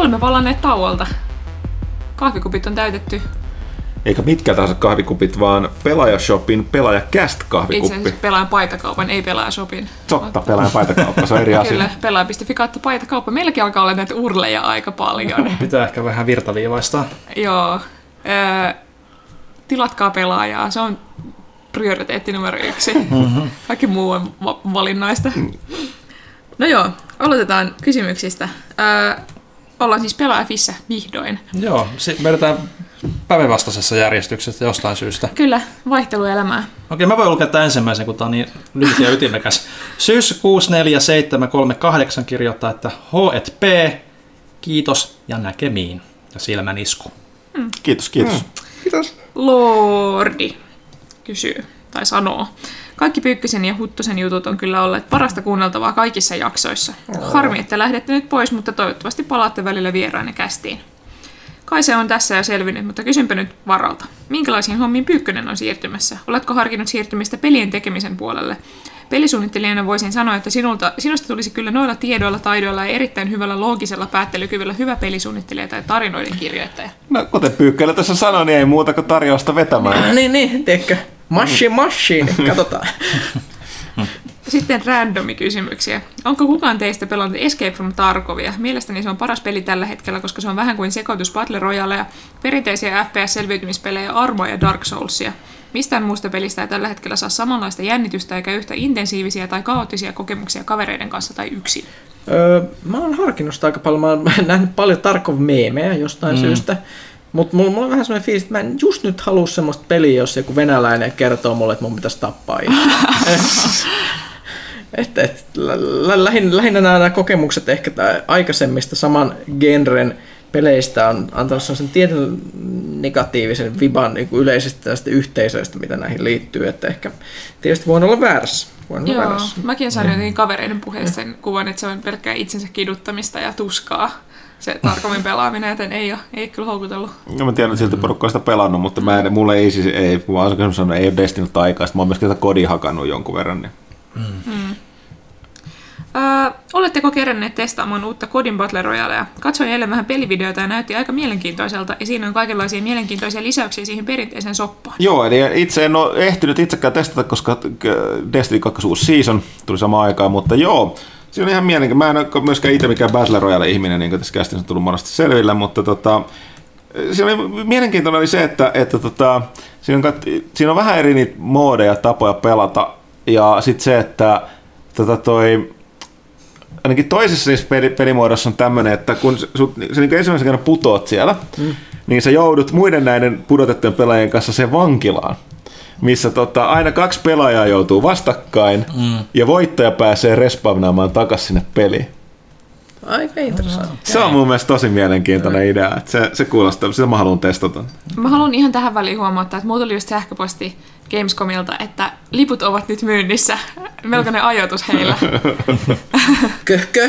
Olemme palanneet tauolta. Kahvikupit on täytetty. Eikä mitkä tahansa kahvikupit, vaan Pelaajashopin Pelaajakäst-kahvikuppi. Itse asiassa Pelaajan paitakaupan, ei Pelaajashopin. Totta, Pelaajan paitakauppa, se on eri asia. Kyllä, pelaaja.fi kautta paitakauppa. Meilläkin alkaa olla näitä urleja aika paljon. Pitää ehkä vähän virtaviivaistaa. Joo. Tilatkaa Pelaajaa, se on prioriteetti numero 1. Kaikki muu on valinnaista. No joo, aloitetaan kysymyksistä. Ollaan siis Pelaaja.fissä vihdoin. Joo, me edetään päivänvastaisessa järjestyksessä jostain syystä. Kyllä, vaihteluelämää. Okei, mä voin lukea tämän ensimmäisen, kun tämä on niin lyhyt ja ytimekäs. Sys 64738 kirjoittaa, että H&P, kiitos ja näkemiin. Ja silmän isku. Kiitos. Kiitos. Lordi kysyy tai sanoo. Kaikki Pyykkösen ja Huttusen jutut on kyllä olleet parasta kuunneltavaa kaikissa jaksoissa. Harmi, että lähdette nyt pois, mutta toivottavasti palaatte välillä vieraina kästiin. Kai se on tässä jo selvinnyt, mutta kysynpä nyt varalta. Minkälaisiin hommiin Pyykkönen on siirtymässä? Oletko harkinnut siirtymistä pelien tekemisen puolelle? Pelisuunnittelijana voisin sanoa, että sinusta tulisi kyllä noilla tiedoilla, taidoilla ja erittäin hyvällä loogisella päättelykyvyllä hyvä pelisuunnittelija tai tarinoiden kirjoittaja. No, kuten Pyykkönen tässä sanoi, niin ei muuta kuin tarjousta vetämään. Niin, tiedätkö? Machine, katsotaan. Sitten randomi kysymyksiä. Onko kukaan teistä pelannut Escape from Tarkovia? Mielestäni se on paras peli tällä hetkellä, koska se on vähän kuin sekoitus Battle Royaleja, perinteisiä FPS-selviytymispelejä, Armoa ja Dark Soulsia. Mistään muusta pelistä ei tällä hetkellä saa samanlaista jännitystä eikä yhtä intensiivisiä tai kaoottisia kokemuksia kavereiden kanssa tai yksin. Mä oon harkinnut sitä aika paljon. Mä oon nähnyt paljon Tarkov-meemejä jostain syystä. Mutta mulla on vähän semmoinen fiilis, että mä en just nyt halua semmoista peliä, jos joku venäläinen kertoo mulle, että mun pitäisi tappaa. Lähinnä nämä kokemukset ehkä aikaisemmista saman genren peleistä on antanut sellaisen tietyn negatiivisen viban niin kuin yleisesti tästä yhteisöistä, mitä näihin liittyy. Että ehkä tietysti voin olla väärässä. Joo, mäkin sain jotenkin kavereiden puheessa sen kuvan, että se on pelkkää itsensä kiduttamista ja tuskaa. Se Tarkovin pelaaminen, joten ei kyllä houkutellut. No, mä tiedän, että silti porukkaa sitä pelannut, mutta mulle ei ole Destinyltä aikaa. Mä oon myöskin tätä kodia hakannut jonkun verran. Niin. Oletteko keränneet testaamaan uutta Kodin Battle Royalea? Katsoin eilen vähän pelivideoita ja näytti aika mielenkiintoiselta, ja siinä on kaikenlaisia mielenkiintoisia lisäyksiä siihen perinteiseen soppaan. Joo, eli itse en ole ehtinyt itsekään testata, koska Destiny 2 uusi season tuli samaan aikaan, mutta joo, se on ihan mielenkiintoista. Mä en ole myöskään itse mikään Battle Royale-ihminen, niin kuin tässä kästissä on tullut monesti selvillä, mutta siinä oli mielenkiintoinen oli se, että siinä on vähän eri niitä moodeja, tapoja pelata, ja sitten se, että ainakin toisessa niissä pelimuodossa on tämmöinen, että kun sä niin ensimmäisen kerran putoat siellä, niin sä joudut muiden näiden pudotettujen pelaajien kanssa sen vankilaan, missä aina 2 pelaajaa joutuu vastakkain ja voittaja pääsee respawnaamaan takaisin sinne peliin. Aika interessantti. Se on mun mielestä tosi mielenkiintoinen idea. Että se kuulostaa, sitä mä haluan testata. Mä haluan ihan tähän väliin huomauttaa, että mulla tuli just sähköposti Gamescomilta, että liput ovat nyt myynnissä. Melkoinen ajoitus heillä. Köhkö.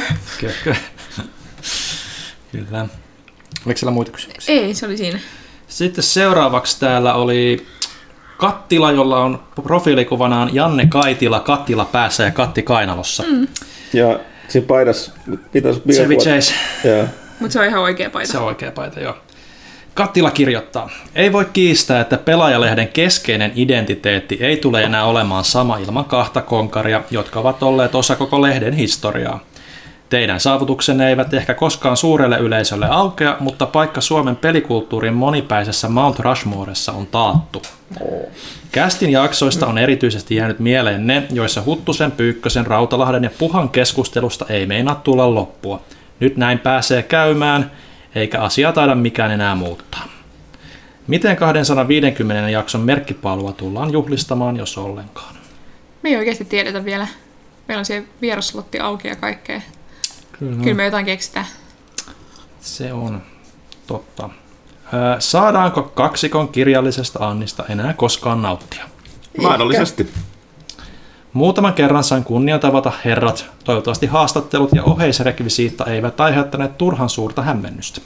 Kyllä. Oliko siellä muita kysymyksiä? Ei, se oli siinä. Sitten seuraavaksi täällä oli Kattila, jolla on profiilikuvanaan Janne Kaitila, Kattila päässä ja Katti kainalossa. Ja siinä paidassa pitäisi... Chevy Chase. Mutta se on ihan oikea paita. Se on oikea paita, joo. Kattila kirjoittaa, ei voi kiistää, että Pelaajalehden keskeinen identiteetti ei tule enää olemaan sama ilman 2 konkaria, jotka ovat olleet osa koko lehden historiaa. Teidän saavutuksenne eivät ehkä koskaan suurelle yleisölle aukea, mutta paikka Suomen pelikulttuurin monipäisessä Mount Rushmoressa on taattu. Kästin jaksoista on erityisesti jäänyt mieleen ne, joissa Huttusen, Pyykkösen, Rautalahden ja Puhan keskustelusta ei meinaa tulla loppua. Nyt näin pääsee käymään, eikä asiaa taida mikään enää muuttaa. Miten 250 jakson merkkipaalua tullaan juhlistamaan, jos ollenkaan? Me ei oikeasti tiedetä vielä. Meillä on siellä vieraslotti auki ja kaikkea. Kyllä me jotain keksitään. Se on totta. Saadaanko kaksikon kirjallisesta Annista enää koskaan nauttia? Mahdollisesti. Muutaman kerran sain kunnia tavata herrat. Toivottavasti haastattelut ja oheisrekvisiitta eivät aiheuttaneet turhan suurta hämmennystä.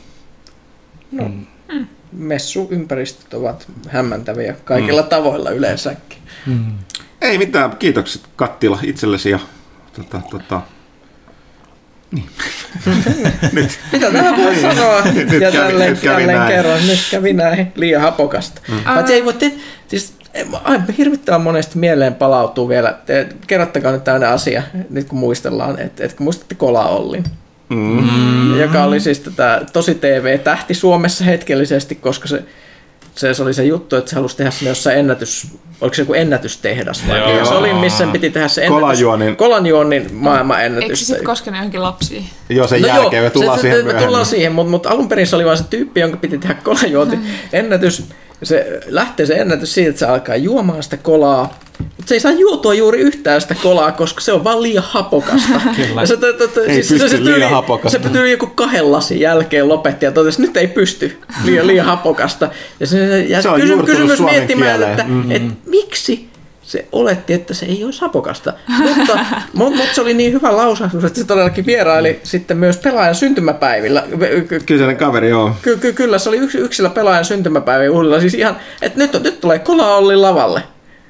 Messuympäristöt ovat hämmentäviä kaikilla tavoilla yleensäkin. Ei mitään, kiitokset Kattila itsellesi ja niin. Mitä tähän voi sanoa? Nyt Ja kävi jälleen näin. kerran, nyt kävi näin liian hapokasta. Paitsi ei voi siis hirvittävän monesti mieleen palautuu vielä. Kerrottakaa nyt tämmöinen asia, nyt kun muistellaan, että kun muistatte Kola Ollin. Joka oli siis tosi TV-tähti Suomessa hetkellisesti, koska se oli se juttu, että se halusi tehdä sinne jossain oliko se joku ennätystehdas vai mikä se oli, missä piti tehdä se kolanjuonnin maailman ennätys. Eikö se sitten koskenut johonkin lapsiin? Joo, sen jälkeen me tullaan siihen myöhemmin. Me tullaan siihen, mutta alun perin se oli vain se tyyppi, jonka piti tehdä kolanjuonti ennätys. Se lähtee se ennätys siitä, että se alkaa juomaan sitä kolaa, mutta se ei saa juotua juuri yhtään sitä kolaa, koska se on vaan liian hapokasta. Ei pysty liian hapokasta. Se tyyli joku 2 lasin jälkeen lopetti ja totesi, että nyt ei pysty liian hapokasta. Ja se on kysymys miettimään, että miksi se oletti, että se ei olisi hapokasta. Mutta se oli niin hyvä lausahdus, että se todellakin vieraili sitten myös pelaajan syntymäpäivillä. Kyseinen kaveri, joo. Kyllä, se oli yksillä pelaajan syntymäpäivän juhlilla. Siis ihan, että nyt tulee Kola Ollin lavalle.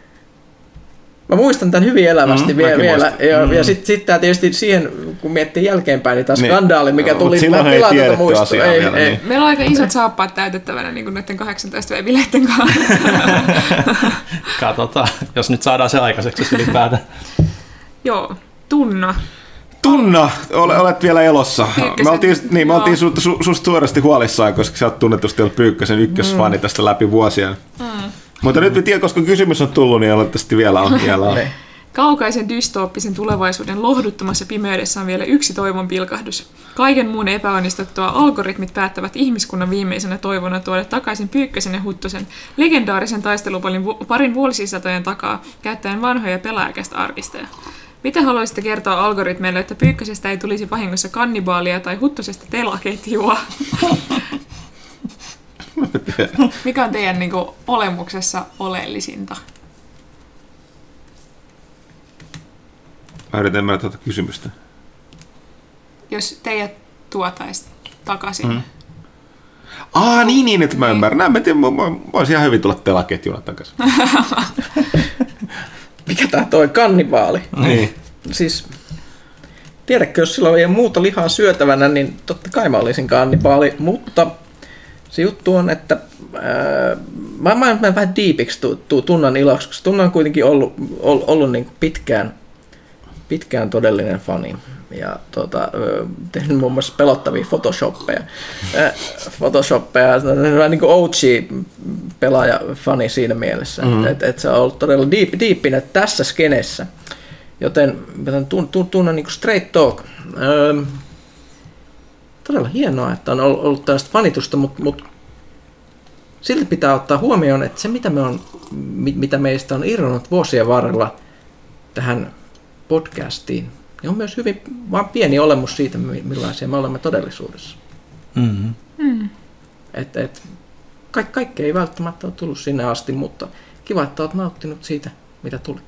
Mä muistan tämän hyvin elävästi vielä. Ja sitten tämä tietysti siihen, kun miettii jälkeenpäin, niin tämä skandaali, mikä tuli pilaa tätä muistoa. Niin. Meillä on aika isot saappaat täytettävänä niin kuin noiden 18 bileiden kanssa. Katsotaan, jos nyt saadaan se aikaiseksi ylipäätään. Joo, Tunna. Tunna, olet vielä elossa. Me oltiin susta suorasti huolissaan, koska sä oot tunnetusti ollut Pyykkösen ykkösfani tästä läpi vuosien. Mutta nyt tiedän, koska kysymys on tullut, niin olettavasti vielä on. Kaukaisen dystooppisen tulevaisuuden lohduttomassa pimeydessä on vielä yksi toivon pilkahdus. Kaiken muun epäonnistuttua algoritmit päättävät ihmiskunnan viimeisenä toivona tuoda takaisin Pyykkösen ja Huttusen legendaarisen taisteluparin vuosisatojen takaa käyttäen vanhoja pelaajakästä arkistoja. Mitä haluaisitte kertoa algoritmeille, että Pyykkösestä ei tulisi vahingossa kannibaalia tai Huttusesta telaketjua? Mikä on teidän niin kuin, olemuksessa oleellisinta? Mä yritän ymmärtää tuota kysymystä. Jos teidät tuotaisiin takaisin. Niin, että mä ymmärrän. Mä voisin ihan hyvin tulla telaketjuna takaisin. Mikä tää toi kannibaali? Niin. Siis, tiedätkö, jos sillä ei ole muuta lihaa syötävänä, niin totta kai mä olisin kannibaali, mutta se juttu on, että mä menen vähän diipiksi Tunnan iloksi, koska Tunna on kuitenkin ollut niin kuin pitkään todellinen fani. Ja tehnyt muun muassa pelottavia photoshoppeja. Niin kuin OG-pelaaja-fani siinä mielessä, että se on ollut todella diippinä tässä skenessä. Joten Tunnan niin kuin straight talk. Todella hienoa, että on ollut tällaista fanitusta, mutta silti pitää ottaa huomioon, että se mitä meistä on irronnut vuosien varrella tähän podcastiin, niin on myös hyvin vaan pieni olemus siitä, millaisia me olemme todellisuudessa. Kaikki ei välttämättä ole tullut sinne asti, mutta kiva, että olet nauttinut siitä, mitä tuli.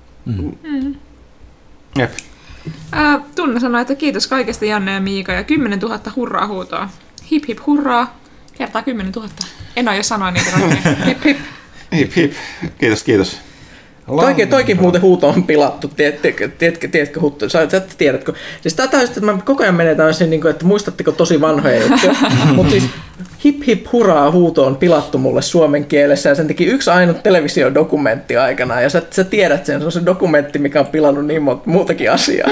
Jep. Tunna sanoi, että kiitos kaikesta Janne ja Miika ja 10 000 hurraa huutoa. Hip hip hurraa. Kertaa 10 000. En aio sanoa niitä oikein. Hip hip. Hip hip. Kiitos. Toikin muuten huuto on pilattu, tiedätkö huuto, sä tiedätkö? Siis tätä että mä koko ajan menetään niin että muistatteko tosi vanhoja juttuja, mutta siis hip hip hurraa huuto on pilattu mulle suomen kielessä ja sen teki yksi ainut televisiodokumentti aikana ja sä tiedät sen, se on se dokumentti, mikä on pilannut niin muutakin asiaa.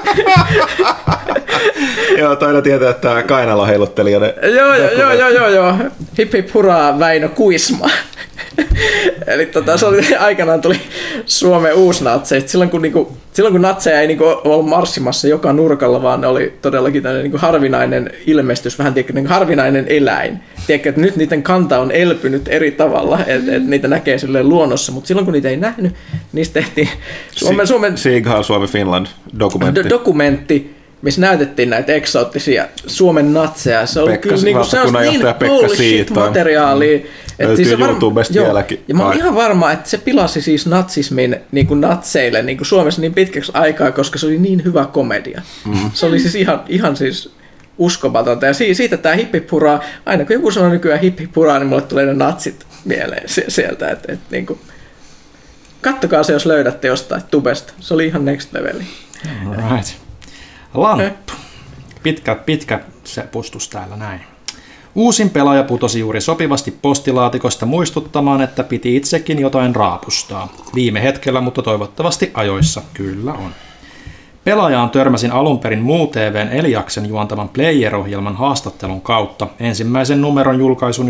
Joo, toina tietää, että tämä kainalo heilutteli. Joo. Hip hip hurraa Väinö Kuisma. Eli se oli, aikanaan tuli Suomen uusnatseista. Silloin kun natseja ei ollut marssimassa joka nurkalla, vaan ne oli todellakin tämmöinen harvinainen ilmestys, vähän niin harvinainen eläin. Tiedätkö, että nyt niiden kanta on elpynyt eri tavalla, että niitä näkee silleen luonnossa, mutta silloin kun niitä ei nähnyt, niistä tehtiin Sieg Suomi Finland dokumentti, missä näytettiin näitä eksoottisia Suomen natseja. Se oli kyllä se on niin bullshit-materiaalia. Löytyy siis YouTubesta vieläkin. Ja mä oon ihan varma, että se pilasi siis natsismin niin kuin natseille niin kuin Suomessa niin pitkäksi aikaa, koska se oli niin hyvä komedia. Se oli siis ihan siis uskomatonta. Ja siitä tämä hip-hip-huraa, aina kun joku sanoo nykyään hip-hip-huraa, niin mulle tulee ne natsit mieleen sieltä. Niin kuin, kattokaa se, jos löydätte jostain tubesta. Se oli ihan next leveli. Alright. Lamppu. pitkä sepustus täällä näin. Uusin pelaaja putosi juuri sopivasti postilaatikosta muistuttamaan, että piti itsekin jotain raapustaa. Viime hetkellä, mutta toivottavasti ajoissa. Kyllä on. Pelaajaan törmäsin alun perin Muu TV:n Eliaksen juontaman Player-ohjelman haastattelun kautta ensimmäisen numeron julkaisun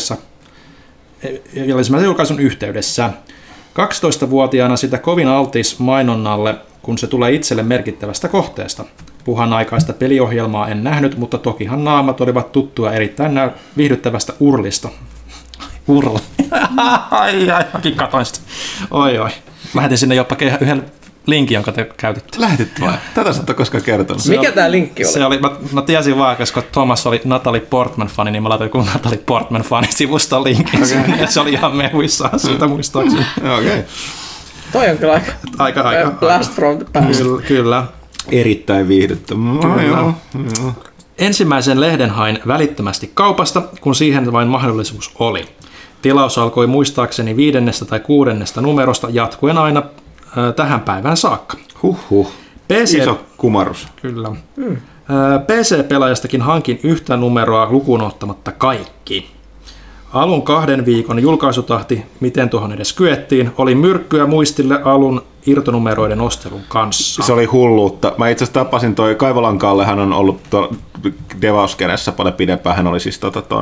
yhteydessä. 12-vuotiaana sitä kovin altis mainonnalle, kun se tulee itselle merkittävästä kohteesta. Puhan aikaista peliohjelmaa en nähnyt, mutta tokihan naamat olivat tuttua erittäin viihdyttävästä urlista. Urla. Mäkin katoin sitä. Oi. Lähetin sinne jopa yhden linkin, jonka te käytitte. Lähetit vai? Tätä sä et ole koskaan kertonut. Mikä tää linkki oli? Mä tiesin vaan, koska Thomas oli Natalie Portman-fani, niin mä laitoin kun Natalie Portman-fani sivuston linkin. Okay. Se oli ihan mehuissaan siitä muistaakseni. Okei. Toi on kyllä aika blast from the past. Kyllä. Erittäin viihdyttävä. Joo. Ensimmäisen lehden hain välittömästi kaupasta, kun siihen vain mahdollisuus oli. Tilaus alkoi muistaakseni 5. tai 6. numerosta jatkuen aina tähän päivään saakka. Iso kumarus. Kyllä. PC-pelaajastakin hankin yhtä numeroa lukuun ottamatta kaikki. Alun 2 viikon julkaisutahti, miten tuohon edes kyettiin, oli myrkkyä muistille alun irtonumeroiden ostelun kanssa. Se oli hulluutta. Mä itse asiassa tapasin toi Kaivolan Kalle, hän on ollut Devauskenessä paljon pidempään. Hän oli siis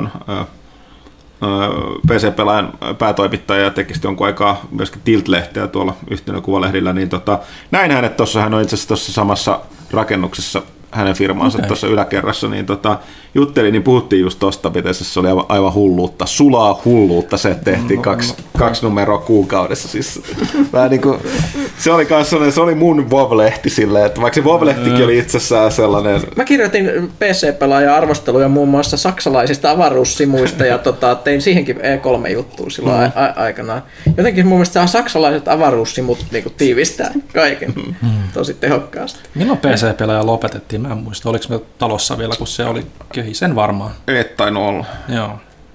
PC-pelaajan päätoimittaja ja teki jonkun aikaa myöskin Tilt-lehteä tuolla yhtenä kuvalehdillä. Niin näin hänet tuossa, hän on itse asiassa tuossa samassa rakennuksessa hänen firmaansa tuossa yläkerrassa, niin juttelin, niin puhuttiin just tosta, miten se oli aivan hulluutta, sulaa hulluutta se, että tehtiin kaksi numeroa kuukaudessa. Siis, niin kuin, se oli mun WoW-lehti silleen, että vaikka se WoW-lehtikin oli itsessään sellainen. Mä kirjoitin PC-pelaajan arvosteluja muun muassa saksalaisista avaruussimuista ja tein siihenkin E3-juttua silloin aikanaan. Jotenkin mun mielestä saksalaiset avaruussimut niinku tiivistää kaiken tosi tehokkaasti. Milloin PC-pelaaja lopetettiin? Mä en muista, oliko me talossa vielä, kun se oli sen varmaan. Et tainnut olla. Joo.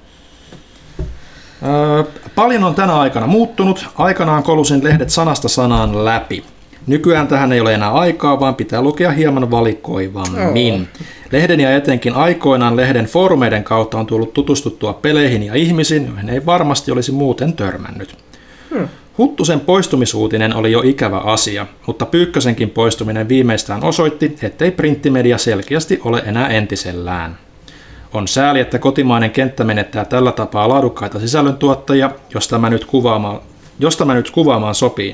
Paljon on tänä aikana muuttunut. Aikanaan kolusin lehdet sanasta sanaan läpi. Nykyään tähän ei ole enää aikaa, vaan pitää lukea hieman valikoivammin. Lehden ja etenkin aikoinaan lehden foorumeiden kautta on tullut tutustuttua peleihin ja ihmisiin, joihin ei varmasti olisi muuten törmännyt. Huttusen poistumisuutinen oli jo ikävä asia, mutta Pyykkösenkin poistuminen viimeistään osoitti, ettei printtimedia selkeästi ole enää entisellään. On sääli, että kotimainen kenttä menettää tällä tapaa laadukkaita sisällöntuottajia, jos tämä nyt kuvaamaan sopii.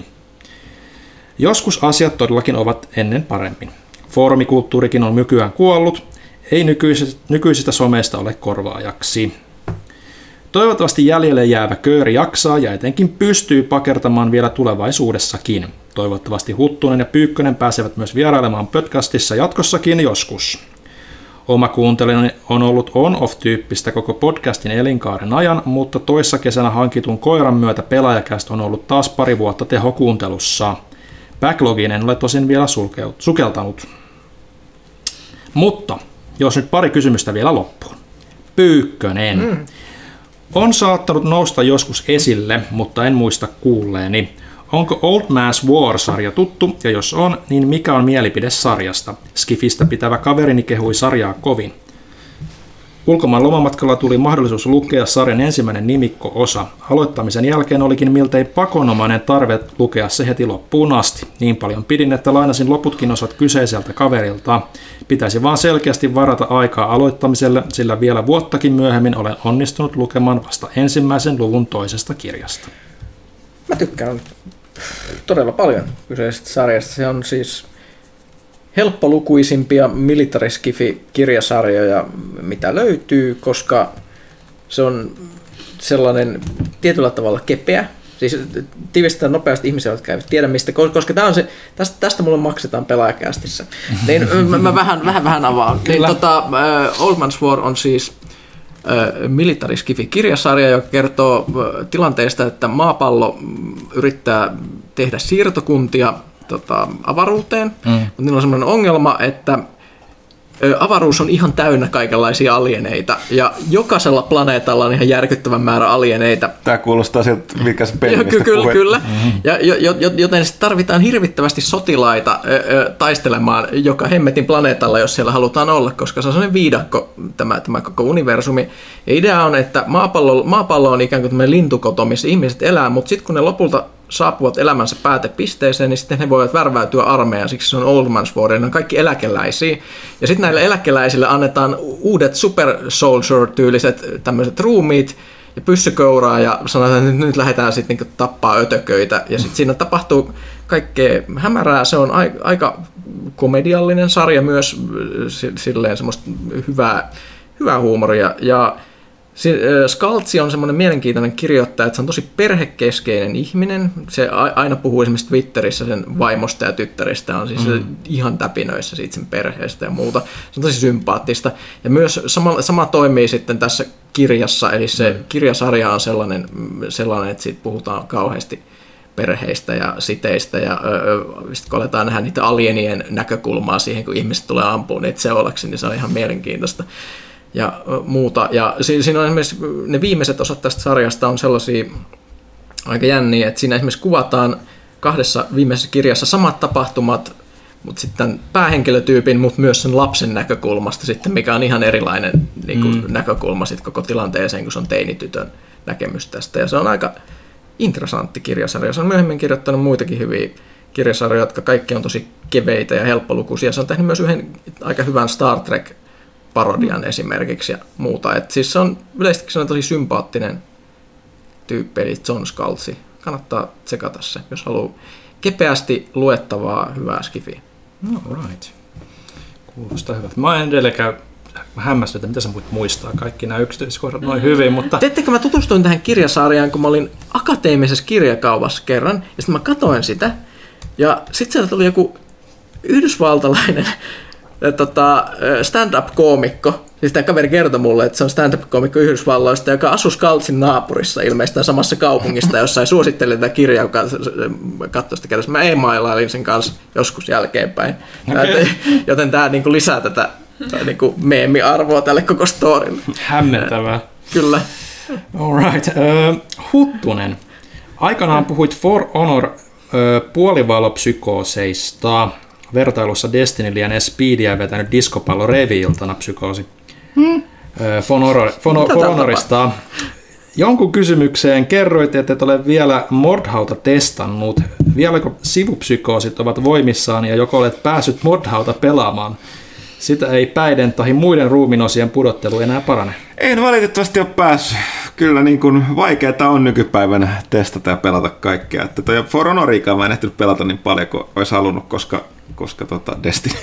Joskus asiat todellakin ovat ennen paremmin. Foorumikulttuurikin on nykyään kuollut, ei nykyisistä someista ole korvaajaksi. Toivottavasti jäljelle jäävä kööri jaksaa ja etenkin pystyy pakertamaan vielä tulevaisuudessakin. Toivottavasti Huttunen ja Pyykkönen pääsevät myös vierailemaan podcastissa jatkossakin joskus. Oma kuunteluni on ollut on-off-tyyppistä koko podcastin elinkaaren ajan, mutta toissa kesänä hankitun koiran myötä Pelaajakäst on ollut taas pari vuotta tehokuuntelussa. Backlogiin en ole tosin vielä sukeltanut. Mutta, jos nyt pari kysymystä vielä loppuun. Pyykkönen. On saattanut nousta joskus esille, mutta en muista kuulleeni. Onko Old Man's War-sarja tuttu, ja jos on, niin mikä on mielipide sarjasta? Skifistä pitävä kaverini kehui sarjaa kovin. Ulkomaan lomamatkalla tuli mahdollisuus lukea sarjan ensimmäinen nimikko-osa. Aloittamisen jälkeen olikin miltei pakonomainen tarve lukea se heti loppuun asti. Niin paljon pidin, että lainasin loputkin osat kyseiseltä kaverilta. Pitäisi vaan selkeästi varata aikaa aloittamiselle, sillä vielä vuottakin myöhemmin olen onnistunut lukemaan vasta ensimmäisen luvun toisesta kirjasta. Mä tykkään todella paljon kyseisestä sarjasta. Se on siis helppolukuisimpia militariskifi-kirjasarjoja, mitä löytyy, koska se on sellainen tietyllä tavalla kepeä. Siis tiivistetään nopeasti ihmisiä, jotka eivät tiedä mistä, koska tämä on se, tästä mulle maksetaan Pelaajakästissä. Niin mä vähän avaan. Niin, Old Man's War on siis militariskifi-kirjasarja, joka kertoo tilanteesta, että maapallo yrittää tehdä siirtokuntia avaruuteen, mutta niillä on sellainen ongelma, että avaruus on ihan täynnä kaikenlaisia alieneita, ja jokaisella planeetalla on ihan järkyttävän määrä alieneita. Tämä kuulostaa siltä, mikä se peli, mistä Kyllä, kyllä. Ja, joten tarvitaan hirvittävästi sotilaita taistelemaan joka hemmetin planeetalla, jos siellä halutaan olla, koska se on sellainen viidakko, tämä koko universumi. Ja idea on, että maapallo on ikään kuin tämmöinen lintukoto, missä ihmiset elää, mutta sitten kun ne lopulta saapuvat elämänsä päätepisteeseen, niin sitten he voivat värväytyä armeijaan, siksi se on Old Man's War, ne on kaikki eläkeläisiä. Ja sitten näille eläkeläisille annetaan uudet super soldier-tyyliset tämmöiset ruumiit ja pyssykouraa, ja sanotaan, että nyt lähdetään sitten niinku tappaa ötököitä. Ja sitten siinä tapahtuu kaikkea hämärää, se on aika komediallinen sarja myös, silleen semmoista hyvää huumoria. Ja Scalzi on semmoinen mielenkiintoinen kirjoittaja, että se on tosi perhekeskeinen ihminen. Se aina puhuu esimerkiksi Twitterissä sen vaimosta ja tyttäristä, on siis ihan täpinöissä siitä sen perheestä ja muuta. Se on tosi sympaattista. Ja myös sama toimii sitten tässä kirjassa, eli se kirjasarja on sellainen, että siitä puhutaan kauheasti perheistä ja siteistä, ja sitten kun aletaan nähdä niitä alienien näkökulmaa siihen, kun ihmiset tulee ampumaan niitä seulaksi, niin se on ihan mielenkiintoista. Ja muuta. Ja siinä on esimerkiksi ne viimeiset osat tästä sarjasta on sellaisia aika jänniä, että siinä esimerkiksi kuvataan 2 viimeisessä kirjassa samat tapahtumat, mutta sitten päähenkilötyypin, mutta myös sen lapsen näkökulmasta sitten, mikä on ihan erilainen niin kuin näkökulma sitten koko tilanteeseen, kun se on teinitytön näkemys tästä. Ja se on aika interessantti kirjasarja. Se on myöhemmin kirjoittanut muitakin hyviä kirjasarjoja, jotka kaikki on tosi keveitä ja helppolukuisia. Se on tehnyt myös yhden aika hyvän Star Trek-parodian esimerkiksi ja muuta. Et siis se on yleisesti tosi sympaattinen tyyppi, eli John Scalzi. Kannattaa tsekata se, jos haluaa kepeästi luettavaa hyvää skifiä. No right. Kuulostaa hyvältä. Mä en edelleenkään hämmästynyt, että mitä sä voit muistaa kaikki nämä yksityiskohdat noin hyvin, mutta... Teettekö mä tutustuin tähän kirjasarjaan, kun mä olin akateemisessa kirjakaupassa kerran, ja sitten mä katoin sitä, ja sitten sieltä tuli joku yhdysvaltalainen stand-up-koomikko. Siis tämä kaveri kertoi mulle, että se on stand-up-koomikko Yhdysvalloista, joka asui Scalzin naapurissa ilmeisesti samassa kaupungista, jossa ei suosittele tätä kirjaa, joka katsoi sitä kertaa. Mä e-mailailin sen kanssa joskus jälkeenpäin. Okay. Joten tämä niinku lisää tätä niinku meemiarvoa tälle koko storille. Hämmentävää. Kyllä. All right. Huttunen. Aikanaan puhuit For Honor puolivalopsykooseista. Vertailussa Destiny liian Speedia vetänyt diskopallo Revi-iltana psykoosi. For Honorista. Jonkun kysymykseen kerroit, että et ole vielä Mordhauta testannut. Vieläkö sivupsykoosit ovat voimissaan ja joko olet päässyt Mordhauta pelaamaan? Sitä ei päiden tai muiden ruumiinosien pudottelu enää parane. En valitettavasti ole päässyt. Kyllä niin kuin vaikeaa on nykypäivänä testata ja pelata kaikkea. Että toi For Honoriikaan mä en ehtinyt pelata niin paljon kuin olisi halunnut, koska Destiny.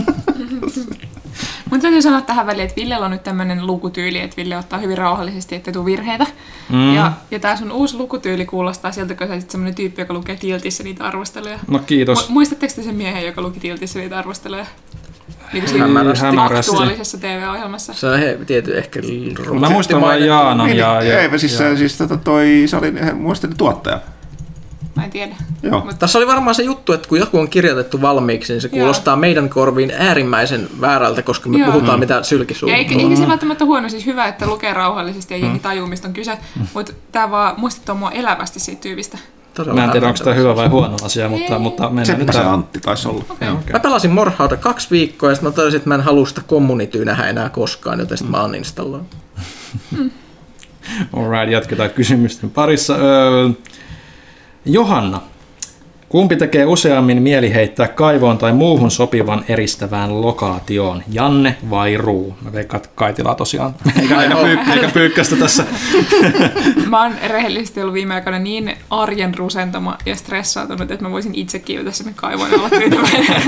Mun täytyy sanoa tähän väliin, että Villellä on nyt tämmöinen lukutyyli, että Ville ottaa hyvin rauhallisesti, ettei tule virheitä. Ja tää sun uusi lukutyyli kuulostaa siltä, kun sä olet semmoinen tyyppi, joka lukee Tiltissä niitä arvosteluja. No kiitos. Muistatteko te sen miehen, joka luki Tiltissä niitä arvosteluja? Niin Hämärästi. aktuaalisessa TV-ohjelmassa. Se on tietysti ehkä... Mä muistan vain Jaanan se oli muisteli tuottaja. Mä en tiedä. Joo. Tässä oli varmaan se juttu, että kun joku on kirjoitettu valmiiksi, niin se kuulostaa meidän korviin äärimmäisen väärältä, koska me puhutaan mitä sylkisuulla. Eikä se välttämättä huono, siis hyvä, että lukee rauhallisesti ja jengi tajuu, mistä on kyse, mutta tää vaan muistuttaa mua elävästi siitä tyypistä. Mä en tiedä, onko tämä hyvä vai huono asia, mutta mennään nyt. Se Antti taisi olla. Okay. Mä pelasin Mordhauta 2 viikkoa ja sitten mä totesin, että mä en halua sitä communityä nähdä enää koskaan, joten sitten mä uninstalloin. Alright, jatketaan kysymysten parissa. Johanna, kumpi tekee useammin mieli heittää kaivoon tai muuhun sopivan eristävään lokaatioon? Janne vai Ruu? Mä veikkaan, että Kaitila tosiaan, eikä Pyykkästä tässä. Mä oon rehellisesti ollut viime aikoina niin arjen rusentama ja stressaantunut, että mä voisin itse kiivetä sinne kaivoon ja olla tyytyväinen.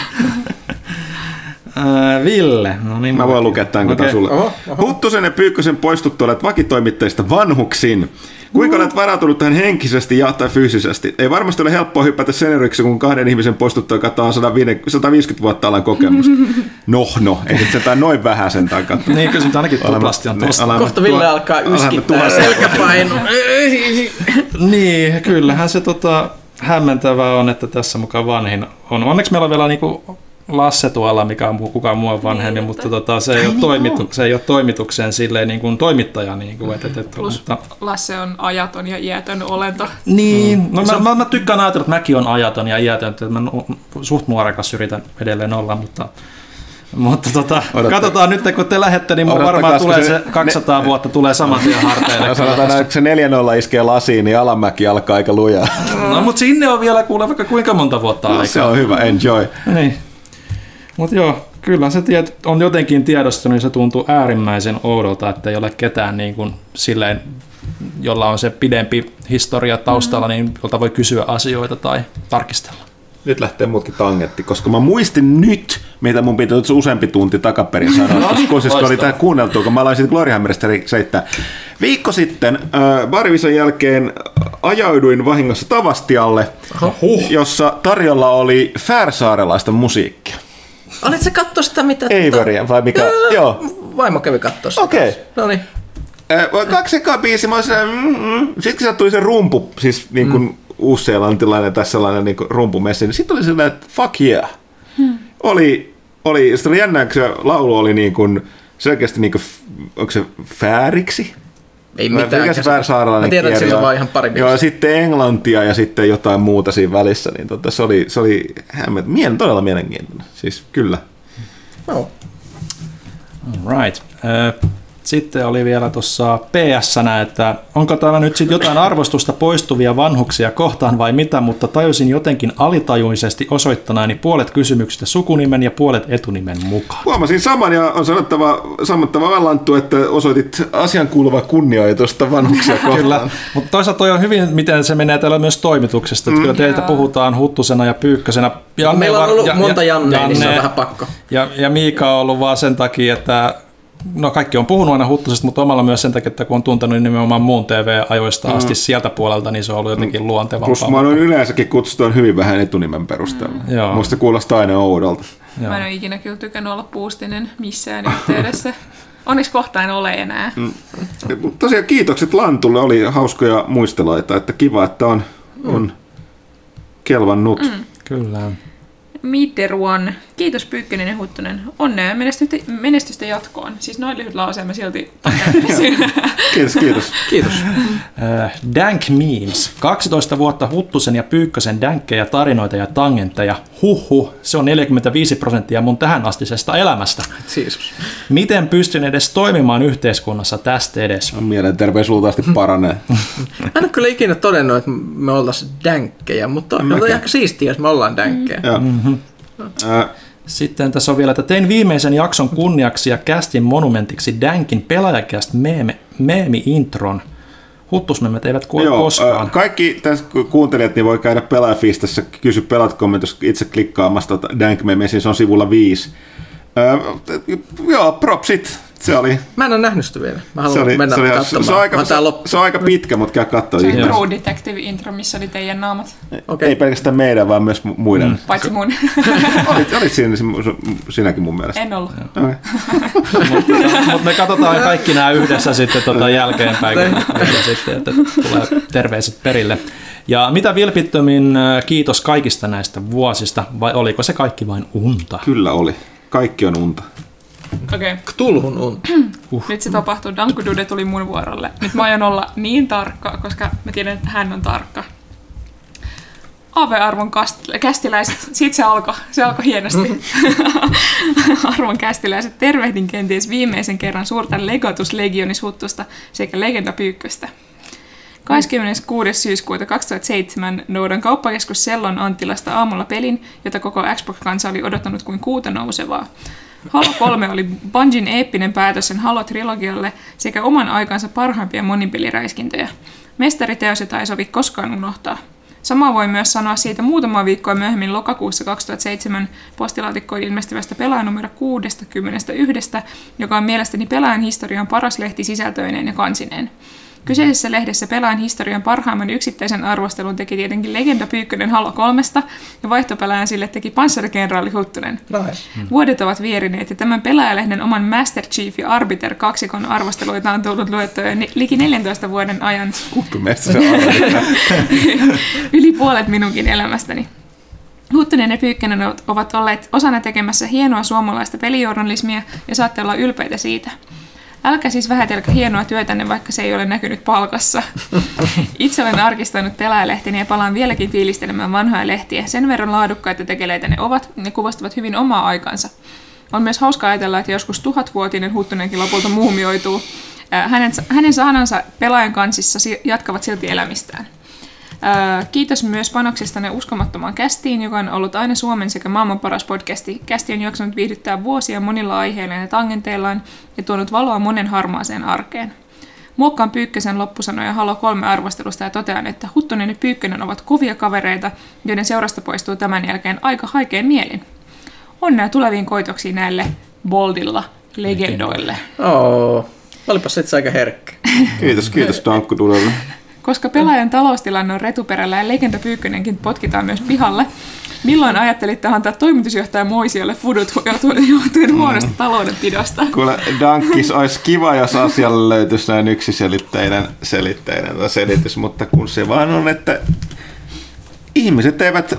Ville. No niin, mä voin lukea tämän sulle. Huttusen ja Pyykkösen poistuttu olet vakitoimittajista vanhuksin. Kuinka olet varautunut tähän henkisesti ja tai fyysisesti? Ei varmasti ole helppoa hypätä senioriksi, kun 2 ihmisen poistuttua katsoo 150 vuotta alan kokemusta. No, ei nyt sentään noin vähän sentään katsoa. Niin, kyllä se ainakin tuplasti on tosta. Kohta Ville alkaa yskittää selkäpaino. Niin, kyllähän se hämmentävää on, että tässä mukaan vanhin on. Onneksi meillä on vielä niinku Lasse tuolla, mikä on kukaan muu vanhemmin, Niin, mutta se ei ole toimitukseen silleen niin kuin toimittaja. Niin kuin, Plus Lasse on ajaton ja iätön olento. Niin, no mä tykkään ajatella, että mäkin on ajaton ja iätön, että mä suht nuorekas yritän edelleen olla, mutta katsotaan nyt, kun te lähette, niin varmaan tulee se 200 vuotta tulee saman tien harteille. No sanotaan, että se 4-0 iskee lasiin, niin alamäki alkaa aika lujaa. No, mutta sinne on vielä kuule vaikka kuinka monta vuotta aikaa. Se on hyvä, enjoy. Niin. Mutta joo, kyllä se on jotenkin tiedostunut, niin se tuntuu äärimmäisen oudolta, että ei ole ketään niin kuin silleen, jolla on se pidempi historia taustalla, niin jolta voi kysyä asioita tai tarkistella. Nyt lähtee muutkin tangetti, koska mä muistin nyt, mitä mun pitää useampi tunti takaperin sanoa, koska oli tää kuunneltu, kun mä aloin siitä Gloryhammerista seittää. Viikko sitten Barivisan jälkeen ajauduin vahingossa Tavastialle, jossa tarjolla oli färsaarelaista musiikkia. Olit sä kattoo sitä mitä? Eiväriä, vai mikä? Joo. Vaimo kävi kattoo sitä. Okei. No niin. 2 ekaa biisiä, mä olisin, sitten kun se tuli se rumpu, siis niin kuin uusseelantilainen tai sellainen niin kuin rumpumessi, niin sitten oli sellainen, että fuck yeah. Sitten oli jännää, kun se laulu oli niin kuin, selkeästi, niin kuin, onko se fääriksi? Ei mitään. Mikä se färsaarelainen mä tiedän, että sillä on vaan ihan pari biisiä. Joo, ja sitten englantia ja sitten jotain muuta siinä välissä, niin se oli todella mielenkiintoinen. Siis kyllä. No. Right. Sitten oli vielä tuossa PS-nä, että onko täällä nyt sitten jotain arvostusta poistuvia vanhuksia kohtaan vai mitä, mutta tajusin jotenkin alitajuisesti osoittanaani puolet kysymyksistä sukunimen ja puolet etunimen mukaan. Huomasin saman ja on sanottava Valanttu, että osoitit asiankuuluvaa kunnioitusta vanhuksia kohtaan. Kyllä, mutta toisaalta toi on hyvin, miten se menee täällä myös toimituksesta. Kyllä teiltä puhutaan Huttusena ja Pyykkösenä. Meillä on ollut monta Jannea, niin se on vähän pakko. Ja Miika on ollut vaan sen takia, että no kaikki on puhunut aina Huttusesta, mutta omalla myös sen takia, että kun on tuntenut nimenomaan muun TV-ajoista asti sieltä puolelta, niin se on ollut jotenkin luontevampaa. Plus mä olen yleensäkin kutsutaan hyvin vähän etunimen perusteella. Musta kuulostaa aina oudolta. Mä en ole ikinä kyllä tykännyt olla puustinen missään yhteydessä. Onneksi kohta en ole enää. Tosiaan kiitokset Lantulle, oli hauskoja muisteloita, että kiva, että on kelvannut. Kyllä. Midderuon. Kiitos Pyykkönen ja Huttunen. Onnea ja menestystä jatkoon. Siis noin lyhyt lause, mä silti Kiitos. Kiitos. Dank Memes. 12 vuotta Huttusen ja Pyykkösen dankkejä, tarinoita ja tangentteja. Se on 45% mun tähänastisesta elämästä. Jeesus. Miten pystyn edes toimimaan yhteiskunnassa tästä edes? Mielenterveys luultavasti paranee. Mä en ole kyllä ikinä todennut, että me oltaisiin dänkkejä, mutta on aika siistiä, jos me ollaan dänkkejä. Sitten tässä on vielä, että tein viimeisen jakson kunniaksi ja castin monumentiksi Dankin pelaajakäst meemi-intron. Huttusmemmet eivät kuole koskaan. Kaikki tässä kuuntelijat niin voi käydä Pelaajafistassa, kysy pelaat-kommentossa itse klikkaamasta Dank-meme, siis on sivulla 5. Joo, propsit. Se oli. Mä en ole nähnyt sitä vielä. Mä haluan mennä katsomaan. Se on aika pitkä, mutta käy katsoa. Se on True Detective intro, missä oli teidän naamat. Okay. Ei pelkästään meidän, vaan myös muiden. Paitsi mun. Olit sinäkin mun mielestä. En ollut. Okay. Mutta me katsotaan kaikki nämä yhdessä sitten jälkeenpäin, sitten, että tulee terveiset perille. Ja mitä vilpittömin kiitos kaikista näistä vuosista, vai oliko se kaikki vain unta? Kyllä oli. Kaikki on unta. Okei. Tulhun unta. Nyt se tapahtuu. Dankudude tuli mun vuorolle. Nyt mä aion olla niin tarkka, koska mä tiedän, että hän on tarkka. Arvon kästiläiset. Siitä se alkoi hienosti. Arvon kästiläiset. Tervehdin kenties viimeisen kerran suurta Legatus Legionis Huttusta sekä Legenda Pyykköstä. 26. syyskuuta 2007 noudan kauppakeskus Sellon Anttilasta aamulla pelin, jota koko Xbox-kansa oli odottanut kuin kuuta nousevaa. Halo 3 oli Bungien eeppinen päätös sen Halo-trilogialle sekä oman aikansa parhaimpia monipeliräiskintöjä. Mestariteos, jota ei sovi koskaan unohtaa. Sama voi myös sanoa siitä muutama viikkoa myöhemmin lokakuussa 2007 postilaatikkoon ilmestyvästä pelaajanumero 61, joka on mielestäni pelaajan historian paras lehti sisältöineen ja kansineen. Kyseisessä lehdessä pelaajan historian parhaimman yksittäisen arvostelun teki tietenkin Legenda Pyykkönen Halo 3:sta ja vaihtopelaajan sille teki Panssarikenraali Huttunen. Vuodet ovat vierineet ja tämän pelaajalehden oman Master Chief ja Arbiter kaksikon arvosteluita on tullut luettua liki 14 vuoden ajan. Yli puolet minunkin elämästäni. Huttunen ja Pyykkönen ovat olleet osana tekemässä hienoa suomalaista pelijournalismia ja saatte olla ylpeitä siitä. Älkää siis vähätelkö hienoa työtänne, vaikka se ei ole näkynyt palkassa. Itse olen arkistanut Pelaajalehteni ja palaan vieläkin fiilistelemään vanhoja lehtiä. Sen verran laadukkaita tekeleitä ne ovat, ne kuvastavat hyvin omaa aikansa. On myös hauska ajatella, että joskus 1000-vuotinen Huttunenkin lopulta muumioituu. Hänen sanansa Pelaajan kansissa jatkavat silti elämistään. Kiitos myös panoksestanne uskomattomaan kästiin, joka on ollut aina Suomen sekä maailman paras podcasti. Kästi on jaksanut viihdyttää vuosia monilla aiheilla ja tangenteillaan ja tuonut valoa monen harmaaseen arkeen. Muokkaan Pyykkösen loppusanoja Halo 3 arvostelusta ja totean, että Huttunen ja Pyykkönen ovat kovia kavereita, joiden seurasta poistuu tämän jälkeen aika haikein mielin. Onnea tuleviin koitoksiin näille boldilla legendoille. Olipas itse aika herkkä. Kiitos Dankku Dudelle. Koska Pelaajan taloustilanne on retuperällä ja legenda Pyykkönenkin potkitaan myös pihalle, milloin ajattelitte antaa toimitusjohtaja Moisiolle fudut johtuen huonosta taloudenpidosta? Kuule, Dankkis, olisi kiva, jos asialle löytyisi näin yksiselitteinen selitys, mutta kun se vaan on, että ihmiset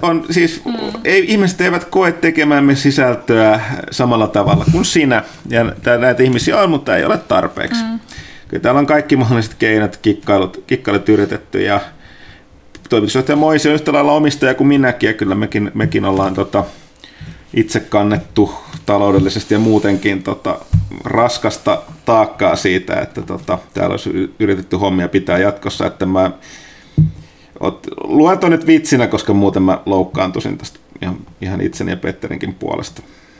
eivät koe tekemämme sisältöä samalla tavalla kuin sinä. Ja näitä ihmisiä on, mutta ei ole tarpeeksi. Kyllä täällä on kaikki mahdolliset keinot, kikkailut yritetty ja toimitusjohtaja Moisi on yhtä lailla omistaja kuin minäkin ja kyllä mekin ollaan itse kannettu taloudellisesti ja muutenkin raskasta taakkaa siitä, että täällä olisi yritetty hommia pitää jatkossa, että mä luen ton nyt vitsinä, koska muuten mä loukkaantuisin tästä ihan itseni ja Petterinkin puolesta.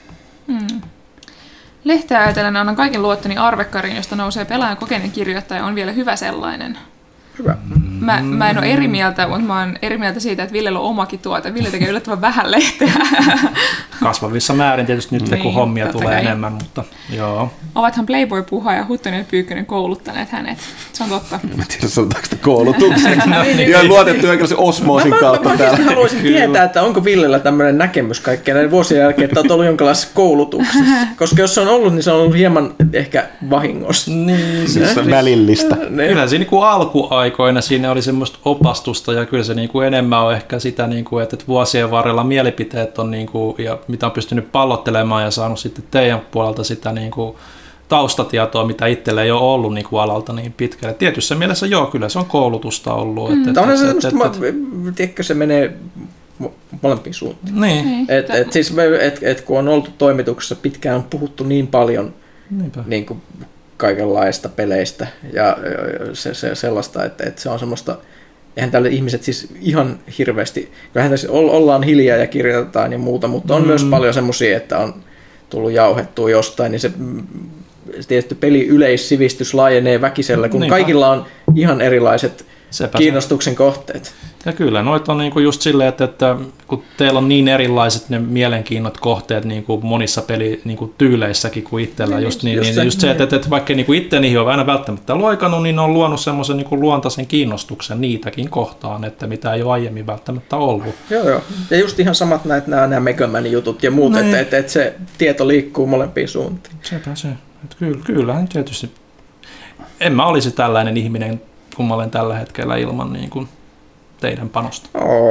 Lehteä ajatellen annan kaiken luottoni Arvekkariin, josta nousee Pelaajan kokeneen kirjoittaja, on vielä hyvä sellainen. Hyvä. Mä en ole eri mieltä, mutta mä oon eri mieltä siitä, että Villellä on omakin tuote. Ville tekee yllättävän vähän lehteä. Kasvavissa määrin tietysti nyt, niin, kun hommia tulee kai enemmän, mutta joo. Ovathan Playboy Puha ja Huttunen ja Pyykkönen kouluttaneet hänet. Se on totta. Mä tiedän, sanotaanko sitä koulutukseksi. Ihan luotettu jonkinlaisen osmoosin kautta täällä. Mä haluaisin tietää, että onko Villellä tämmöinen näkemys kaikkeen näiden vuosien jälkeen, että olet ollut jonkinlaisessa koulutuksessa. Koska jos se on ollut, niin se on ollut hieman ehkä vahingossa. Niin, Siis välillistä. Kyllä siinä niin alkuaikoina siinä oli semmoista opastusta ja kyllä se niin kuin enemmän on ehkä sitä, niin kuin, että vuosien varrella mielipiteet on niin kuin, ja mitä on pystynyt pallottelemaan ja saanut sitten teidän puolelta sitä niin kuin taustatietoa, mitä itsellä ei ole ollut niin kuin alalta niin pitkälle. Tietyssä mielessä joo, kyllä se on koulutusta ollut. Tämä on semmoista, tiedätkö se menee molempiin suuntiin. Niin. Kun on oltu toimituksessa pitkään, on puhuttu niin paljon niin kuin kaikenlaista peleistä ja sellaista, että se on semmoista, eihän tälle ihmiset siis ihan hirveästi, kyllähän tässä ollaan hiljaa ja kirjoitetaan ja muuta, mutta on myös paljon semmoisia, että on tullut jauhettua jostain, niin se tietysti peliyleissivistys laajenee väkisellä, kun kaikilla on ihan erilaiset kiinnostuksen kohteet. Ja kyllä, noita on niinku just silleen, että kun teillä on niin erilaiset ne mielenkiinnot kohteet niinku monissa pelityyleissäkin kuin itsellä, just se, että vaikka niinku itse niihin on aina välttämättä loikannut, niin ne on luonut semmoisen niinku luontaisen kiinnostuksen niitäkin kohtaan, että mitä ei ole aiemmin välttämättä ollut. Joo. Ja just ihan samat nämä Megaman jutut ja muut, että se tieto liikkuu molempiin suuntiin. Sepä se. Kyllähän tietysti. En mä olisi tällainen ihminen, kun mä olen tällä hetkellä ilman niin kuin teidän panosta.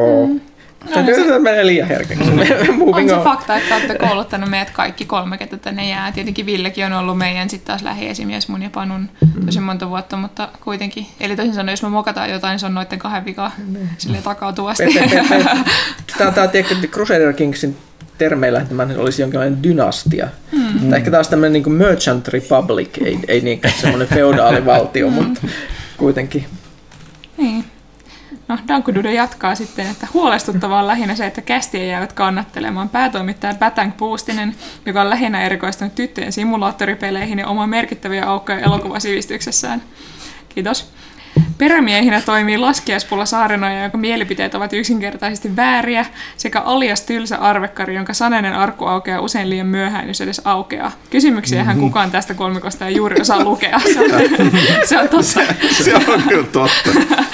Se menee liian herkäksi. On se fakta, että olette kouluttanut meidät kaikki 3, ketä tänne jää. Tietenkin Villekin on ollut meidän sitten taas lähiesimies mun ja Panun tosi monta vuotta, mutta kuitenkin. Eli toisin sanoen, jos me mokataan jotain, niin se on noiden 2 vikaa silleen takautuvasti. Tämä tiedätkö, Crusader Kingsin termeillä tämä olisi jonkinlainen dynastia. Tai ehkä taas tämmöinen niin kuin Merchant Republic, ei niinkään semmoinen feudaalivaltio, mutta kuitenkin. Niin. No, Dankududo jatkaa sitten, että huolestuttavaa on lähinnä se, että kästiä jäävät kannattelemaan. Päätoimittaja Batang Puustinen, joka on lähinnä erikoistunut tyttöjen simulaattoripeleihin ja oma merkittäviä aukkoja elokuvasivistyksessään. Kiitos. Perämiehinä toimii laskiaispulla Saarenoja, jonka mielipiteet ovat yksinkertaisesti vääriä, sekä alias tylsä arvekkari, jonka sanainen arkku aukeaa usein liian myöhään, jos edes aukeaa. Kysymyksiähän kukaan tästä kolmikosta ei juuri osaa lukea. Se on totta. Se on kyllä totta.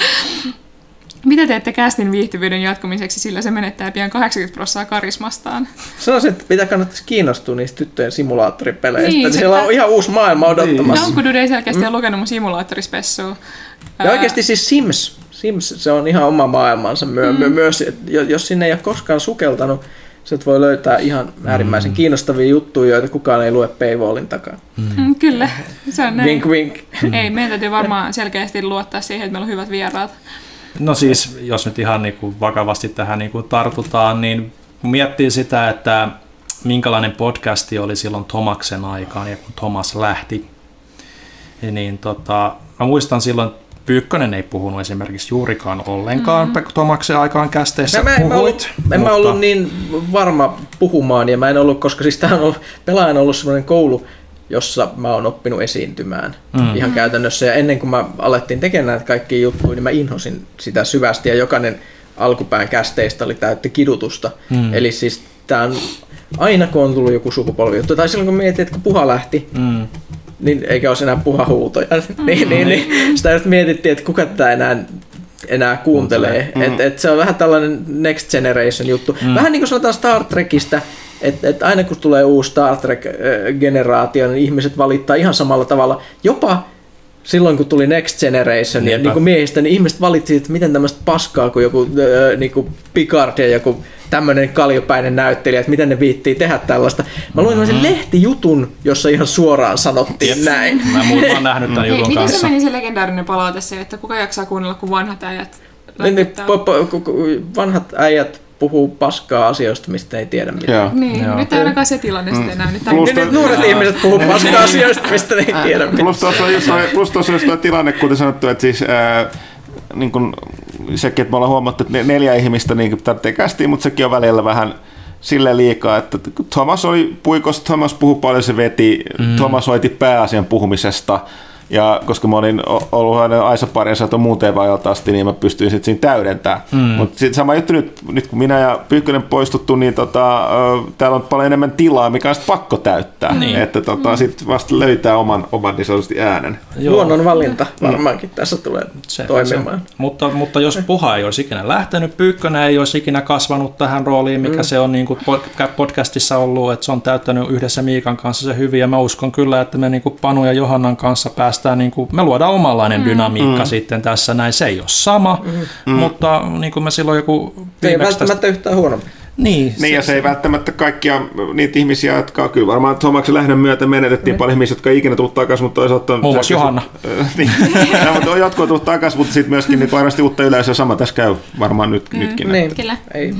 Mitä teette castin viihtyvyyden jatkumiseksi, sillä se menettää pian 80% karismastaan? Sanoisin, että mitä kannattaisi kiinnostua niistä tyttöjen simulaattoripeleistä. Niin, siellä on ihan uusi maailma odottamassa. Dankududo ei selkeästi ole lukenut mun simulaattorispessua. Ja oikeasti siis Sims Sims se on ihan oma maailmansa myös, jos sinne ei ole koskaan sukeltanut, sieltä voi löytää ihan äärimmäisen kiinnostavia juttuja, joita kukaan ei lue paywallin takaa. Kyllä, se on näin. Wink wink. Ei, meidän täytyy varmaan selkeästi luottaa siihen, että meillä on hyvät vieraat. No siis, jos nyt ihan niin kuin vakavasti tähän niin kuin tartutaan, niin kun miettii sitä, että minkälainen podcasti oli silloin Tomaksen aikaan ja kun Thomas lähti, niin mä muistan silloin, Pyykkönen ei puhunut esimerkiksi juurikaan ollenkaan Tomaksen aikaan kästeissä puhuit. Mä ollut niin varma puhumaan, ja mä en ollut, koska siis pelaajan ollut semmoinen koulu, jossa mä oon oppinut esiintymään ihan käytännössä. Ja ennen kuin mä alettiin tekemään näitä kaikkia juttuja, niin mä inhosin sitä syvästi, ja jokainen alkupään kästeistä oli täyttä kidutusta. Eli siis tää on aina kun on tullut joku sukupolvijuttu, tai silloin kun mietit, että kun Puha lähti, niin eikä olisi enää Puha-huutoja, niin sitä just mietittiin, että kuka tätä enää kuuntelee. Et se on vähän tällainen next generation juttu. Vähän niin kuin sanotaan Star Trekistä, että aina kun tulee uusi Star Trek-generaatio, niin ihmiset valittaa ihan samalla tavalla. Jopa silloin kun tuli Next Generation ja niin kuin miehistä, niin ihmiset valitsivat, että miten tämmöistä paskaa kuin joku niin kuin Picard ja joku tämmöinen kaljopäinen näyttelijä, että miten ne viittii tehdä tällaista. Mä luin sen lehtijutun, jossa ihan suoraan sanottiin näin. Mä oon nähnyt tämän jutun miten kanssa. se meni se legendaarinen palaute se, että kuka jaksaa kuunnella, kun vanhat äijät vanhat äijät puhuu paskaa asioista, mistä ei tiedä mitään. Niin, nyt ei ainakaan se tilanne sitten enää. Nyt nuoret ihmiset puhuu paskaa asioista, mistä ei tiedä mitään. Plus tuossa on just tilanne, kuten sanottu, että siis niin kun sekin, että me ollaan huomattu, että 4 ihmistä niin tarvitsee kästiin, mutta sekin on välillä vähän silleen liikaa, että Thomas oli puikossa, Thomas puhui paljon, se veti, Thomas hoiti pääasian puhumisesta, ja koska mä olin ollut hänen aisaparinsa muuten vajalta asti, niin mä pystyin sitten siinä täydentämään. Mutta sitten sama juttu nyt, kun minä ja Pyykkönen poistuttu, niin täällä on paljon enemmän tilaa, mikä on pakko täyttää. Että sitten vasta löytää oman niin sanotusti äänen. Luonnon valinta varmaankin tässä tulee toimimaan. Mutta jos Puha ei olisi ikinä lähtenyt, Pyykkönen ei olisi ikinä kasvanut tähän rooliin, mikä se on niin kuin podcastissa ollut, että se on täyttänyt yhdessä Miikan kanssa se hyvin, ja mä uskon kyllä, että me niin kuin Panu ja Johannan kanssa päästään, niin kuin, me luodaan omanlainen dynamiikka sitten tässä näin. Se ei ole sama, mutta niin kuin me silloin joku... Ei välttämättä yhtään huonompi. Niin, ja se ei välttämättä kaikkia niitä ihmisiä, jotka kyllä varmaan Thomaksen lähdön myötä menetettiin paljon ihmisiä, jotka ei ikinä tullut takaisin, mutta toisaalta... Muun muassa Johanna. Niin, mutta jotkut on tullut takaisin, mutta sitten myöskin niin varmasti uutta yleisöä sama tässä käy varmaan nytkin. Niin, kyllä.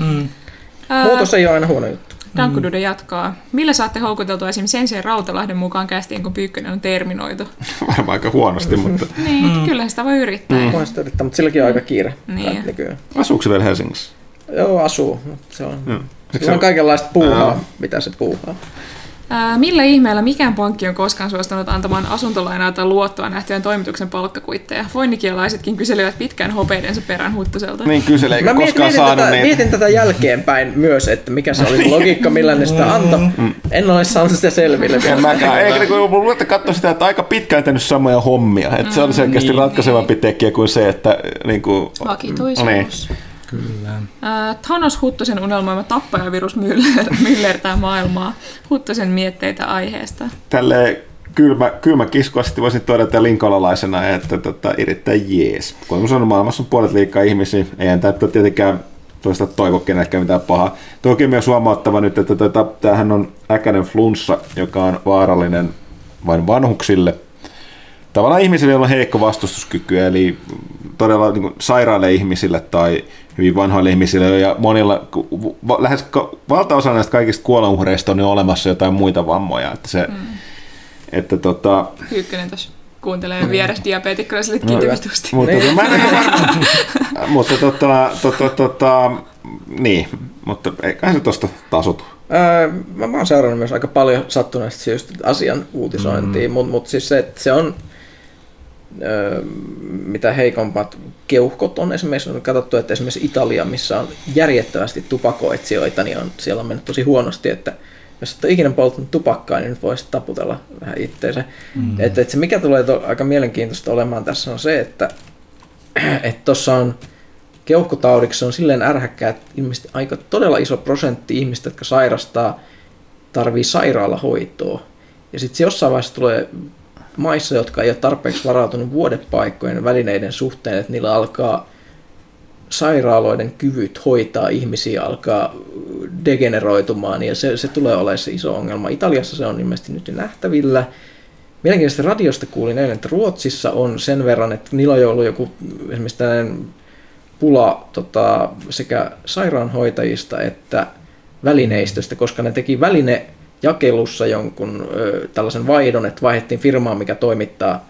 Muutos ei ole aina huono juttu. Dankkudude jatkaa. Millä saatte houkuteltua esimerkiksi Sensei Rautalahden mukaan kästiin, kun Pyykkönen on terminoitu? Varmaan aika huonosti, mutta... Niin, kyllä sitä voi yrittää. Voi sitä yrittää, mutta silläkin on aika kiire. Niin. Asuuko se vielä Helsingissä? Joo, asuu. Se on kaikenlaista puuhaa, mitä se puuhaa. Millä ihmeellä mikään pankki on koskaan suostunut antamaan asuntolainaa tai luottoa nähtyään toimituksen palkkakuitteja? Voinnikialaisetkin kyselivät pitkään hopeidensa perään Huttuselta. Niin kyselee, eikä koskaan saanut niitä. Mietin tätä jälkeenpäin myös, että mikä se oli logiikka, millä ne sitä antoi. En ole saanut sitä selville vielä. Eikä kun luulette katsoa sitä, että aika pitkään tehnyt samoja hommia. Että se oli selkeästi ratkaisevampi tekijä kuin se, että... Niin vakituisuus. Kyllä. Thanos Huttusen unelmoima tappajavirus myllertää maailmaa. Huttusen mietteitä aiheesta. Tälleen kylmä kiskoasti voisin todeta linkolalaisena, että erittäin jees. Kun sanon, maailmassa on puolet liikaa ihmisiä, eihän tätä tietenkään toista toivo kenellekään mitään pahaa. Toki myös huomauttava nyt, että tämähän on äkäinen flunssa, joka on vaarallinen vain vanhuksille. Tavallaan ihmisille, joilla on heikko vastustuskyky, eli todella niin kuin sairaille ihmisille tai hyvin vanhoille ihmisille, ja monilla, lähes valtaosa näistä kaikista kuolonuhreista on jo olemassa jotain muita vammoja. Että Pyykkönen tässä kuuntelee vieressä diabeetikkona sille kiitivitusti. Niin, mutta eiköhän se tuosta tasotu. Mä oon seurannut myös aika paljon sattuneesta syystä asian uutisointiin, mutta siis se on mitä heikompat keuhkot on esimerkiksi on katsottu, että esimerkiksi Italia, missä on järjettävästi tupakoitsijoita, niin siellä on mennyt tosi huonosti, että jos et ole ikinä polttanut tupakkaa, niin nyt voisi taputella vähän itteensä. Että se mikä tulee aika mielenkiintoista olemaan tässä on se, että tuossa on keuhkotaudiksi on silleen ärhäkkää, että ilmeisesti aika todella iso prosentti ihmistä, jotka sairastaa, tarvii sairaalahoitoa. Ja sitten jossain vaiheessa tulee maissa, jotka ei ole tarpeeksi varautunut vuodepaikkojen välineiden suhteen, että niillä alkaa sairaaloiden kyvyt hoitaa ihmisiä alkaa degeneroitumaan, ja se tulee olemaan se iso ongelma. Italiassa se on ilmeisesti nyt nähtävillä. Mielenkiintoisesti radiosta kuulin eilen, että Ruotsissa on sen verran, että niillä on ollut joku esimerkiksi tällainen pula sekä sairaanhoitajista että välineistöstä, koska ne teki välinejakelussa jonkun tällaisen vaihdon, että vaihdettiin firmaa, mikä toimittaa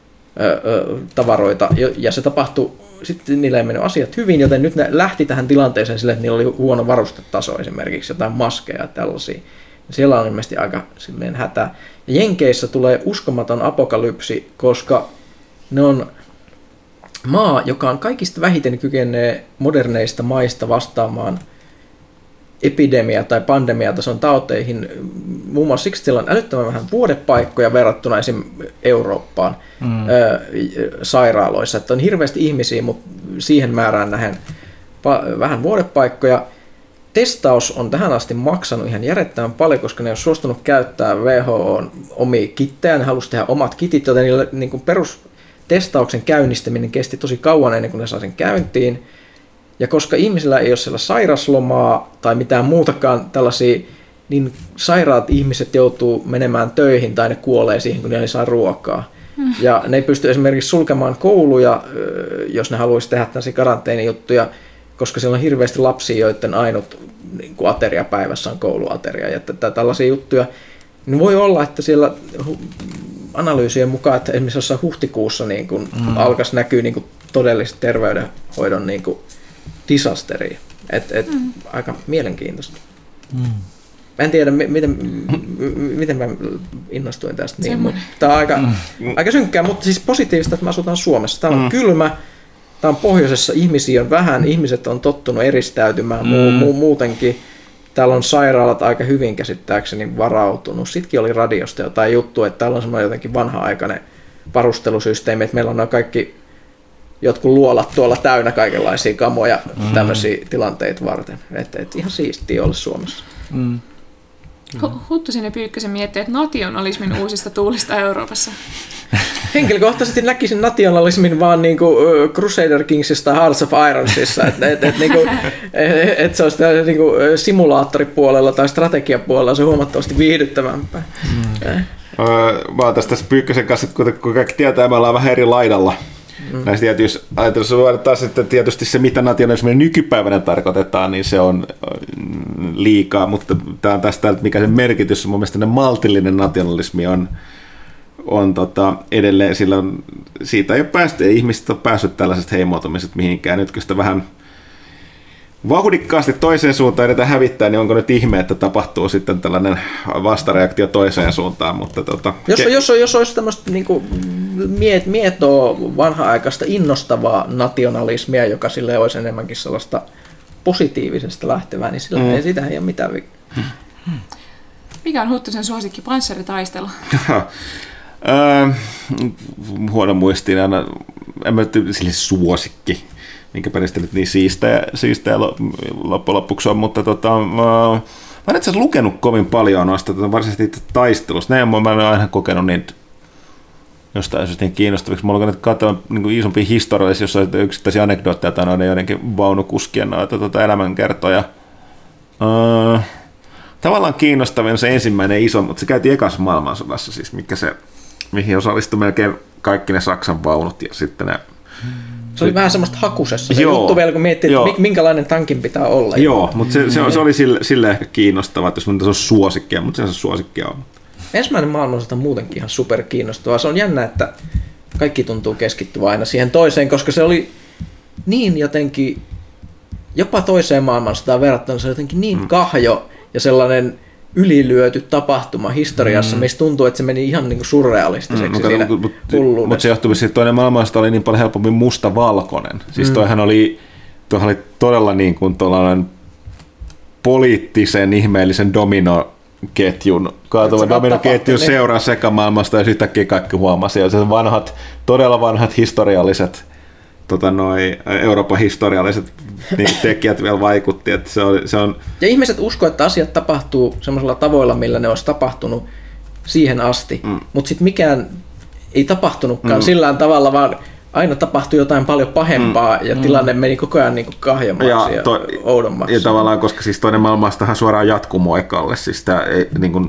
tavaroita, ja se tapahtui, sitten niillä ei mennyt asiat hyvin, joten nyt ne lähti tähän tilanteeseen sille, että niillä oli huono varustetaso esimerkiksi, jotain maskeja ja tällaisia. Siellä on ilmeisesti aika silleen hätä. Ja Jenkeissä tulee uskomaton apokalypsi, koska ne on maa, joka on kaikista vähiten kykenee moderneista maista vastaamaan epidemia- tai pandemiatason tauteihin. Muun muassa siksi siellä on älyttömän vähän vuodepaikkoja verrattuna esim. Eurooppaan sairaaloissa. Että on hirveästi ihmisiä, mutta siihen määrään nähen vähän vuodepaikkoja. Testaus on tähän asti maksanut ihan järjettömän paljon, koska ne on suostunut käyttää WHO:n omia kittejä, ne halusi tehdä omat kitit, joten niillä niin perustestauksen käynnistäminen kesti tosi kauan ennen kuin ne saa sen käyntiin. Ja koska ihmisillä ei ole siellä sairaslomaa tai mitään muutakaan tällaisia, niin sairaat ihmiset joutuu menemään töihin tai ne kuolee siihen, kun ne ei saa ruokaa. Ja ne ei pysty esimerkiksi sulkemaan kouluja, jos ne haluaisi tehdä tällaisia karanteenijuttuja, koska siellä on hirveästi lapsia, joiden ainut niin kuin ateria päivässä on kouluateria ja tällaisia juttuja. Niin voi olla, että siellä analyysien mukaan, että esimerkiksi jossain huhtikuussa niin kuin alkaisi näkyä niin kuin todellista terveydenhoidon niin kuin disasteria. Aika mielenkiintoista. En tiedä, miten mä innostuin tästä. Niin, tämä on aika synkkää, mutta siis positiivista, että me asutaan Suomessa. Täällä on kylmä. Tämä on pohjoisessa, ihmisiä on vähän, ihmiset on tottunut eristäytymään muutenkin. Täällä on sairaalat aika hyvin käsittääkseni varautunut. Sittenkin oli radiosta jotain juttua, että täällä on semmoinen jotenkin vanha-aikainen varustelusysteemi, että meillä on nämä kaikki jotkut luolat tuolla täynnä kaikenlaisia kamoja tämmöisiä tilanteita varten. Et ihan siistiä olla Suomessa. Huttusen ja Pyykkösen miettii, että nationalismin uusista tuulista Euroopassa. Henkilökohtaisesti näkisin nationalismin vaan niinku Crusader Kingsissa tai Hearts of Ironsissa, että se olisi niinku simulaattoripuolella tai strategiapuolella se on huomattavasti viihdyttävämpää. Mä oon tässä Pyykkösen kanssa, kun kaikki tietää, me ollaan vähän eri laidalla. Näistä tietyissä ajatellussa voidaan taas, että tietysti se, mitä nationalismi nykypäivänä tarkoitetaan, niin se on liikaa, mutta tämä on tästä, mikä sen merkitys on. Mun mielestä maltillinen nationalismi on edelleen, sillä siitä ei ole päästy, ei ihmiset ole päässyt tällaisesta heimoutumisesta mihinkään. Nyt kun sitä vähän vauhdikkaasti toiseen suuntaan yritetään hävittää, niin onko nyt ihme, että tapahtuu sitten tällainen vastareaktio toiseen suuntaan. Mutta jos olisi tämmöistä niinku mietoa vanha-aikaista innostavaa nationalismia, joka sille olisi enemmänkin sellaista positiivisesta lähtevää, niin sillä ei siitä ei ole mitään vikkaa. Mikä on Huttusen suosikki pansseritaistelu? Huono muistiin aina, en mä sille suosikki, minkä perästä nyt niin siistää loppujen lopuksi on, mutta mä olen itse asiassa lukenut kovin paljon noista, varsinaisesti itse taistelusta. Näin mä olen aina kokenut niitä jostain niin kiinnostaviksi. Mä olen lukenut katsoa niin isompia historiallisia, jossa on yksittäisiä anekdootteja tai noiden joidenkin vaunukuskien noita elämänkertoja. Tavallaan kiinnostavin se ensimmäinen iso, mutta se käytiin ekassa maailmansodassa, siis mihin osallistui melkein kaikki ne Saksan vaunut ja sitten ne... Se oli vähän semmoista hakusessa se juttu vielä, kun miettii, että minkälainen tankin pitää olla. Joo, mutta se oli sille ehkä kiinnostavaa, että jos se on suosikkia, mutta se suosikkia on. Ensimmäinen maailmansota on muutenkin ihan super kiinnostavaa. Se on jännä, että kaikki tuntuu keskittyvän aina siihen toiseen, koska se oli niin jotenkin, jopa toiseen maailmansotaan verrattuna se jotenkin niin kahjo ja sellainen ylilyöty tapahtuma historiassa, mistä tuntuu, että se meni ihan niin kuin surrealistiseksi siinä hulluudessa. Mutta se johtui siitä, että toinen maailmansota oli niin paljon helpommin mustavalkoinen. Siis toihan oli todella niin kuin tuollainen poliittisen ihmeellisen dominoketjun, kaatuva dominoketjun seuraa sekamaailmasta ja sitten äkkiä kaikki huomasi. Ja se todella vanhat historialliset Euroopan historialliset niin tekijät vielä vaikutti. Että se on... Ja ihmiset uskoo, että asiat tapahtuu semmoisella tavoilla, millä ne olisi tapahtunut siihen asti, mutta sitten mikään ei tapahtunutkaan sillään tavalla, vaan aina tapahtui jotain paljon pahempaa ja tilanne meni koko ajan niin kuin kahjemmaksi ja oudommaksi. Ja tavallaan, koska siis toinen maailmansodahan suoraan jatkuu ekalle. Siis tämä ei niin kuin,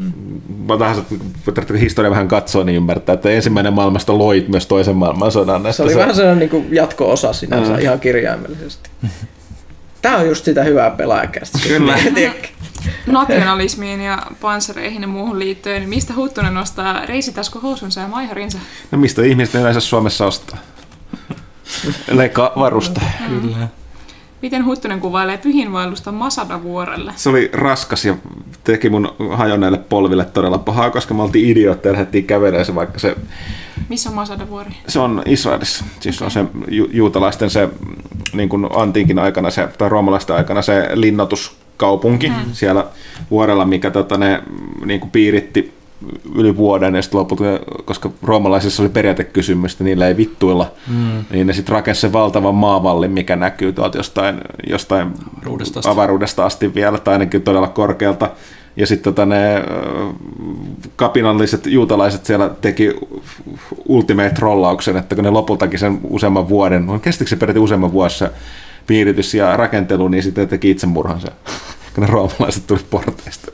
historia vähän katsoo, niin ymmärtää, että ensimmäinen maailmasta loit myös toisen maailmansodan. Se oli vähän sellainen niin jatko-osa sinänsä ihan kirjaimellisesti. Tämä on just sitä hyvää pelaajakästä. Kyllä. Nationalismiin ja panssareihin ja muuhun liittyen, niin mistä Huttunen nostaa reisitaskuhousunsa ja maiharinsa? No mistä ihmiset yleensä Suomessa ostaa? Leka-varusta. Kyllä. Miten Huttunen kuvailee pyhinvaellusta Masada-vuorelle? Se oli raskas ja teki mun hajonneille polville todella pahaa, koska me oltiin idiootteja ja lähdettiin kävelemään se, vaikka se... Missä on Masada-vuori? Se on Israelissa. Siis on se juutalaisten se niin kuin antiikin aikana se, tai roomalaisten aikana se linnoituskaupunki siellä vuorella, mikä ne niin kuin piiritti yli vuoden, ja sitten lopulta, koska roomalaisissa oli periaatekysymys, että niillä ei vittuilla, niin ne sitten rakensi sen valtavan maavallin, mikä näkyy tuolta jostain avaruudesta asti vielä, tai ainakin todella korkealta. Ja sitten ne kapinalliset juutalaiset siellä teki ultimate-trollauksen, että kun ne lopultakin sen useamman vuoden, kestikö se peräti useamman vuosi piiritys ja rakentelu, niin sitten teki itsemurhansa, kun ne roomalaiset tuli porteista.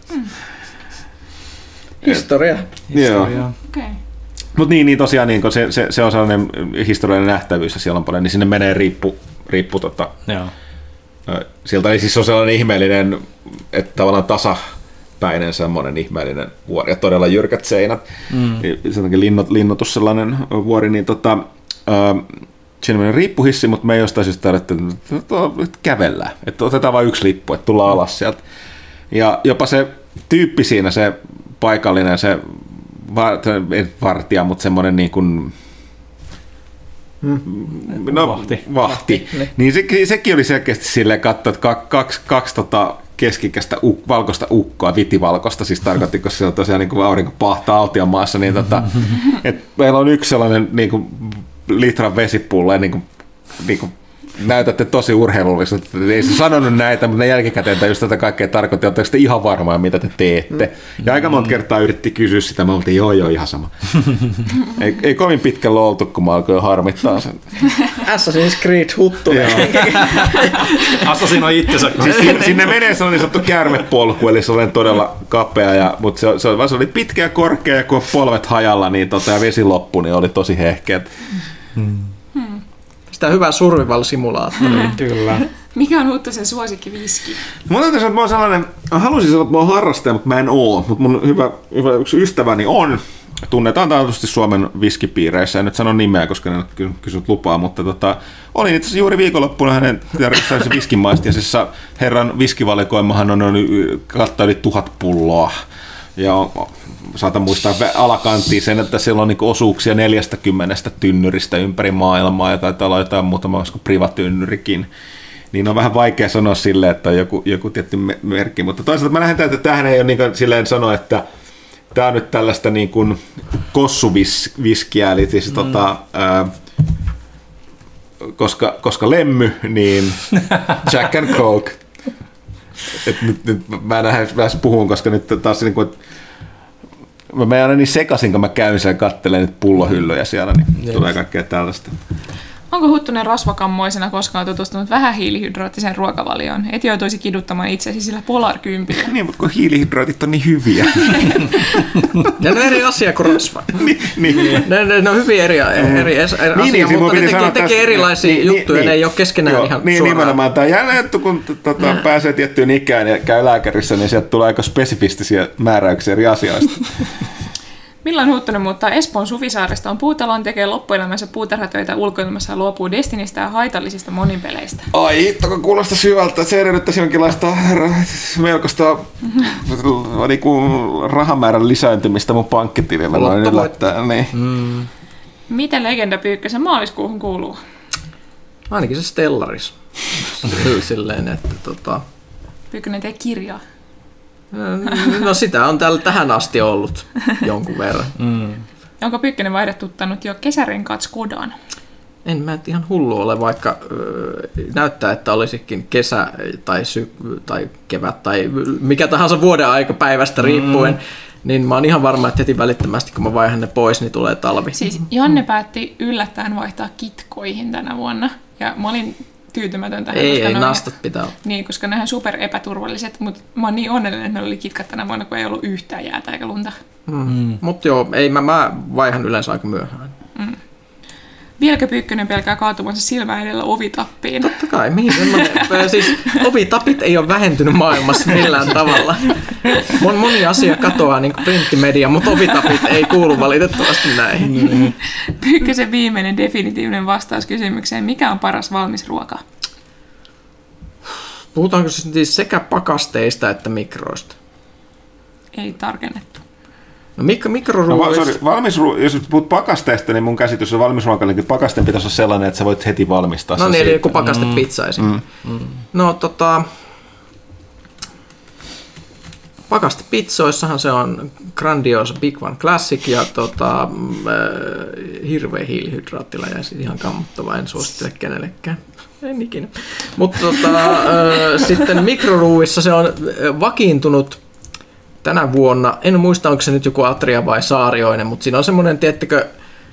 Historia. Joo. Okay. Mutta niin tosiaan niin, se on sellainen historiallinen nähtävyys, ja siellä on paljon, niin sinne menee riippu sieltä siis on sellainen ihmeellinen, että tavallaan tasapäinen semmoinen ihmeellinen vuori ja todella jyrkät seinät. Se onkin linnoitus sellainen vuori, niin siinä menee riippuhissi, mutta me ei jostain syystä tarvitse, että kävellään. Että otetaan vain yksi lippu, että tullaan alas sieltä. Ja jopa se tyyppi siinä, se paikallinen, se vartija, mutta semmoinen niin kuin vahti. Niin sekin oli selkeästi silleen katsoa, että kaksi keskikäistä valkoista ukkoa, vitivalkoista, siis tarkoitti, koska se on tosiaan niin kuin aurinko pahtaa Altian maassa, niin että meillä on yksi sellainen niin kuin litran vesipullo, ja niin kuin näytätte tosi urheilulliselta. Ei se sanonut näitä, mutta ne jälkikäteen just tätä kaikkea tarkoitti, oletteko te ihan varmaa, mitä te teette. Ja aika monta kertaa yritti kysyä sitä, mä oltiin joo, ihan sama. ei kovin pitkällä oltu, kun mä alkoin harmittaa sen. Assassin's Creed Huttunen. Assassin on itsensä. Siis sinne menee sellainen sanottu käärmepolku, eli se oli todella kapea, mutta se oli pitkä ja korkea, ja kun polvet hajalla, niin ja vesi loppui, niin oli tosi hehkeä. Sitä hyvää survival-simulaattoria. Kyllä. Mikä on Huttusen suosikki viski? Mä täytyy sanoa, että mä oon sellainen, haluaisin sanoa, että mä oon harrastaja, mutta mä en oo. Mutta mun hyvä yksi ystäväni on, tunnetaan taatusti Suomen viskipiireissä, en nyt sano nimeä, koska en ole kysynyt lupaa, mutta olin itse asiassa juuri viikonloppuna hänen järjestäisessä viskimaistiaisessa. Herran viskivalikoimahan on kattaa yli 1000 pulloa. Ja saatan muistaa alakanttiin sen, että siellä on niin osuuksia 40 tynnyristä ympäri maailmaa, ja taitaa olla jotain muutama, olisiko privatynnyrikin. Niin on vähän vaikea sanoa silleen, että on joku tietty merkki, mutta toisaalta mä lähden, että tämähän ei ole niin silleen sanoa, että tämä on nyt tällaista niin kuin kossuviskiä, eli siis koska lemmy, niin Jack and Coke. Nyt mä en lähes puhun, koska nyt taas niin kuin, mä menen aina niin sekaisin, kun mä käyn siellä katselemaan nyt pullohyllyjä siellä, niin tulee kaikkea tällaista. Onko Huttunen rasvakammoisena koskaan tutustunut vähän hiilihydraattiseen ruokavalioon? Et joutuisi kiduttamaan itseäsi sillä Polar-kympillä. Niin, mutta kun hiilihydraatit on niin hyviä. Ne on eri asia kuin rasva. niin. Ne on hyvin eri asia, mutta ne tekee erilaisia juttuja, ne ei ole keskenään ihan suoraan. Niin, nimenomaan. Tämä jälleen juttu, kun pääsee tiettyyn ikään ja käy lääkärissä, niin sieltä tulee aika spesifistisiä määräyksiä eri asioista. Milloin Huttunen muuttaa Espoon Suvisaaresta, on puutalon, tekee loppuelämänsä puutarhatöitä ulkoilmassa ja luopuu Destinistä ja haitallisista monipeleistä? Ai hitto, kun kuulostaa syvältä. Se edellyttäisi jonkinlaista melkoista rahamäärän lisääntymistä mun pankkitilillä. Niin. Miten Legenda Pyykkösen maaliskuuhun kuuluu? Ainakin se Stellaris. Silleen, että Pyykkönen tee kirjaa. No sitä on täällä tähän asti ollut jonkun verran. Onko Pyykkönen vaihdetuttanut jo kesärenkaat Skodaan? En mä ihan hullu ole, vaikka näyttää, että olisikin kesä tai kevät tai mikä tahansa vuoden aika päivästä riippuen. niin mä oon ihan varma, että heti välittömästi, kun mä vaihan ne pois, niin tulee talvi. Siis Janne päätti yllättäen vaihtaa kitkoihin tänä vuonna, ja mä olin tyytymätön tähän. Ei, nastat pitää olla. Niin, koska ne on super epäturvalliset, mutta mä oon niin onnellinen, että meillä oli kitkat tänä vuonna, kun ei ollut yhtään jäätä eikä lunta. Mutta joo, ei, mä vaihan yleensä aika myöhään. Vieläkö Pyykkönen pelkää kaatumansa silmä edellä ovitappiin? Totta kai, mihin semmoinen, siis ovitapit ei ole vähentynyt maailmassa millään tavalla. Moni asia katoaa niin kuin printtimedia, mutta ovitapit ei kuulu valitettavasti näihin. Pyykkösen viimeinen definitiivinen vastaus kysymykseen, mikä on paras valmis ruoka? Puhutaanko siis sekä pakasteista että mikroista? Ei tarkennettu. No mikroruoissa... Jos puhut pakasteesta, niin mun käsitys on valmisruokalle, että pakasteen pitäisi olla sellainen, että sä voit heti valmistaa. No niin, eli joku pakastepizza esimerkiksi. No pakastepizzoissahan se on Grandiosa Big One Classic ja hirveä hiilihydraattiläjä, siis ihan kammottava, en suosittele kenellekään. En ikinä. Mutta sitten mikroruuissa se on vakiintunut tänä vuonna, en muista onko se nyt joku Atria vai Saarioinen, mutta siinä on semmoinen, tiettäkö,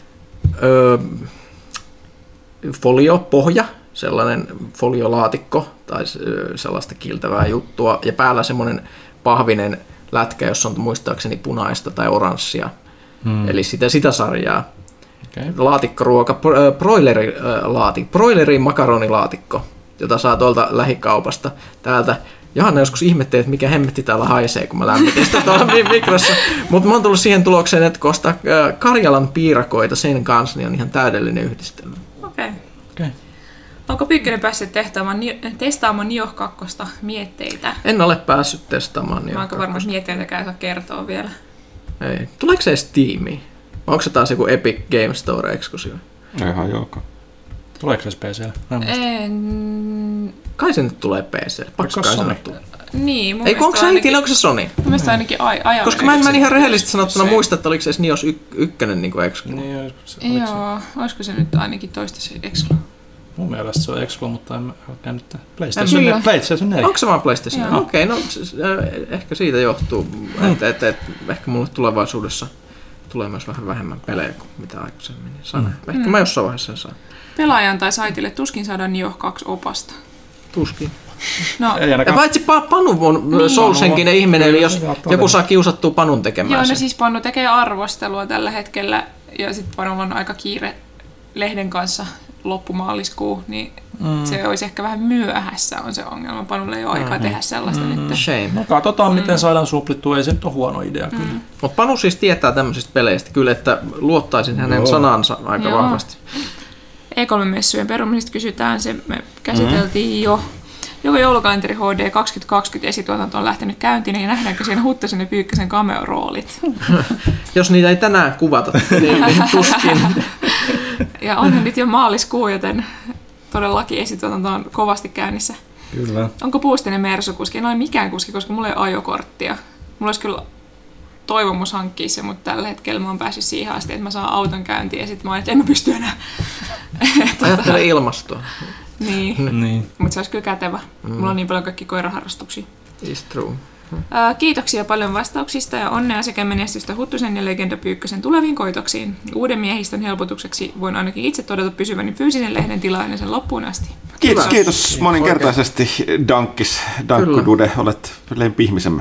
foliopohja, sellainen foliolaatikko tai sellaista kiiltävää juttua ja päällä semmoinen pahvinen lätkä, jossa on muistaakseni punaista tai oranssia, eli sitä sarjaa. Okay. Laatikkoruoka, broilerin makaronilaatikko, jota saa tuolta lähikaupasta täältä. Johanna joskus ihmetteli, että mikä hemmetti täällä haisee, kun mä lämmitin sitä tuolla mikrossa. Mutta mä oon tullut siihen tulokseen, että kun ostaa Karjalan piirakoita sen kanssa, niin on ihan täydellinen yhdistelmä. Okei. Onko Pyykkönen päässyt testaamaan Nioh 2 mietteitä? En ole päässyt testaamaan Nioh 2. Mä oon varmaan mietteitäkään saa kertoa vielä. Ei. Tuleeko se edes Steamiin? Onko se taas joku Epic Game Store -eksklusiivi? Ihan joka. Tuleeko se PC:lle? Kai se nyt tulee PC:lle. Pakko kai sanoa. Niin, mun ei, onko se ainakin, onko se Sony? Mun mielestä ainakin ajan. Koska mä en ihan rehellisesti sanottuna muista, että oliko se edes Nioh 1 niin eksklu. Niin, joo, olisiko se nyt ainakin toistaiseksi eksklu? Mun mielestä se on eksklu, mutta en ole käynyt PlayStation 4. Onko se vaan PlayStation 4? Okei, no ehkä siitä johtuu, että ehkä mulle tulevaisuudessa tulee myös vähän vähemmän pelejä kuin mitä aikaisemmin sanoin. Ehkä mä jossain vaiheessa sen saan. Pelaajan tai saitille tuskin saadaan Nioh 2 opasta. Tuskin. No. Ja paitsi Panu on Souls-henkinen ihminen, eli jos joku saa kiusattua Panun tekemään sen. Joo, sen. no siis Panu tekee arvostelua tällä hetkellä, ja sitten Panulla on aika kiire lehden kanssa loppumaaliskuu, niin se olisi ehkä vähän myöhässä on se ongelma. Panulla ei ole aikaa tehdä sellaista nyt. Shame. No katsotaan, miten saadaan suplittua. Ei se nyt ole huono idea kyllä. Mutta Panu siis tietää tämmöisistä peleistä kyllä, että luottaisin hänen sanansa aika vahvasti. E3-messujen perumisesta kysytään, se me käsiteltiin jo. Joko joulukalenteri HD 2020 esituotanto on lähtenyt käyntiin, niin nähdäänkö siinä Huttusen ja Pyykkösen cameo-roolit? Jos niitä ei tänään kuvata, niin tuskin. Ja onhan nyt jo maaliskuu, joten todellakin esituotanto on kovasti käynnissä. Kyllä. Onko Puustinen Mersu-kuski? No ei mikään kuski, koska mulla ei ole ajokorttia. Mulla olisi kyllä toivomus hankkia se, mutta tällä hetkellä mä oon päässyt siihen asti, että mä saan auton käyntiin ja sitten mä oon, että en mä pysty enää. Ajattele ilmastoa. Niin. Mutta se olisi kyllä kätevä. Mulla on niin paljon kaikki koiraharrastuksia. It's true. Kiitoksia paljon vastauksista ja onnea sekä menestystä Huttusen ja Legenda Pyykkösen tuleviin koitoksiin. Uuden miehistön helpotukseksi voin ainakin itse todeta pysyväni fyysisen lehden tilaajan sen loppuun asti. Kiitos moninkertaisesti, Dankkudude, olet lempi-ihmisemme.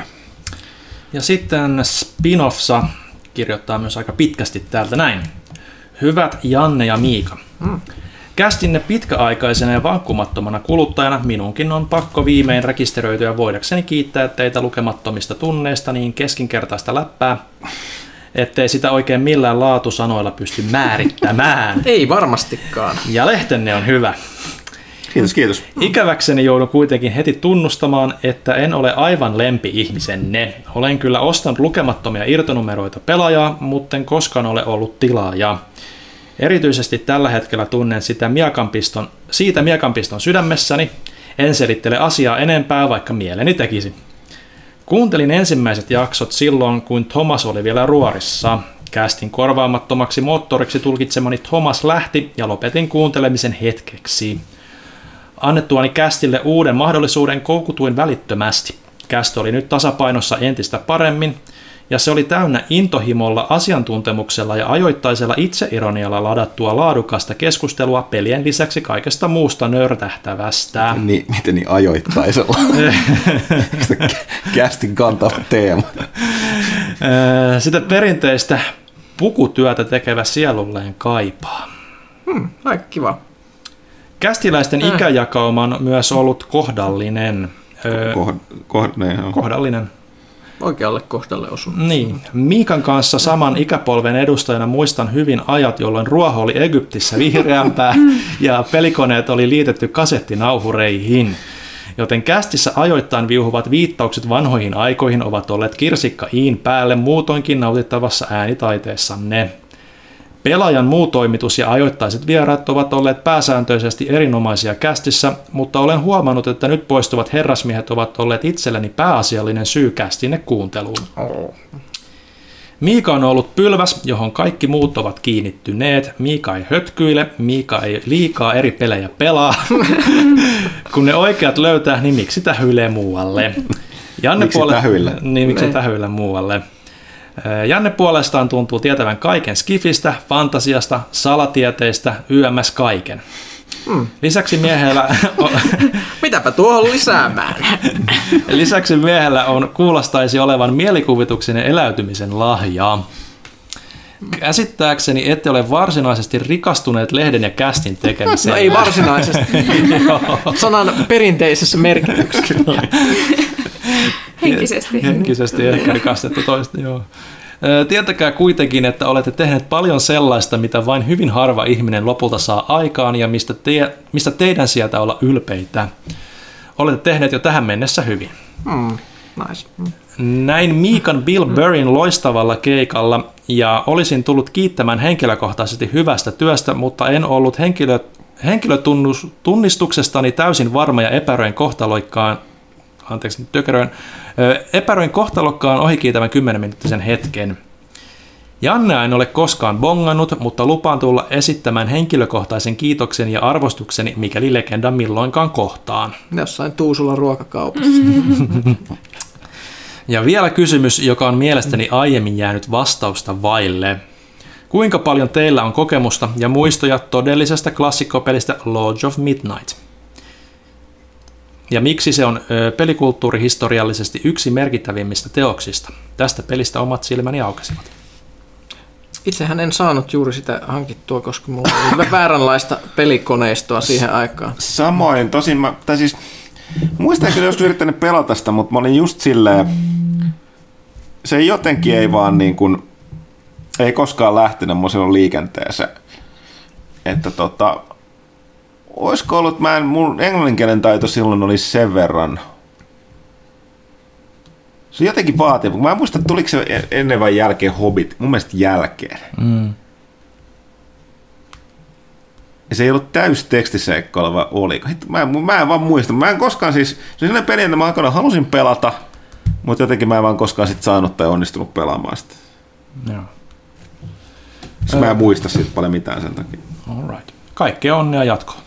Ja sitten Spinoffsa kirjoittaa myös aika pitkästi täältä näin. Hyvät Janne ja Miika. Kästinne pitkäaikaisena ja vankkumattomana kuluttajana minunkin on pakko viimein rekisteröityä voidakseni kiittää teitä lukemattomista tunneista niin keskinkertaista läppää, ettei sitä oikein millään laatusanoilla pysty määrittämään. Ei varmastikaan. Ja lehtenne on hyvä. Kiitos. Ikäväkseni joudun kuitenkin heti tunnustamaan, että en ole aivan lempi-ihmisenne. Olen kyllä ostanut lukemattomia irtonumeroita pelaajaa, mutta en koskaan ole ollut tilaajaa. Erityisesti tällä hetkellä tunnen siitä miekanpiston sydämessäni. En selittele asiaa enempää, vaikka mieleni tekisi. Kuuntelin ensimmäiset jaksot silloin, kun Thomas oli vielä ruorissa. Kästin korvaamattomaksi moottoriksi tulkitsemani Thomas lähti ja lopetin kuuntelemisen hetkeksi. Annettuani Kästille uuden mahdollisuuden koukutuin välittömästi. Käst oli nyt tasapainossa entistä paremmin ja se oli täynnä intohimolla, asiantuntemuksella ja ajoittaisella itseironialla ladattua laadukasta keskustelua pelien lisäksi kaikesta muusta nörtähtävästä. Miten niin ajoittaisella? Kästin kantava teema. Sitä perinteistä pukutyötä tekevä sielulleen kaipaa. Aika kiva. Kästiläisten ikäjakauma on myös ollut kohdallinen. Kohdallinen. Oikealle kohdalle osunut. Niin. Miikan kanssa saman ikäpolven edustajana muistan hyvin ajat, jolloin ruoho oli Egyptissä vihreämpää ja pelikoneet oli liitetty kasettinauhureihin. Joten kästissä ajoittain viuhuvat viittaukset vanhoihin aikoihin ovat olleet kirsikka iin päälle muutoinkin nautittavassa äänitaiteessanne. Pelaajan muu toimitus ja ajoittaiset vieraat ovat olleet pääsääntöisesti erinomaisia kästissä, mutta olen huomannut, että nyt poistuvat herrasmiehet ovat olleet itselleni pääasiallinen syy kästinne kuunteluun. Miika on ollut pylväs, johon kaikki muut ovat kiinnittyneet. Miika ei hötkyile, Miika ei liikaa eri pelejä pelaa. Kun ne oikeat löytää, niin miksi tähyilee muualle? Miksi tähyillä muualle? Janne puolestaan tuntuu tietävän kaiken skifistä, fantasiasta, salatieteistä, YMS kaiken. Lisäksi miehellä Mitäpä tuohon lisäämään? Lisäksi miehellä kuulostaisi olevan mielikuvituksen ja eläytymisen lahjaa. Käsittääkseni ette ole varsinaisesti rikastuneet lehden ja kästin tekemiseen. No ei varsinaisesti. Sanan perinteisessä merkityksessä. Henkisesti ehkä rikastettu toista, joo. Tietäkää kuitenkin, että olette tehneet paljon sellaista, mitä vain hyvin harva ihminen lopulta saa aikaan ja mistä teidän sieltä olla ylpeitä. Olette tehneet jo tähän mennessä hyvin. Nice. Näin Miikan Bill Burryn loistavalla keikalla ja olisin tullut kiittämään henkilökohtaisesti hyvästä työstä, mutta en ollut henkilötunnistuksestani täysin varma ja epäröin kohtalokkaan ohikiitävän 10-minuuttisen hetken. Janne en ole koskaan bongannut, mutta lupaan tulla esittämään henkilökohtaisen kiitoksen ja arvostukseni, mikäli legenda milloinkaan kohtaan. Jossain Tuusulan ruokakaupassa. Ja vielä kysymys, joka on mielestäni aiemmin jäänyt vastausta vaille. Kuinka paljon teillä on kokemusta ja muistoja todellisesta klassikkopelistä Lords of Midnight? Ja miksi se on pelikulttuurihistoriallisesti yksi merkittävimmistä teoksista? Tästä pelistä omat silmäni aukesivat. Itsehän en saanut juuri sitä hankittua, koska mulla oli vääränlaista pelikoneistoa siihen aikaan. Samoin, tosin muistan kyllä joskus yrittänyt pelata sitä, mutta mä olin just silleen, se jotenkin ei vaan niin kuin, ei koskaan lähtenyt mun liikenteeseen. Että olisiko ollut, mun englanninkielen taito silloin oli sen verran. Se jotenkin vaatii, mä en muista, tuliko se ennen vai jälkeen Hobbit, mun mielestä jälkeen. Ja se ei ollut täysi tekstiseikkoilla, vai oliko? Mä en vaan muista. Mä en koskaan siis, se on sellainen peli, että mä aikanaan halusin pelata, mutta jotenkin mä en vaan koskaan sit saanut tai onnistunut pelaamaan sitä. Joo. Mä en muista siitä paljon mitään sen takia. Alright. Kaikkea onnea jatkoon.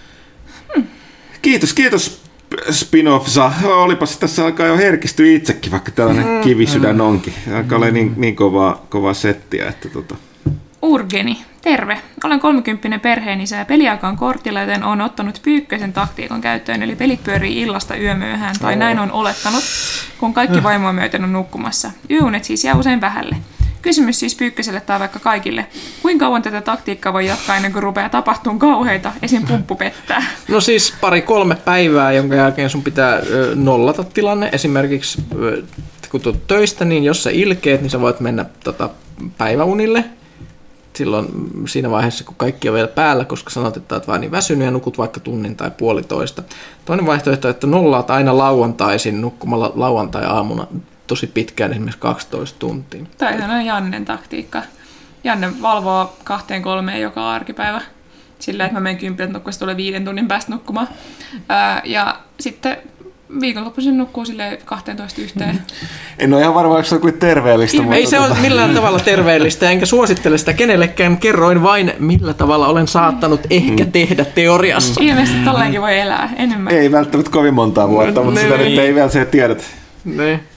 Kiitos spin-offsa. Olipas tässä alkaa jo herkistyä itsekin, vaikka tällainen kivisydän onkin. Alkaa olla niin kovaa settiä, että Urgeni, terve. Olen 30 perheenisä ja peliaika on kortilla, joten olen ottanut Pyykkösen taktiikan käyttöön, eli pelit pyörii illasta yömyöhään, tai näin on olettanut, kun kaikki vaimoa myöten on nukkumassa. Yöunet siis jää usein vähälle. Kysymys siis Pyykköselle tai vaikka kaikille. Kuinka kauan tätä taktiikkaa voi jatkaa ennen kuin rupeaa tapahtumaan kauheita, esim. Pumppu pettää? No siis 2-3 päivää, jonka jälkeen sun pitää nollata tilanne. Esimerkiksi kun tulet töistä, niin jos sä ilkeet, niin sä voit mennä päiväunille. Silloin siinä vaiheessa, kun kaikki on vielä päällä, koska sanot, että olet vain niin väsynyt ja nukut vaikka tunnin tai puolitoista. Toinen vaihtoehto, että nollaat aina lauantaisin nukkumalla lauantai-aamuna tosi pitkään, esimerkiksi 12 tuntia. Tai on Jannen taktiikka. Janne valvoo 2-3 joka arkipäivä. Sillä, että mä menen 10 nukkua, tulee 5 tunnin päästä nukkumaan. Ja sitten viikonloppuisin nukkuu silleen 12 yhteen. En ole ihan varma, onko se kuin terveellistä. Ei se ole millään tavalla terveellistä, enkä suosittele sitä kenellekään. Kerroin vain, millä tavalla olen saattanut ehkä tehdä teoriassa. Ilmeisesti tolleenkin voi elää enemmän. Ei välttämättä kovin montaa vuotta, mutta sitä nyt ei vielä se tiedetä. Ne.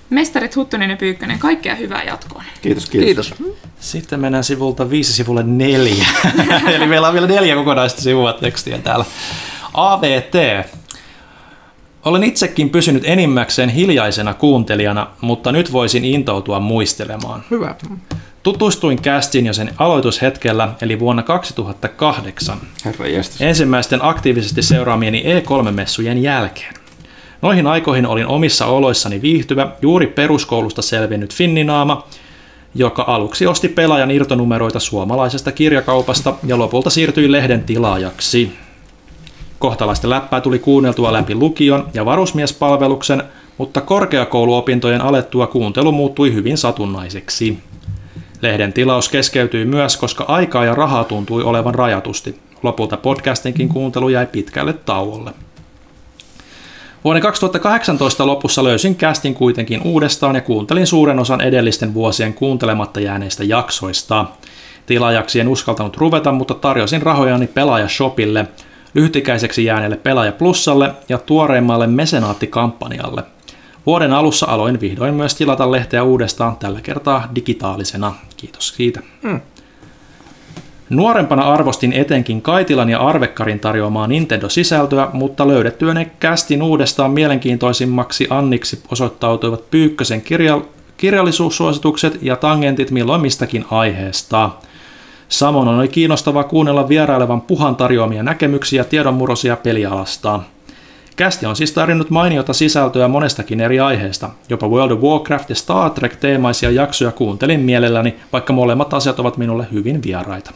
Mestarit Huttunen ja Pyykkönen, kaikkea hyvää jatkoon. Kiitos. Sitten mennään sivulta 5 sivulle 4. Eli meillä on vielä 4 kokonaista sivua tekstiä täällä. AVT. Olen itsekin pysynyt enimmäkseen hiljaisena kuuntelijana, mutta nyt voisin intoutua muistelemaan. Hyvä. Tutustuin castiin jo sen aloitushetkellä, eli vuonna 2008. Herra jestas. Ensimmäisten aktiivisesti seuraamieni E3-messujen jälkeen. Noihin aikoihin olin omissa oloissani viihtyvä, juuri peruskoulusta selvinnyt finninaama, joka aluksi osti pelaajan irtonumeroita suomalaisesta kirjakaupasta ja lopulta siirtyi lehden tilaajaksi. Kohtalaista läppää tuli kuunneltua läpi lukion ja varusmiespalveluksen, mutta korkeakouluopintojen alettua kuuntelu muuttui hyvin satunnaiseksi. Lehden tilaus keskeytyi myös, koska aikaa ja rahaa tuntui olevan rajatusti. Lopulta podcastinkin kuuntelu jäi pitkälle tauolle. Vuoden 2018 lopussa löysin castin kuitenkin uudestaan ja kuuntelin suuren osan edellisten vuosien kuuntelematta jääneistä jaksoista. Tilaajaksi en uskaltanut ruveta, mutta tarjosin rahojani Pelaaja-shopille, lyhytikäiseksi jääneelle Pelaaja Plusalle ja tuoreimmalle mesenaattikampanjalle. Vuoden alussa aloin vihdoin myös tilata lehteä uudestaan, tällä kertaa digitaalisena. Kiitos siitä. Nuorempana arvostin etenkin Kaitilan ja Arvekkarin tarjoamaa Nintendo-sisältöä, mutta löydettyäni castin uudestaan mielenkiintoisimmaksi anniksi osoittautuivat Pyykkösen kirjallisuussuositukset ja tangentit milloin mistäkin aiheesta. Samoin oli kiinnostavaa kuunnella vierailevan Puhan tarjoamia näkemyksiä tiedonmurrosia pelialasta. Cast on siis tarjonnut mainiota sisältöä monestakin eri aiheesta. Jopa World of Warcraft ja Star Trek teemaisia jaksoja kuuntelin mielelläni, vaikka molemmat asiat ovat minulle hyvin vieraita.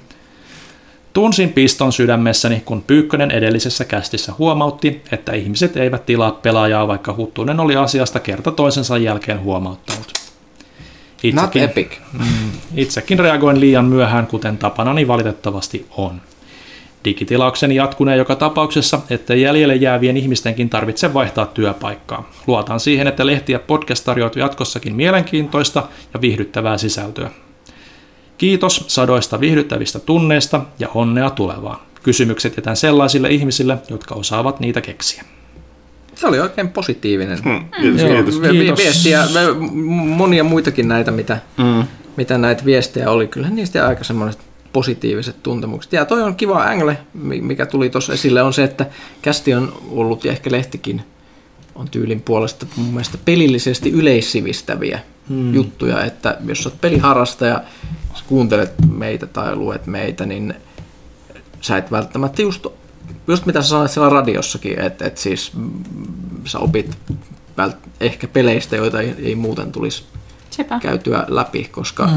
Tunsin piston sydämessäni, kun Pyykkönen edellisessä kästissä huomautti, että ihmiset eivät tilaa Pelaajaa, vaikka Huttunen oli asiasta kerta toisensa jälkeen huomauttanut. Not epic. Itsekin reagoin liian myöhään, kuten tapanani valitettavasti on. Digitilauksen jatkuneen joka tapauksessa, että jäljelle jäävien ihmistenkin tarvitse vaihtaa työpaikkaa. Luotan siihen, että lehti ja podcast tarjoavat jatkossakin mielenkiintoista ja viihdyttävää sisältöä. Kiitos sadoista viihdyttävistä tunneista ja onnea tulevaan. Kysymykset jätän sellaisille ihmisille, jotka osaavat niitä keksiä. Se oli oikein positiivinen. Kiitos. Viestiä, monia muitakin näitä, mitä näitä viestejä oli. Kyllä niistä aika semmoiset positiiviset tuntemukset. Ja toi on kiva angle, mikä tuli tuossa esille, on se, että kästi on ollut ja ehkä lehtikin on tyylin puolesta mun mielestä pelillisesti yleissivistäviä juttuja, että jos sä oot peliharrastaja, sä kuuntelet meitä tai luet meitä, niin sä et välttämättä just mitä sä sanoit siellä radiossakin, että siis sä opit ehkä peleistä, joita ei muuten tulisi käytyä läpi, koska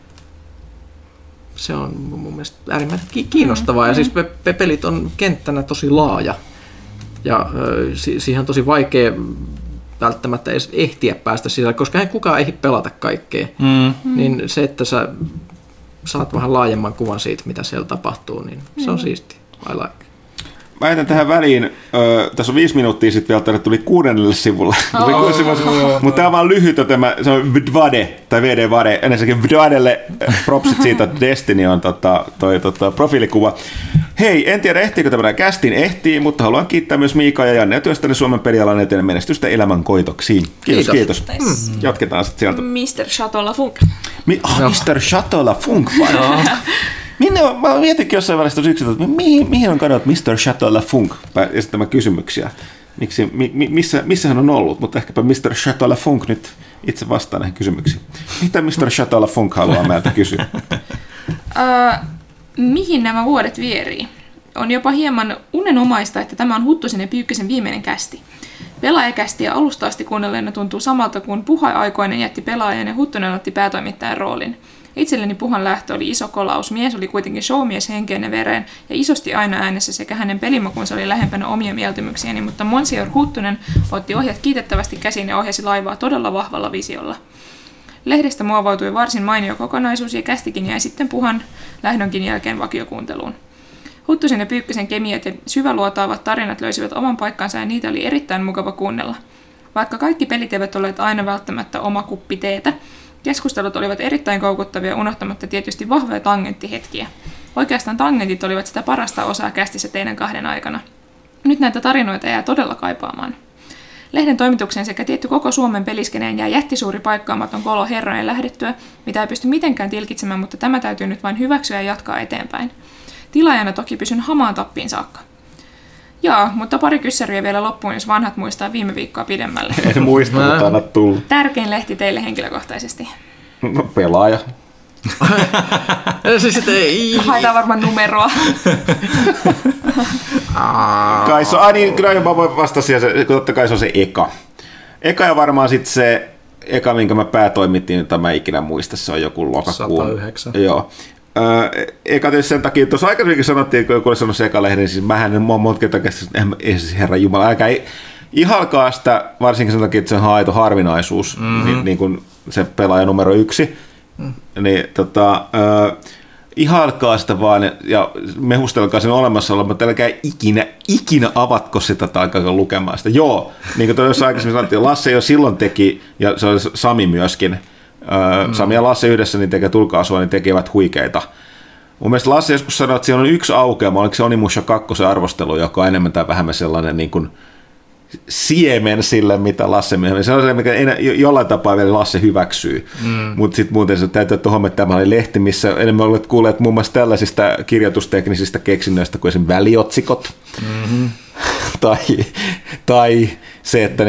se on mun mielestä äärimmäisen kiinnostavaa. Ja siis pelit on kenttänä tosi laaja ja siihen on tosi vaikea välttämättä edes ehtiä päästä sisälle, koska ei kukaan ehdi pelata kaikkea. Niin se, että sä saat vähän laajemman kuvan siitä, mitä siellä tapahtuu, niin se on siistiä. I like. Mä jätän tähän väliin, tässä on 5 minuuttia sitten vielä, tuli 6. sivulla. Mutta tämä on vaan lyhyt, se on Vdvade, tai VD-Vade, ennensäkin Vdvadelle propsit siitä, että Destiny on profiilikuva. Hei, en tiedä ehtiikö tämmöinen castin, ehtii, mutta haluan kiittää myös Miika ja Janne työstäni Suomen pelialan eteen menestystä elämän koitoksiin. Kiitos. Jatketaan sitten sieltä. Mr. Chateau Lafunk. Mr. Chateau Lafunk vai? Mä mietinkin jossain välissä yksilöä, että mihin on kadonnut Mr. Chateau Lafunk esittämään kysymyksiä. Missä hän on ollut, mutta ehkäpä Mr. Chateau Lafunk nyt itse vastaa näihin kysymyksiin. Mitä Mr. Chateau Lafunk haluaa meiltä kysyä? Mihin nämä vuodet vierii? On jopa hieman unenomaista, että tämä on Huttusen ja Pyykkösen viimeinen kästi. Pelaajakästiä alusta asti kuunnelleena tuntuu samalta, kun Puha-aikoinen jätti pelaajan ja Huttunen otti päätoimittajan roolin. Itselleni Puhan lähtö oli iso kolaus. Mies oli kuitenkin showmies henkeen ja vereen ja isosti aina äänessä sekä hänen pelimakunsa oli lähempänä omia mieltymyksiäni, mutta Monsieur Huttunen otti ohjat kiitettävästi käsiin ja ohjasi laivaa todella vahvalla visiolla. Lehdestä muovautui varsin mainio kokonaisuus ja kästikin jäi sitten Puhan lähdönkin jälkeen vakiokuunteluun. Huttusen ja Pyykkösen kemiat ja syväluotaavat tarinat löysivät oman paikkansa ja niitä oli erittäin mukava kuunnella. Vaikka kaikki pelit eivät olleet aina välttämättä oma kuppi teetä, keskustelut olivat erittäin koukuttavia unohtamatta tietysti vahvoja tangenttihetkiä. Oikeastaan tangentit olivat sitä parasta osaa kästissä teidän 2 aikana. Nyt näitä tarinoita jää todella kaipaamaan. Lehden toimitukseen sekä tietty koko Suomen peliskeneen jää jättisuuri paikkaamaton kolo herrojen lähdettyä, mitä ei pysty mitenkään tilkitsemään, mutta tämä täytyy nyt vain hyväksyä ja jatkaa eteenpäin. Tilaajana toki pysyn hamaan tappiin saakka. Joo, mutta pari kyssäriä vielä loppuun, jos vanhat muistaa viime viikkoa pidemmälle. En muista, mutta anna tulla. Tärkein lehti teille henkilökohtaisesti. No, Pelaaja. Siis, Haetaan varmaan numeroa. Kai se, niin, kyllä mä voin vastata siihen, totta kai se on se eka. Eka ja varmaan sitten se eka, minkä mä päätoimittiin, jota mä ikinä muista, se on joku lokakuun. 109. Joo. Eka tietysti sen takia, tuossa aikaisemmin sanottiin, kun oli sanonut se eka lehden, niin siis mähän en monta kertaa ei siis herra jumala, älkää ihalkaa sitä, varsinkin sen takia, että se on aito harvinaisuus, niin kuin se pelaaja numero 1. Niin ihailkaa sitä vaan ja mehustelkaa sen olemassaoloa, mutta älkää ikinä avatko sitä tai alkaa lukemaan sitä. Joo, niin kuin tuossa aikaisemmin sanottiin, Lasse jo silloin teki, ja se oli Sami myöskin, Sami ja Lasse yhdessä niin tekee Tulkaasua, niin tekevät huikeita. Mun mielestä Lasse joskus sanoi, että siinä on yksi aukeama, oliko se Onimusha 2 arvostelu, joka on enemmän tai vähemmän sellainen niin kuin siemen sille, mitä Lasse myöhemmin. Se on se, mikä jollain tapaa vielä Lasse hyväksyy. Mutta sitten muuten se täytyy tuohon, että tämä oli lehti, missä enemmän olet kuulleet muun muassa tällaisista kirjoitusteknisistä keksinnöistä kuin esimerkiksi väliotsikot. Tai se, että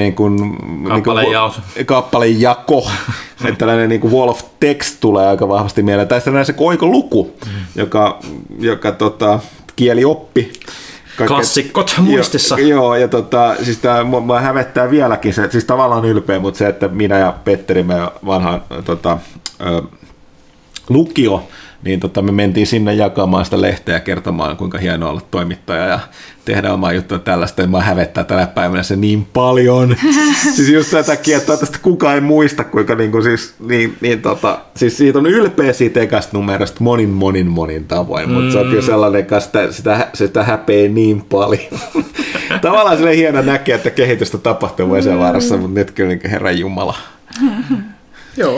kappalejako, että tällainen niin kuin wall of text tulee aika vahvasti mieleen. Tai sitten se koikoluku, joka kielioppi. Klassikkot muistissa. Joo, ja siis tämä mua hävettää vieläkin se, siis tavallaan ylpeä, mutta se, että minä ja Petteri, meidän vanha lukio, niin me mentiin sinne jakamaan sitä lehteä ja kertomaan, kuinka hienoa olla toimittaja ja tehdä omaa juttua tällaista, ja mua hävettää tänä päivänä se niin paljon. Siis just sen takia, että tästä kukaan ei muista, kuinka siis siitä on ylpeä siitä ekasta numerosta monin tavoin, mutta se on kyllä sellainen, että sitä häpeää niin paljon. Tavallaan silleen hieno näkee, että kehitystä tapahtuu Vesenvaarassa, mutta nyt kyllä niin Herran Jumala. Joo,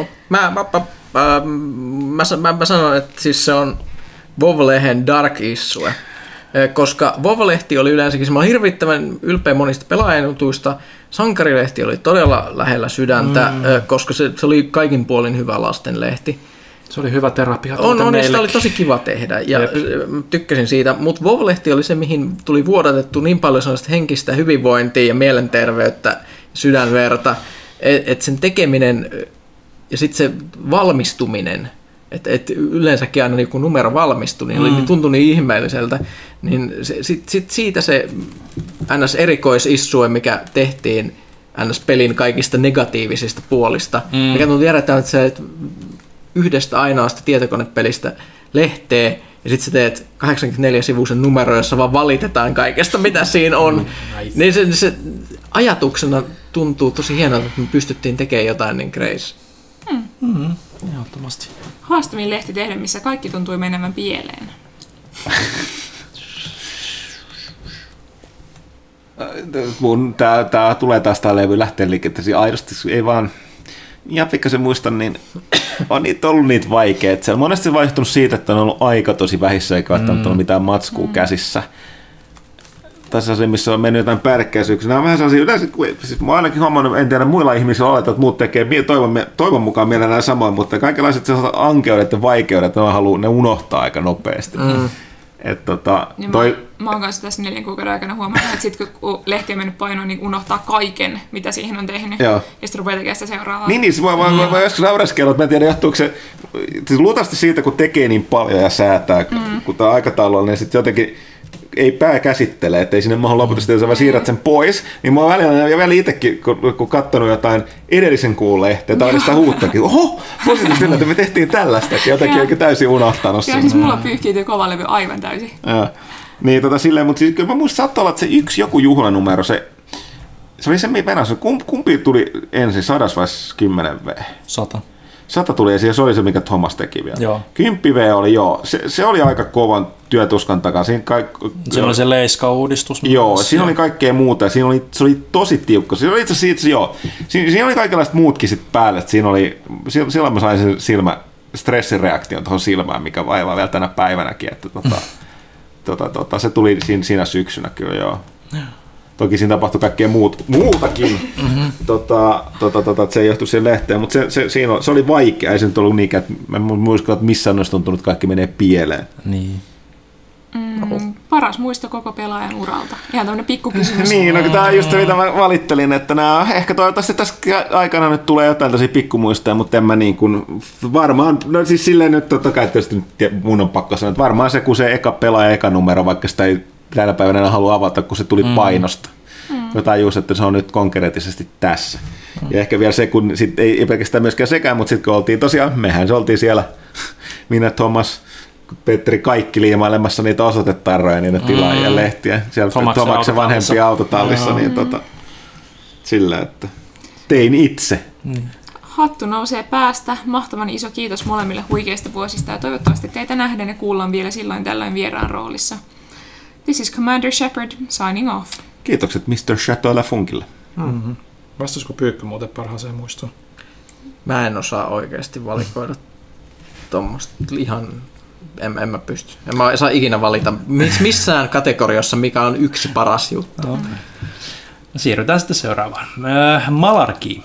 mä sanon, että siis se on WoW-lehen Dark Issue, koska WoW-lehti oli yleensäkin, mä olen hirvittävän ylpeä monista pelaajanutuista, Sankarilehti oli todella lähellä sydäntä, koska se oli kaikin puolin hyvä lastenlehti. Se oli hyvä terapia. Sitä oli tosi kiva tehdä ja tykkäsin siitä, mutta WoW-lehti oli se, mihin tuli vuodatettu niin paljon sellaista henkistä hyvinvointia ja mielenterveyttä, sydänverta, että sen tekeminen ja sitten se valmistuminen, että yleensäkin aina niin kun numero valmistui, niin tuntui niin ihmeelliseltä, niin siitä se NS-erikoisissue, mikä tehtiin NS-pelin kaikista negatiivisista puolista, mikä tuntui järjetään, että sä yhdestä ainoasta tietokonepelistä lehteä, ja sitten sä teet 84-sivuisen numero, jossa vaan valitetaan kaikesta, mitä siinä on. Niin se ajatuksena tuntuu tosi hienolta, että me pystyttiin tekemään jotain niin crazy. Ehdottomasti. Haastavin lehti tehdä, missä kaikki tuntui menevän pieleen. Tää tulee taas tää levy lähteä liikenteeseen aidosti, ei vaan ihan pikkasen muistan, niin on niitä ollut niitä vaikeita. Se on monesti vaihtunut siitä, että on ollut aika tosi vähissä eikä välttämättä ollut mitään matskua käsissä. Tässä se, missä on mennyt jotain päällekkäisyyksiä. Nämä on vähän sellaisia yleensä, siis mä ainakin huomannut, en tiedä muilla ihmisillä oletaan, että muut tekee toivon mukaan mielellään samoin, mutta kaikenlaiset sellaiset ankeudet ja vaikeudet, ne unohtaa aika nopeasti. Mä oon kanssa tässä 4 kuukauden aikana huomannut, että sit kun lehti on mennyt painoon, niin unohtaa kaiken, mitä siihen on tehnyt. Joo. Ja sitten rupeaa tekemään sitä seuraavaa. Niin, se voi joskus naureskella, että mä en tiedä, johtuuko se siis luultavasti siitä, kun tekee niin paljon ja säätää, kun tämä aikataulu on, niin sitten jotenkin ei pää käsittele, ettei sinne mahdollisesti loputusti, jos sä vaan siirrät sen pois, niin mä oon välillä itsekin, kun katsonut jotain edellisen kuun lehteä, tai aina sitä huuttakin, oho, positiivisesti että me tehtiin tällaista, että jotenkin oikein täysin unohtanut sen. Joo, siis mulla pyyhkiytyy kova levy aivan täysin. Niin, silleen, mutta siis kyllä mä muistan, saattoi olla, että se joku juhlanumero, se oli se, kumpi tuli ensin, 100 vai 10 V? 100. 100 tuli esiin ja se oli se, mikä Thomas teki vielä. Joo. 10 V oli, se oli aika kovan työtuskan takaa. Siinä oli se Leiska-uudistus. Joo, siinä oli kaikkea muuta ja se oli tosi tiukka. Siinä oli itse asiassa, siinä oli kaikenlaiset muutkin sit päälle. Silloin mä sain sen stressireaktion tuohon silmään, mikä vaivaa vielä tänä päivänäkin. Että se tuli siinä syksynä kyllä, joo. Toki siinä tapahtui kaikkea muutakin. Että se ei johtu siihen lehteen, mutta se oli vaikea. Ei se nyt ollut niinkään, että mä muistan, että missään olisi tuntunut, että kaikki menee pieleen. Niin. Paras muisto koko pelaajan uralta. Ihan tämmöinen pikkukysymys. Niin, no tämä on just mitä mä valittelin, että ehkä toivottavasti tässä aikana nyt tulee jotain tosi pikkumuistoja, mutta en mä niin kuin, varmaan, no siis silleen nyt totta kai tietysti nyt mun on pakko sanoa, että varmaan se, kun se eka pelaaja eka numero, vaikka sitä ei tänä päivänä enää halua avata, kun se tuli painosta. Jotain just, että se on nyt konkreettisesti tässä. Ja ehkä vielä se, kun sit ei pelkästään myöskään sekään, mutta sitten kun oltiin tosiaan, mehän se oltiin siellä, minä Thomas, Petteri kaikki liimailemassa niitä osoitetarroja, niitä tilaajien lehtiä. Siellä Tomaksen vanhempia autotallissa, niin sillä, että tein itse. Hattu nousee päästä. Mahtavan iso kiitos molemmille huikeista vuosista ja toivottavasti teitä nähdään ja kuullaan vielä silloin tällöin vieraan roolissa. This is Commander Shepard, signing off. Kiitokset Mr. Chateau Lafunkille. Vastaisiko Pyykkä muuten parhaaseen muistoon? Mä en osaa oikeasti valikoida tuommoista ihan... En mä pysty. En mä saa ikinä valita missään kategoriassa, mikä on yksi paras juttu. Okay. Siirrytään sitten seuraavaan. Malarkey.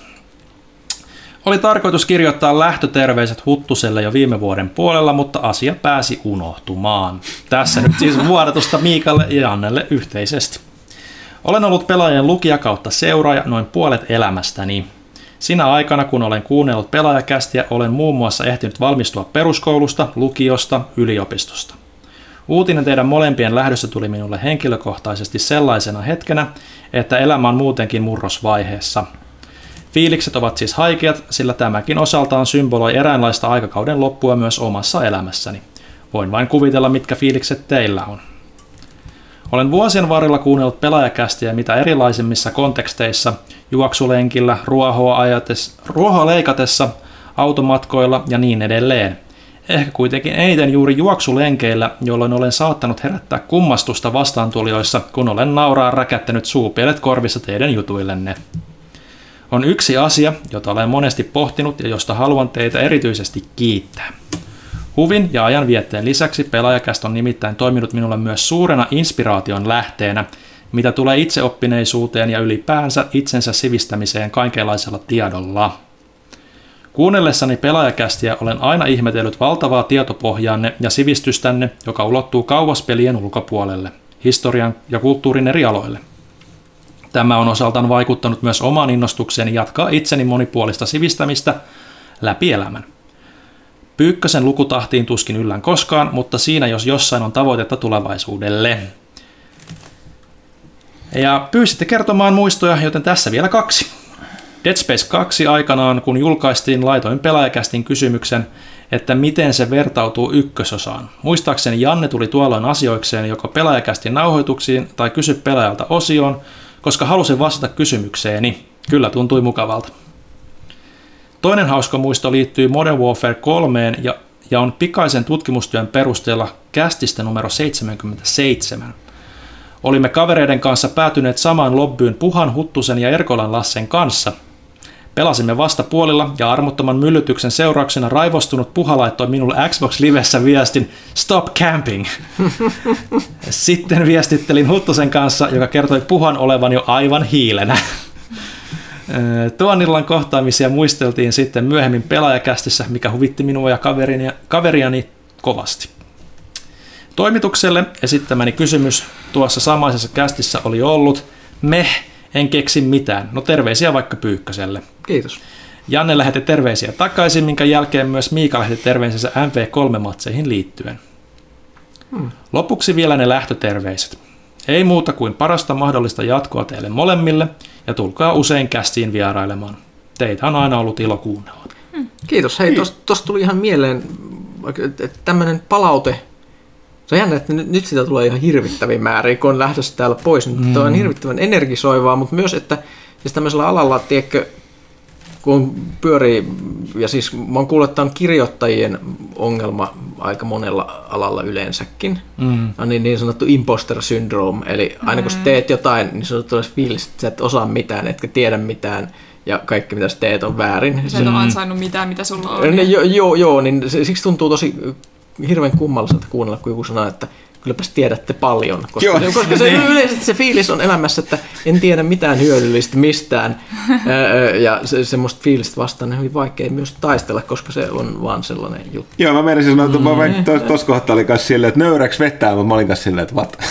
Oli tarkoitus kirjoittaa lähtöterveiset Huttuselle jo viime vuoden puolella, mutta asia pääsi unohtumaan. Tässä nyt siis vuodatusta Miikalle ja Jannelle yhteisesti. Olen ollut pelaajien lukija kautta seuraaja noin puolet elämästäni. Sinä aikana, kun olen kuunnellut pelaajakästiä, olen muun muassa ehtinyt valmistua peruskoulusta, lukiosta, yliopistosta. Uutinen teidän molempien lähdössä tuli minulle henkilökohtaisesti sellaisena hetkenä, että elämä on muutenkin murrosvaiheessa. Fiilikset ovat siis haikeat, sillä tämäkin osaltaan symboloi eräänlaista aikakauden loppua myös omassa elämässäni. Voin vain kuvitella, mitkä fiilikset teillä on. Olen vuosien varrella kuunnellut pelaajakästiä mitä erilaisimmissa konteksteissa, juoksulenkillä, ruohoa leikatessa, automatkoilla ja niin edelleen. Ehkä kuitenkin eniten juuri juoksulenkeillä, jolloin olen saattanut herättää kummastusta vastaantulijoissa, kun olen nauraa räkättänyt suupielet korvissa teidän jutuillenne. On yksi asia, jota olen monesti pohtinut ja josta haluan teitä erityisesti kiittää. Huvin ja ajanvietteen lisäksi pelaajakäst on nimittäin toiminut minulle myös suurena inspiraation lähteenä, mitä tulee itseoppineisuuteen ja ylipäänsä itsensä sivistämiseen kaikenlaisella tiedolla. Kuunnellessani pelaajakästiä olen aina ihmetellyt valtavaa tietopohjaanne ja sivistystänne, joka ulottuu kauas pelien ulkopuolelle, historian ja kulttuurin eri aloille. Tämä on osaltaan vaikuttanut myös omaan innostukseeni jatkaa itseni monipuolista sivistämistä läpi elämän. Pyykkösen lukutahtiin tuskin yllän koskaan, mutta siinä jos jossain on tavoitetta tulevaisuudelle. Ja pyysitte kertomaan muistoja, joten tässä vielä 2. Dead Space 2 aikanaan, kun julkaistiin, laitoin pelaajakästin kysymyksen, että miten se vertautuu ykkösosaan. Muistaakseni Janne tuli tuolloin asioikseen joko pelaajakästin nauhoituksiin tai kysy pelaajalta osioon, koska halusin vastata kysymykseeni. Kyllä tuntui mukavalta. Toinen hauska muisto liittyy Modern Warfare 3 ja on pikaisen tutkimustyön perusteella kästistä numero 77. Olimme kavereiden kanssa päätyneet samaan lobbyyn Puhan, Huttusen ja Erkolan Lassen kanssa. Pelasimme vastapuolilla ja armottoman myllytyksen seurauksena raivostunut Puha laittoi minulle Xbox Livessä viestin Stop camping. Sitten viestittelin Huttusen kanssa, joka kertoi Puhan olevan jo aivan hiilenä. Tuon illan kohtaamisia muisteltiin sitten myöhemmin pelaajakästissä, mikä huvitti minua ja kaveriani kovasti. Toimitukselle esittämäni kysymys tuossa samaisessa kästissä oli ollut, en keksi mitään. No terveisiä vaikka Pyykköselle. Kiitos. Janne lähetti terveisiä takaisin, minkä jälkeen myös Miika lähetti terveisinsä MV3-matseihin liittyen. Lopuksi vielä ne lähtöterveiset. Ei muuta kuin parasta mahdollista jatkoa teille molemmille ja tulkaa usein kästiin vierailemaan. Teitä on aina ollut ilo kuunnella. Kiitos. Hei, tuosta tuli ihan mieleen tämmöinen palaute. Se on jännä, että nyt sitä tulee ihan hirvittäviä määriä, kun on lähdössä täällä pois. Tuo on hirvittävän energisoivaa, mutta myös, että siis tämmöisellä alalla, tiedätkö, kun pyörii, ja siis mä oon kuullut, että on kirjoittajien ongelma aika monella alalla yleensäkin, on niin sanottu imposter syndrome, eli aina kun sä teet jotain, niin se tulee fiilis, että sä et osaa mitään, etkä tiedä mitään, ja kaikki mitä sä teet on väärin. Sä et ole ansainnut mitään, mitä sulla on. Joo, niin siksi tuntuu tosi hirveän kummalliselta kuunnella, kun joku sanoo, että kylläpäs tiedätte paljon, Joo. koska se yleisesti se fiilis on elämässä, että en tiedä mitään hyödyllistä mistään, ja semmoista fiilistä vastaan on hyvin vaikea myös taistella, koska se on vaan sellainen juttu. Joo, mä menisin sanoa, että tuossa kohtaa oli kanssa silleen, että nöyräksi vetää, mutta mä olin kanssa silleen, että what?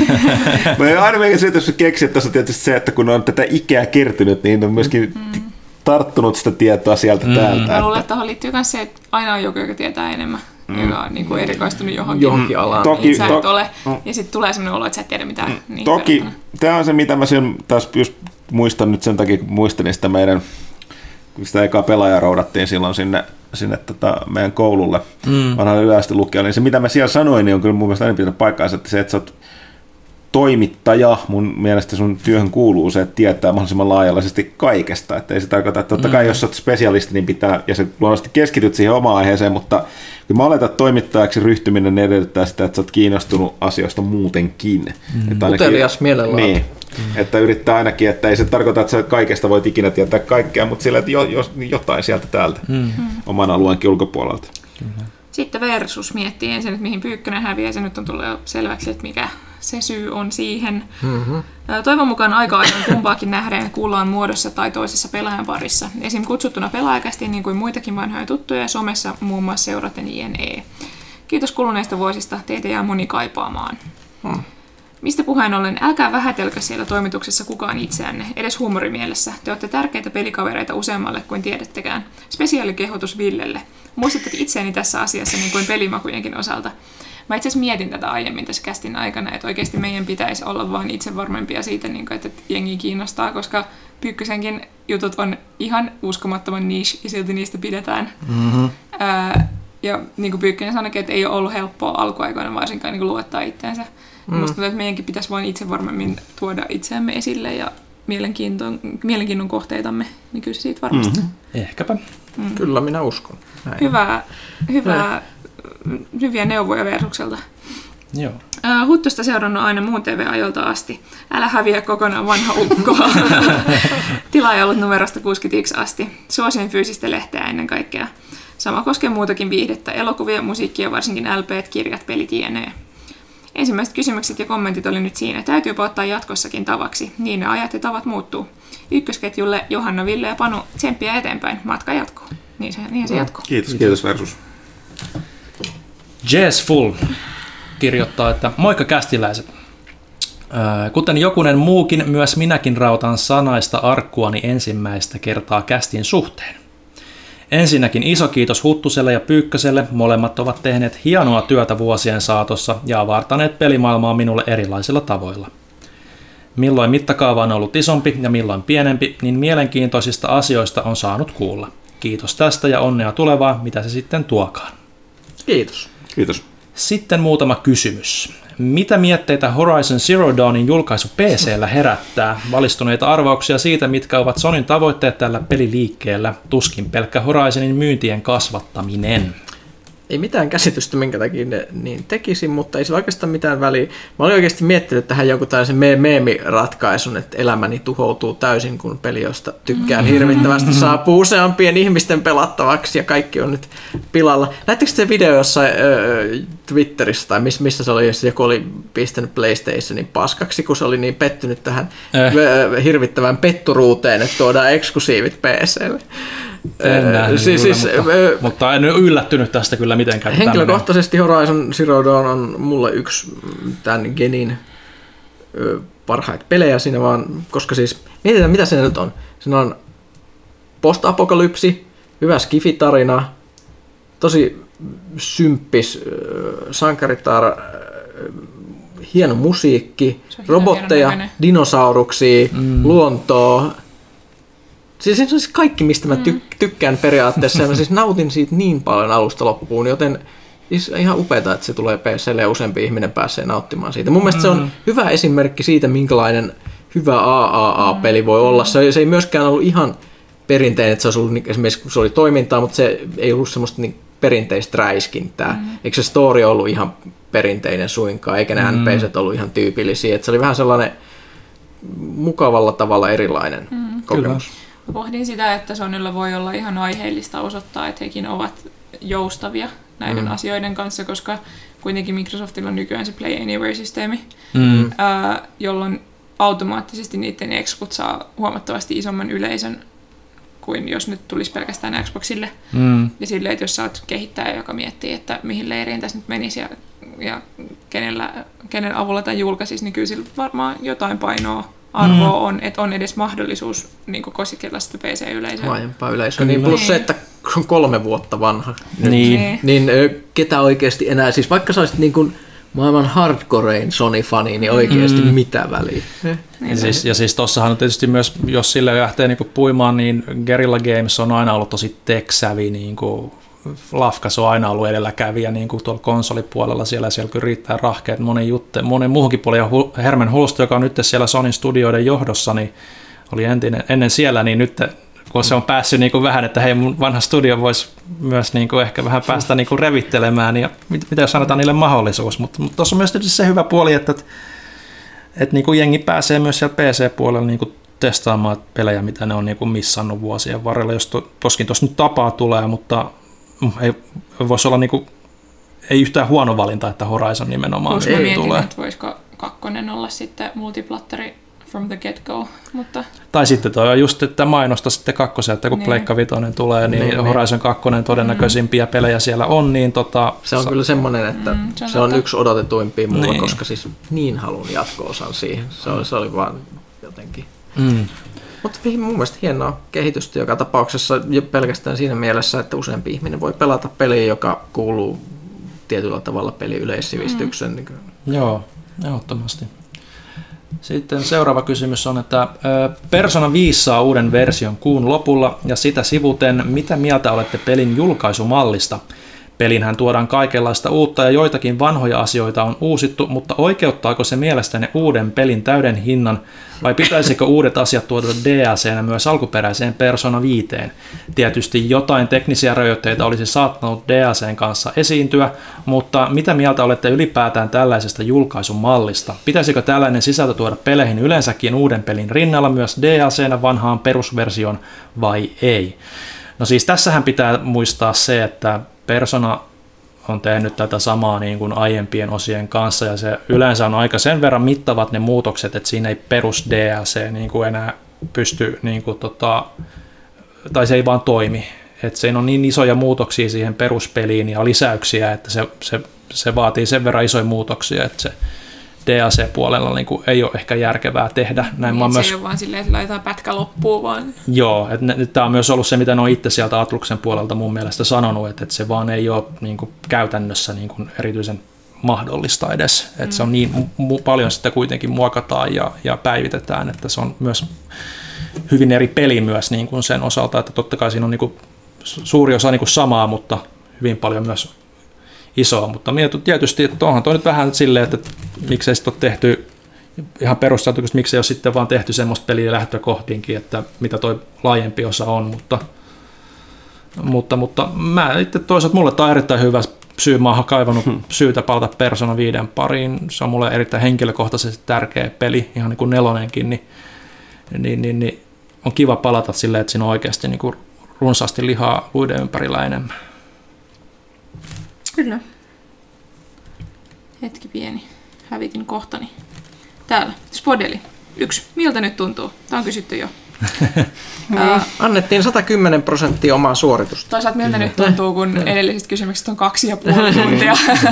Mä aina meikin se, jos keksin, että tässä on tietysti se, että kun on tätä ikää kertynyt, niin on myöskin tarttunut sitä tietoa sieltä täältä. Mä luulen, että tuohon liittyy myös se, että aina on joku, joka tietää enemmän, joka on niin kuin erikoistunut johonkin alaan. Toki, sä et ole. Ja sitten tulee sellainen olo, että sä et tiedä mitään. Niin toki, tämä on se, mitä mä taas just muistan nyt sen takia, kun muistelin sitä meidän, kun sitä ekaa pelaajaa roudattiin silloin sinne meidän koululle, vanhalle yleisesti lukijalle, niin se mitä mä siellä sanoin, niin on kyllä mun mielestä aina pitänyt paikkaansa, että se, että sä oot toimittaja, mun mielestä sun työhön kuuluu se, että tietää mahdollisimman laajalaisesti kaikesta. Että ei se tarkoita, että totta kai jos olet spesialisti, niin pitää, ja sä luonnollisesti keskityt siihen omaan aiheeseen, mutta kun mä oletan, että toimittajaksi ryhtyminen ne edellyttää sitä, että sä oot kiinnostunut asioista muutenkin. Utelias mielenlaatu. Niin, että yrittää ainakin, että ei se tarkoita, että sä kaikesta voit ikinä tietää kaikkea, mutta sillä, että jotain sieltä täältä oman alueenkin ulkopuolelta. Sitten versus miettii ensin, että mihin Pyykkönen häviää, se nyt on tullut jo selväksi, että mikä se syy on siihen. Toivon mukaan aika ajoin kumpaakin nähdään kuullaan muodossa tai toisessa pelaajan parissa. Esim. Kutsuttuna pelaajakästi niin kuin muitakin vanhoja tuttuja ja somessa muun muassa seuraten JNE. Kiitos kuluneista vuosista, teitä jää moni kaipaamaan. Mistä puheen ollen, älkää vähätelkö siellä toimituksessa kukaan itseänne, edes huumorimielessä. Te olette tärkeitä pelikavereita useammalle kuin tiedättekään. Spesiaalikehotus Villelle. Muistatte itseäni tässä asiassa niin kuin pelimakujenkin osalta. Mä itse asiassa mietin tätä aiemmin tässä kästin aikana, että oikeasti meidän pitäisi olla vaan itse varmempia siitä, että jengi kiinnostaa, koska Pyykkösenkin jutut on ihan uskomattoman niche ja silti niistä pidetään. Ja niin kuin Pyykkönen sanoikin, että ei ole ollut helppoa alkuaikoina varsinkaan niin kuin luottaa itseensä. Musta tuntuu, että meidänkin pitäisi vaan itse varmemmin tuoda itseämme esille ja mielenkiinnon kohteitamme, niin kyllä se siitä varmasti. Ehkäpä. Kyllä, minä uskon. Hyviä neuvoja Versukselta. Joo. Huttusta seurannut aina muun TV-ajolta asti. Älä häviä kokonaan vanha ukkoa. Tilaaja ollut numerosta 61 asti. Suosin fyysistä lehteä ennen kaikkea. Sama koskee muutakin viihdettä, elokuvia, musiikkia, varsinkin LP:t, kirjat, pelit jne. Ensimmäiset kysymykset ja kommentit oli nyt siinä. Täytyypä ottaa jatkossakin tavaksi. Niin ne ajat ja tavat muuttuu. Ykkösketjulle Johanna, Ville ja Panu tsemppiä eteenpäin. Matka jatkuu. Niin se jatkuu. Kiitos Versus. Jazz Full kirjoittaa, että moikka kästiläiset. Kuten jokunen muukin, myös minäkin rautan sanaista arkkuani ensimmäistä kertaa kästin suhteen. Ensinnäkin iso kiitos Huttuselle ja Pyykköselle, molemmat ovat tehneet hienoa työtä vuosien saatossa ja avartaneet pelimaailmaa minulle erilaisilla tavoilla. Milloin mittakaava on ollut isompi ja milloin pienempi, niin mielenkiintoisista asioista on saanut kuulla. Kiitos tästä ja onnea tulevaa, mitä se sitten tuokaan. Kiitos. Kiitos. Sitten muutama kysymys. Mitä mietteitä Horizon Zero Dawnin julkaisu PC:llä herättää? Valistuneita arvauksia siitä, mitkä ovat Sonyn tavoitteet tällä peliliikkeellä. Tuskin pelkkä Horizonin myyntien kasvattaminen. Ei mitään käsitystä, minkä takia ne niin tekisi, mutta ei sillä oikeastaan mitään väliä. Mä olin oikeasti miettinyt tähän joku tällaisen meemiratkaisun, että elämäni tuhoutuu täysin, kun peli, josta tykkään hirvittävästi, saapuu useampien ihmisten pelattavaksi ja kaikki on nyt pilalla. Näettekö se video jossain Twitterissä tai missä se oli, jos joku oli pistänyt PlayStationin paskaksi, kun se oli niin pettynyt tähän hirvittävään petturuuteen, että tuodaan eksklusiivit PC:lle. Mutta en ole yllättynyt tästä kyllä mitenkään. Henkilökohtaisesti Horizon Zero Dawn on mulle yksi tämän genin parhaita pelejä siinä vaan, koska siis mietitään mitä se nyt on. Siinä on post-apokalypsi, hyvä skifitarina, tosi symppis sankaritar, hieno musiikki, robotteja, dinosauruksia, luontoa. Siis se on siis kaikki, mistä mä tykkään periaatteessa, ja mä siis nautin siitä niin paljon alusta loppuun, joten siis ihan upeata, että se tulee PC:lle ja useampi ihminen pääsee nauttimaan siitä. Mun mielestä se on hyvä esimerkki siitä, minkälainen hyvä AAA-peli voi olla. Se ei myöskään ollut ihan perinteinen, että se olisi ollut esimerkiksi, kun se oli toimintaa, mutta se ei ollut semmoista niin perinteistä räiskintää. Eikö se story ollut ihan perinteinen suinkaan, eikä ne NPCt ollut ihan tyypillisiä. Että se oli vähän sellainen mukavalla tavalla erilainen kokemus. Kyllä. Pohdin sitä, että Sonylla voi olla ihan aiheellista osoittaa, että hekin ovat joustavia näiden asioiden kanssa, koska kuitenkin Microsoftilla on nykyään se Play Anywhere-systeemi, jolloin automaattisesti niiden exput saa huomattavasti isomman yleisön kuin jos nyt tulisi pelkästään Xboxille. Ja silleen, että jos sä oot kehittäjä, joka miettii, että mihin leiriin tässä nyt menisi ja kenen avulla tämä julkaisisi, niin kyllä sillä varmaan jotain arvoa on, että on edes mahdollisuus niin kosketella sitä PC-yleisöä. Laajempaa yleisöä. Niin plus se, että on 3 vuotta vanha. Niin. Niin ketä oikeasti enää, siis vaikka sä olisit niin kuin maailman hardcorein Sony-fani, niin oikeasti mitä väliä. Ja siis tossahan on tietysti myös, jos sille lähtee niinku puimaan, niin Guerrilla Games on aina ollut tosi tech-savvy, niinku Lafkas on aina ollut edelläkävijä niinku tuolla konsolipuolella, siellä kyllä riittää rahkeet monen muuhunkin puolella. Ja Herman Hulst, joka on nyt siellä Sonyn studioiden johdossa, niin oli ennen siellä, niin nyt kun se on päässyt niinku vähän, että hei, mun vanha studio voisi myös niinku ehkä vähän päästä niinku revittelemään, ja mitä jos annetaan niille mahdollisuus. Mutta tuossa on myös tietysti se hyvä puoli, että niinku jengi pääsee myös siellä PC-puolella niinku testaamaan pelejä, mitä ne on niinku missannut vuosien varrella, jos toskin tuossa nyt tapaa tulee, mutta ei voisi olla niinku, ei yhtään huono valinta, että Horizon nimenomaan mä mietin, tulee. Että voisiko 2 olla sitten multiplatteri from the get-go, mutta... Tai sitten toi on just, että mainosta sitten 2, että kun Pleikka 5 tulee, niin Horizon 2 todennäköisimpiä pelejä siellä on, niin se on kyllä semmoinen, että se on yksi odotetuimpia mulla, koska siis niin haluan jatko-osan siihen. Se oli vaan jotenkin... Mutta mun mielestä hienoa kehitystä joka tapauksessa jo pelkästään siinä mielessä, että useampi ihminen voi pelata peliä, joka kuuluu tietyllä tavalla peliyleissivistyksen. Joo, ehdottomasti. Sitten seuraava kysymys on, että Persona 5 saa uuden version kuun lopulla ja sitä sivuten, mitä mieltä olette pelin julkaisumallista? Pelinhän tuodaan kaikenlaista uutta ja joitakin vanhoja asioita on uusittu, mutta oikeuttaako se mielestäni uuden pelin täyden hinnan vai pitäisikö uudet asiat tuoda DLC:nä myös alkuperäiseen Persona 5? Tietysti jotain teknisiä rajoitteita olisi saattanut DLCn kanssa esiintyä, mutta mitä mieltä olette ylipäätään tällaisesta julkaisumallista? Pitäisikö tällainen sisältö tuoda peleihin yleensäkin uuden pelin rinnalla myös DLCnä vanhaan perusversioon vai ei? No siis tässähän pitää muistaa se, että Persona on tehnyt tätä samaa niin kuin aiempien osien kanssa, ja se yleensä on aika sen verran mittavat ne muutokset, että siinä ei perus DLC niin kuin enää pysty, niin kuin tai se ei vaan toimi. Että siinä on niin isoja muutoksia siihen peruspeliin ja lisäyksiä, että se vaatii sen verran isoja muutoksia, että se DLC-puolella niin kuin ei ole ehkä järkevää tehdä. Näin Niin, se myös... ei ole vaan silleen, että laitetaan pätkä loppuun, vaan... Joo, että tämä on myös ollut se, mitä ne on itse sieltä Atluksen puolelta mun mielestä sanonut, että se vaan ei ole niin kuin käytännössä niin kuin erityisen mahdollista edes. Että se on niin paljon sitä kuitenkin muokataan ja päivitetään, että se on myös hyvin eri peli myös niin kuin sen osalta, että totta kai siinä on niin kuin suuri osa niin kuin samaa, mutta hyvin paljon myös isoa, mutta mietin tietysti, että onhan toi nyt vähän silleen, että miksei sitten ole tehty ihan perusteltu, koska miksei ole sitten vaan tehty semmoista peliä lähtökohtiinkin, että mitä toi laajempi osa on, mutta mä itse toisaalta mulle tämä on erittäin hyvä syy, mä oon kaivannut syytä palata Persona 5 pariin, se on mulle erittäin henkilökohtaisesti tärkeä peli, ihan niin kuin 4:nkin, niin on kiva palata silleen, että siinä on oikeasti niin kuin runsaasti lihaa luiden ympärillä enemmän. Kyllä. Hetki pieni. Hävitin kohtani. Täällä. Spodeli. 1. Miltä nyt tuntuu? Tämä on kysytty jo. Annettiin 110% omaa suoritusta. Toisaalta miltä nyt tuntuu, kun edellisistä kysymyksistä on 2,5 tuntia.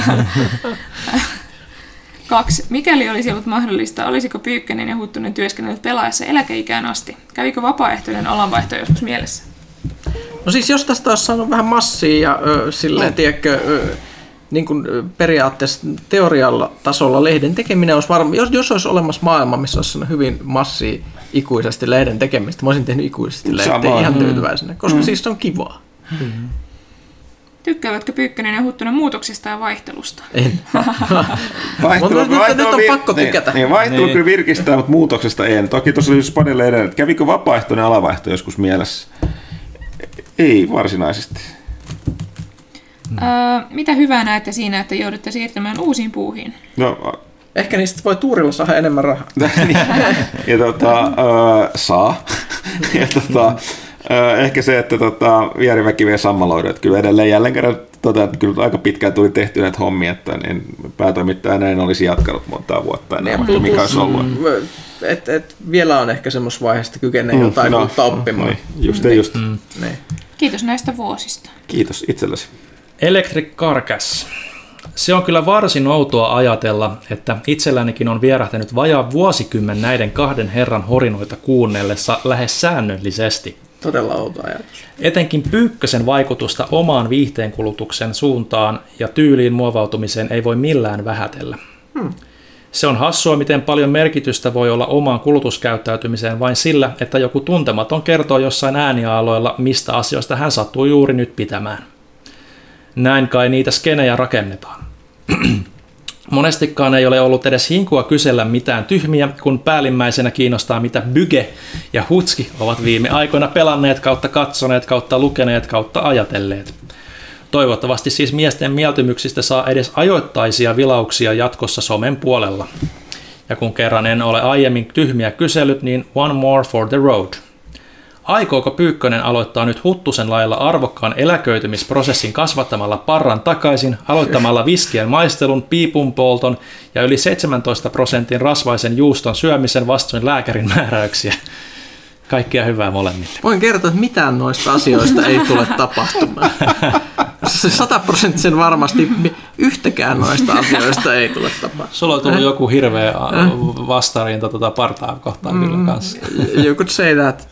2. Mikäli olisi ollut mahdollista, olisiko Pyykkönen ja Huttunen työskennellyt pelaajassa eläkeikään asti? Kävikö vapaaehtoinen alanvaihto joskus mielessä? No siis jos tästä olisi saanut vähän massia ja silleen, tiedätkö, niin kuin periaatteessa teorialla tasolla lehden tekeminen olisi varmaan, jos olisi olemassa maailma, missä olisi hyvin massia ikuisesti lehden tekemistä, mä olisin tehnyt ikuisesti lehden ihan tyytyväisenä, koska siis se on kivaa. Tykkäävätkö Pyykkönen ja Huttunen muutoksista ja vaihtelusta? En. Nyt on pakko tykätä. Niin, vaihtelu kyllä virkistää, mutta muutoksesta en. Toki tuossa oli Spanille edelleen, että kävikö vapaaehtoinen alavaihto joskus mielessä? Ei varsinaisesti. Mitä hyvää näette siinä, että joudutte siirtymään uusiin puuhiin? No, ehkä niistä voi tuurilla saada enemmän rahaa. ja saa. ja ehkä se, että Vierimäki vie sammaloidut. Kyllä edelleen jälleen kerran että kyllä aika pitkään tuli tehty näitä hommia, että päätoimittajana en olisi jatkanut montaa vuotta enää, vaikka mikä olisi ollut. Vielä on ehkä semmoista vaiheesta kykenee jotain uutta oppimaan. Niin, just. Niin. Kiitos näistä vuosista. Kiitos itsellesi. Electric Carcass. Se on kyllä varsin outoa ajatella, että itsellänikin on vierähtänyt vajaa vuosikymmen näiden kahden herran horinoita kuunnellessa lähes säännöllisesti. Todella outo ajatus. Etenkin Pyykkösen vaikutusta omaan viihteenkulutuksen suuntaan ja tyyliin muovautumiseen ei voi millään vähätellä. Se on hassua, miten paljon merkitystä voi olla omaan kulutuskäyttäytymiseen vain sillä, että joku tuntematon kertoo jossain äänialoilla, mistä asioista hän sattuu juuri nyt pitämään. Näin kai niitä skenejä rakennetaan. Monestikaan ei ole ollut edes hinkua kysellä mitään tyhmiä, kun päällimmäisenä kiinnostaa, mitä Byge ja Hutski ovat viime aikoina pelanneet kautta katsoneet kautta lukeneet kautta ajatelleet. Toivottavasti siis miesten mieltymyksistä saa edes ajoittaisia vilauksia jatkossa somen puolella. Ja kun kerran en ole aiemmin tyhmiä kysellyt, niin one more for the road. Aikooko Pyykkönen aloittaa nyt Huttusen lailla arvokkaan eläköitymisprosessin kasvattamalla parran takaisin, aloittamalla viskien maistelun, piipun polton ja yli 17% rasvaisen juuston syömisen vastoin lääkärin määräyksiä? Kaikkea hyvää molemmille. Voin kertoa, että mitään noista asioista ei tule tapahtumaan. 100% varmasti yhtäkään noista asioista ei tule tapahtumaan. Sulla on tullut joku hirveä vastarinta partaa kohtaan kyllä kanssa. You could say that.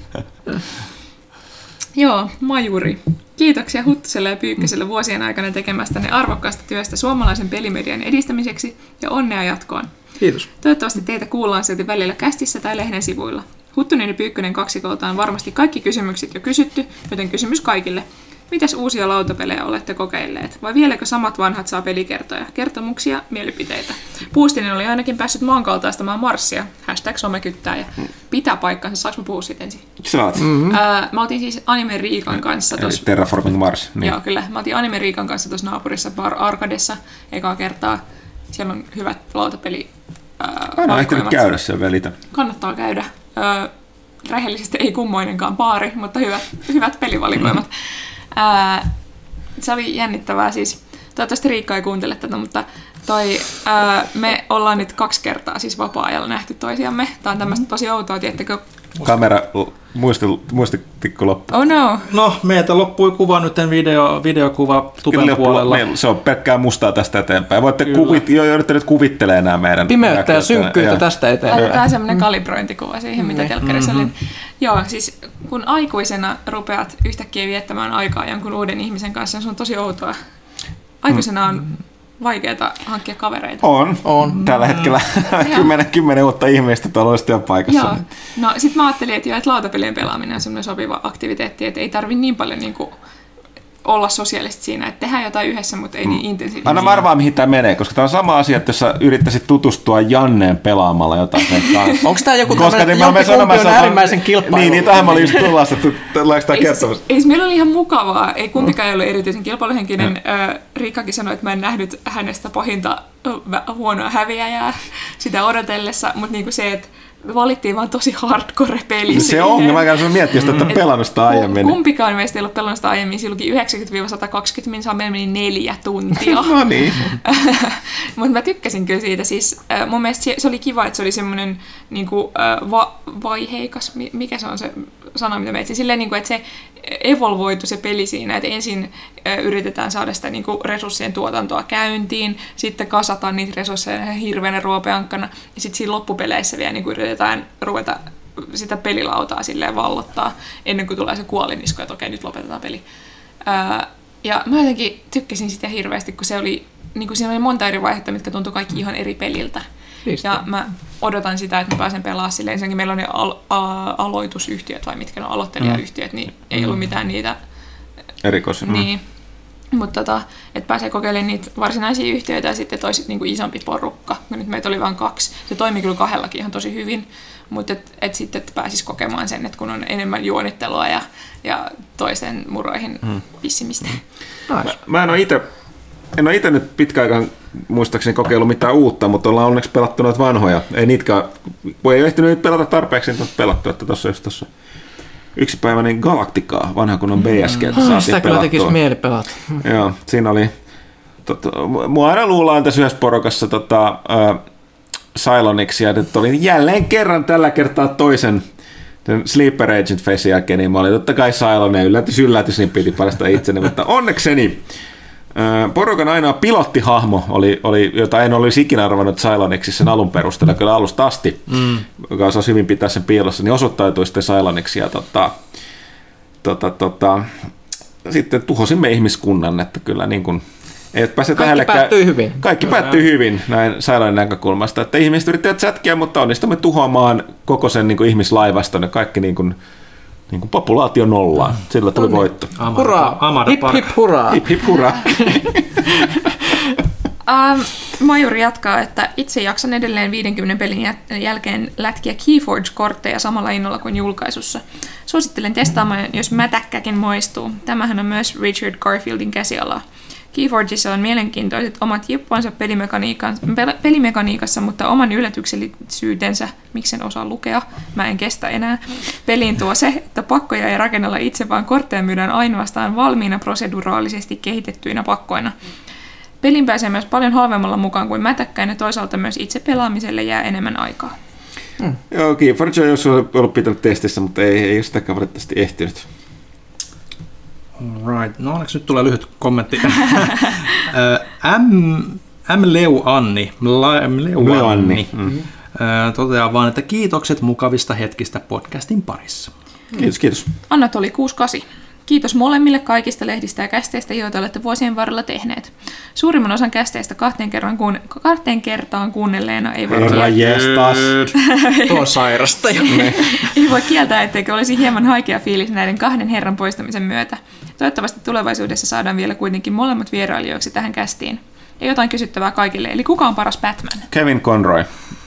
Joo, Majuri. Kiitoksia Huttuselle ja Pyykköselle vuosien aikana tekemästäne arvokkaasta työstä suomalaisen pelimedian edistämiseksi ja onnea jatkoon. Kiitos. Toivottavasti teitä kuullaan silti välillä kästissä tai lehden sivuilla. Huttunen ja Pyykkönen kaksikolta on varmasti kaikki kysymykset jo kysytty, joten kysymys kaikille. Mitäs uusia lautapelejä olette kokeilleet? Vai vieläkö samat vanhat saa pelikertoja, kertomuksia, mielipiteitä? Puustinen oli ainakin päässyt maankaltaistamaan Marssia. #somekyttääjä. Pitää paikkansa. Saanko mä puhua siitä ensin? Saat. Mä oltiin siis Anime Riikan kanssa tuossa. Terraforming Mars. Niin. Joo, kyllä. Mä oltiin Anime Riikan kanssa tuossa naapurissa Bar Arcadessa ekaa kertaa. Siellä on hyvät lautapeli. Aina on ehtinyt käydä siellä velitä. Kannattaa käydä. Rehellisesti ei kummoinenkaan baari, mutta hyvät pelivalikoimat. Se oli jännittävää siis. Toivottavasti Riikka ei kuuntele tätä, mutta me ollaan nyt 2 kertaa siis vapaa-ajalla nähty toisiamme. Tää on tämmöistä tosi outoa, tiettäkö? Kamera muistitikku loppu. Oh no. No, meiltä loppui kuva nyt videokuva tuben puolella. Se on pelkkää mustaa tästä eteenpäin. Voitte joudutte nyt kuvittelemaan nämä meidän... Pimeyttä ja synkkyyttä tästä eteenpäin. Laitetaan semmoinen kalibrointikuva siihen, mitä telkkarissa oli. Joo, siis kun aikuisena rupeat yhtäkkiä viettämään aikaa jonkun uuden ihmisen kanssa, se on tosi outoa. Aikuisena on vaikeaa hankkia kavereita. On. Tällä hetkellä 10 uutta ihmistä tuolla työpaikassa. Joo. No sit mä ajattelin, että lautapelien pelaaminen on semmoinen sopiva aktiviteetti, että ei tarvi niin paljon niinku olla sosiaalisesti siinä, että tehdään jotain yhdessä, mutta ei niin intensiivisesti. Aina mä arvaan, mihin tämä menee, koska tämä on sama asia, että jos sä yrittäisit tutustua Janneen pelaamalla jotain sen kanssa. Onko tämä joku tämmöinen, jompikumpi on äärimmäisen kilpailu? Niin, tähän mä olin just tullassa, että tullaanko tämä kertomassa. Ei, meillä oli ihan mukavaa. Ei kumpikaan ei ollut erityisen kilpailuhenkinen. Riikkakin sanoi, että mä en nähnyt hänestä pahinta huonoa häviäjää sitä odotellessa, mutta niinku se, että me valittiin vaan tosi hardcore-peli. Se on, mä käyn miettiä sitä, että on pelannut sitä aiemmin. Kumpikaan meistä ei ollut pelannut sitä aiemmin. Siinä luki 90-120, minsa meni 4 tuntia. No niin. Mutta mä tykkäsin kyllä siitä. Siis, mun mielestä se oli kiva, että se oli semmoinen niinku, vaiheikas. Mikä se on se sana, mitä mä etsin? Silleen, niinku, että se evolvoitu se peli siinä, että ensin yritetään saada sitä niinku resurssien tuotantoa käyntiin, sitten kasataan niitä resursseja hirveänä ruopeankkana, ja sitten siinä loppupeleissä vielä niinku yritetään ruveta sitä pelilautaa silleen vallottaa, ennen kuin tulee se kuolinisko, että okei, nyt lopetetaan peli. Ja mä jotenkin tykkäsin sitä hirveästi, kun se oli, niinku siinä oli monta eri vaihetta, mitkä tuntui kaikki ihan eri peliltä. Ja mä odotan sitä, että mä pääsen pelaamaan silleen. Ensinnäkin meillä on ne aloitusyhtiöt, vai mitkä ne on aloittelijayhtiöt, niin ei ollut mitään niitä erikoisia. Niin. Mutta että pääsee kokeilemaan niitä varsinaisia yhtiöitä ja sitten toiset niinku isompi porukka. Nyt meitä oli vain 2. Se toimi kyllä 2 ihan tosi hyvin, mutta et sitten pääsisi kokemaan sen, että kun on enemmän juonittelua ja toisten muroihin pissimistä. Mä en ole itse nyt pitkäaikaan muistaakseni kokeillut mitään uutta, mutta ollaan onneksi pelattu noita vanhoja. Ei niitkään, kun ei ehtinyt pelata tarpeeksi, niin on pelattu, että tuossa yksi päivä niin Galacticaa, vanha kunnon BSG, sitä kyllä tekisi mieli pelata. Joo, siinä oli, mua aina luullaan tässä yhdessä porukassa Cylonixia, että oli jälleen kerran tällä kertaa toisen Sleeper Agent Facein jälkeen, niin mä olin totta kai Cylon ja yllätys, niin piti paljastaa itseni, mutta onnekseni porukan ainoa pilottihahmo oli, jota en olisi ikinä arvannut Cylonixissa sen alun perusteella, kyllä alusta asti, joka osasi hyvin pitää sen piilossa, niin osoittautui sitten Cylonixia sitten tuhosimme ihmiskunnan, että kyllä niin kuin kaikki päättyi hyvin. Kaikki päättyi hyvin näin Cylonin näkökulmasta, että ihmiset yrittivät sätkiä, mutta onnistumme tuhoamaan koko sen niin kuin ihmislaivaston ja kaikki niin kuin populaatio nollaan. Sillä tuli voitto. Hurraa! Hip hip hurraa! Hip hip hurraa! Majuri jatkaa, että itse jaksan edelleen 50 pelin jälkeen lätkiä Keyforge-kortteja samalla innolla kuin julkaisussa. Suosittelen testaamaan, jos mätäkkäkin maistuu. Tämähän on myös Richard Garfieldin käsialaa. Keyforgeissa on mielenkiintoiset omat jipponsa pelimekaniikassa, mutta oman yllätyksellisyytensä, miksen osaa lukea, mä en kestä enää, peliin tuo se, että pakkoja ei rakennella itse, vaan kortteja myydään ainoastaan valmiina proseduraalisesti kehitettyinä pakkoina. Pelin pääsee myös paljon halvemmalla mukaan kuin mätäkkäin ja toisaalta myös itse pelaamiselle jää enemmän aikaa. Joo, Keyforge on joskus ollut pitänyt testissä, mutta ei ole sitäkään valitettavasti ehtinyt. Right. No onneksi nyt tulee lyhyt kommentti. Leu Anni toteaa vaan, että kiitokset mukavista hetkistä podcastin parissa. Kiitos. Anatoli 68. Kiitos molemmille kaikista lehdistä ja kästeistä, joita olette vuosien varrella tehneet. Suurimman osan kästeistä kahteen kertaan kuunnelleena ei voi Tuo sairasta jo. Ei voi kieltää, etteikö olisi hieman haikea fiilis näiden kahden herran poistamisen myötä. Toivottavasti tulevaisuudessa saadaan vielä kuitenkin molemmat vierailijoiksi tähän kästiin. Ja jotain kysyttävää kaikille, eli kuka on paras Batman? Kevin Conroy.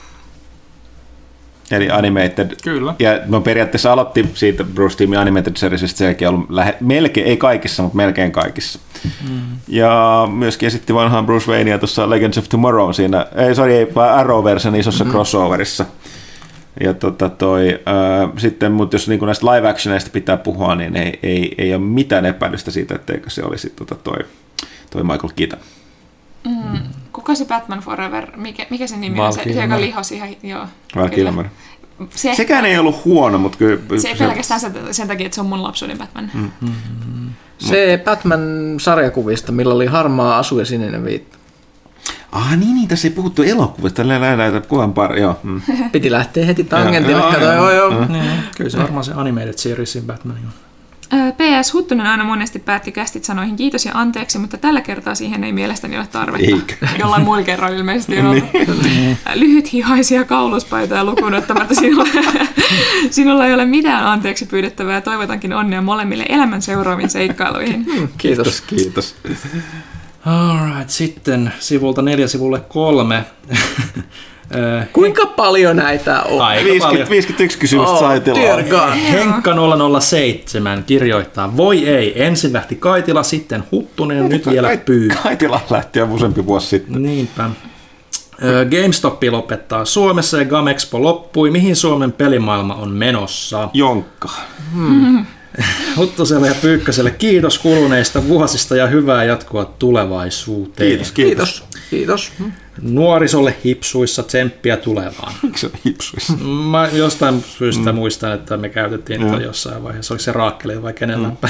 Eli Animated. Kyllä. Ja no periaatteessa aloitti siitä Bruce Timmin Animated Seriesistä, sekin on ollut melkein, ei kaikissa, mutta melkein kaikissa. Ja myöskin esitti vanhaan Bruce Wayneia tuossa Legends of Tomorrow siinä, vaan Arrowversen isossa crossoverissa. Ja sitten, mutta jos niin näistä live actioneista pitää puhua, niin ei ole mitään epäilystä siitä, etteikö se olisi toi Michael Keaton. Kuka se Batman Forever? Mikä se nimi on? Se, joka lihosi ihan, joo. Val Kilmer. Sekään ei ollut huono, mutta kyllä... Se ei pelkästään sen takia, että se on mun lapsuuden Batman. Se Batman-sarjakuvista, millä oli harmaa asu ja sininen viitta. Niin, tässä ei puhuttu elokuvista. Joo. Piti lähteä heti tangentille. Kyllä se varmaan se Animated Seriesin Batman on. PS Huttunen aina monesti päätti kästit sanoihin kiitos ja anteeksi, mutta tällä kertaa siihen ei mielestäni ole tarvetta. Eikä. Jollain muilla kerralla ilmeisesti on ollut lyhythihaisia kauluspaitoja lukuun ottamatta. Sinulla ei ole mitään anteeksi pyydettävää ja toivotankin onnea molemmille elämän seuraaviin seikkailuihin. Kiitos. Alright, sitten sivulta 4 sivulle 3. Kuinka paljon näitä on? 51 kysymystä sai tilaa. Henkka 007 kirjoittaa, voi ei, ensin lähti Kaitila, sitten Huttunen ja nyt vielä Pyy. Kaitila lähti jo useampi vuosi sitten. Niinpä. GameStop lopettaa Suomessa ja Gamexpo loppui. Mihin Suomen pelimaailma on menossa? Jonkka. Huttuselle ja Pyykköselle kiitos kuluneista vuosista ja hyvää jatkoa tulevaisuuteen. Kiitos. Nuorisolle hipsuissa tsemppiä tulevaan. Miksi se on hipsuissa? Mä jostain syystä muistan, että me käytettiin tätä jossain vaiheessa. Oliko se Raakkeli vai kenen läppä?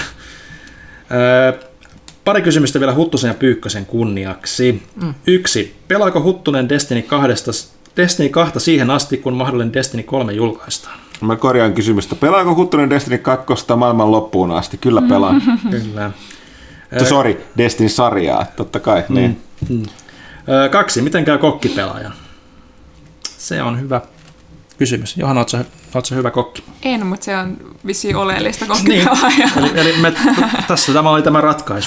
Pari kysymystä vielä Huttusen ja Pyykkösen kunniaksi. 1. Pelaako Huttunen Destiny 2 siihen asti, kun mahdollinen Destiny 3 julkaistaan? Mä korjaan kysymystä. Pelaako Huttunen Destiny 2 maailman loppuun asti? Kyllä pelaan. Kyllä. Destiny-sarjaa, totta kai. Niin. 2. Miten käy kokkipelaajan? Se on hyvä kysymys. Johanna, ootko hyvä kokki? En, mutta se on vissiin oleellista kokkipelaaja. Niin. Eli tässä tämä oli tämä ratkaisu.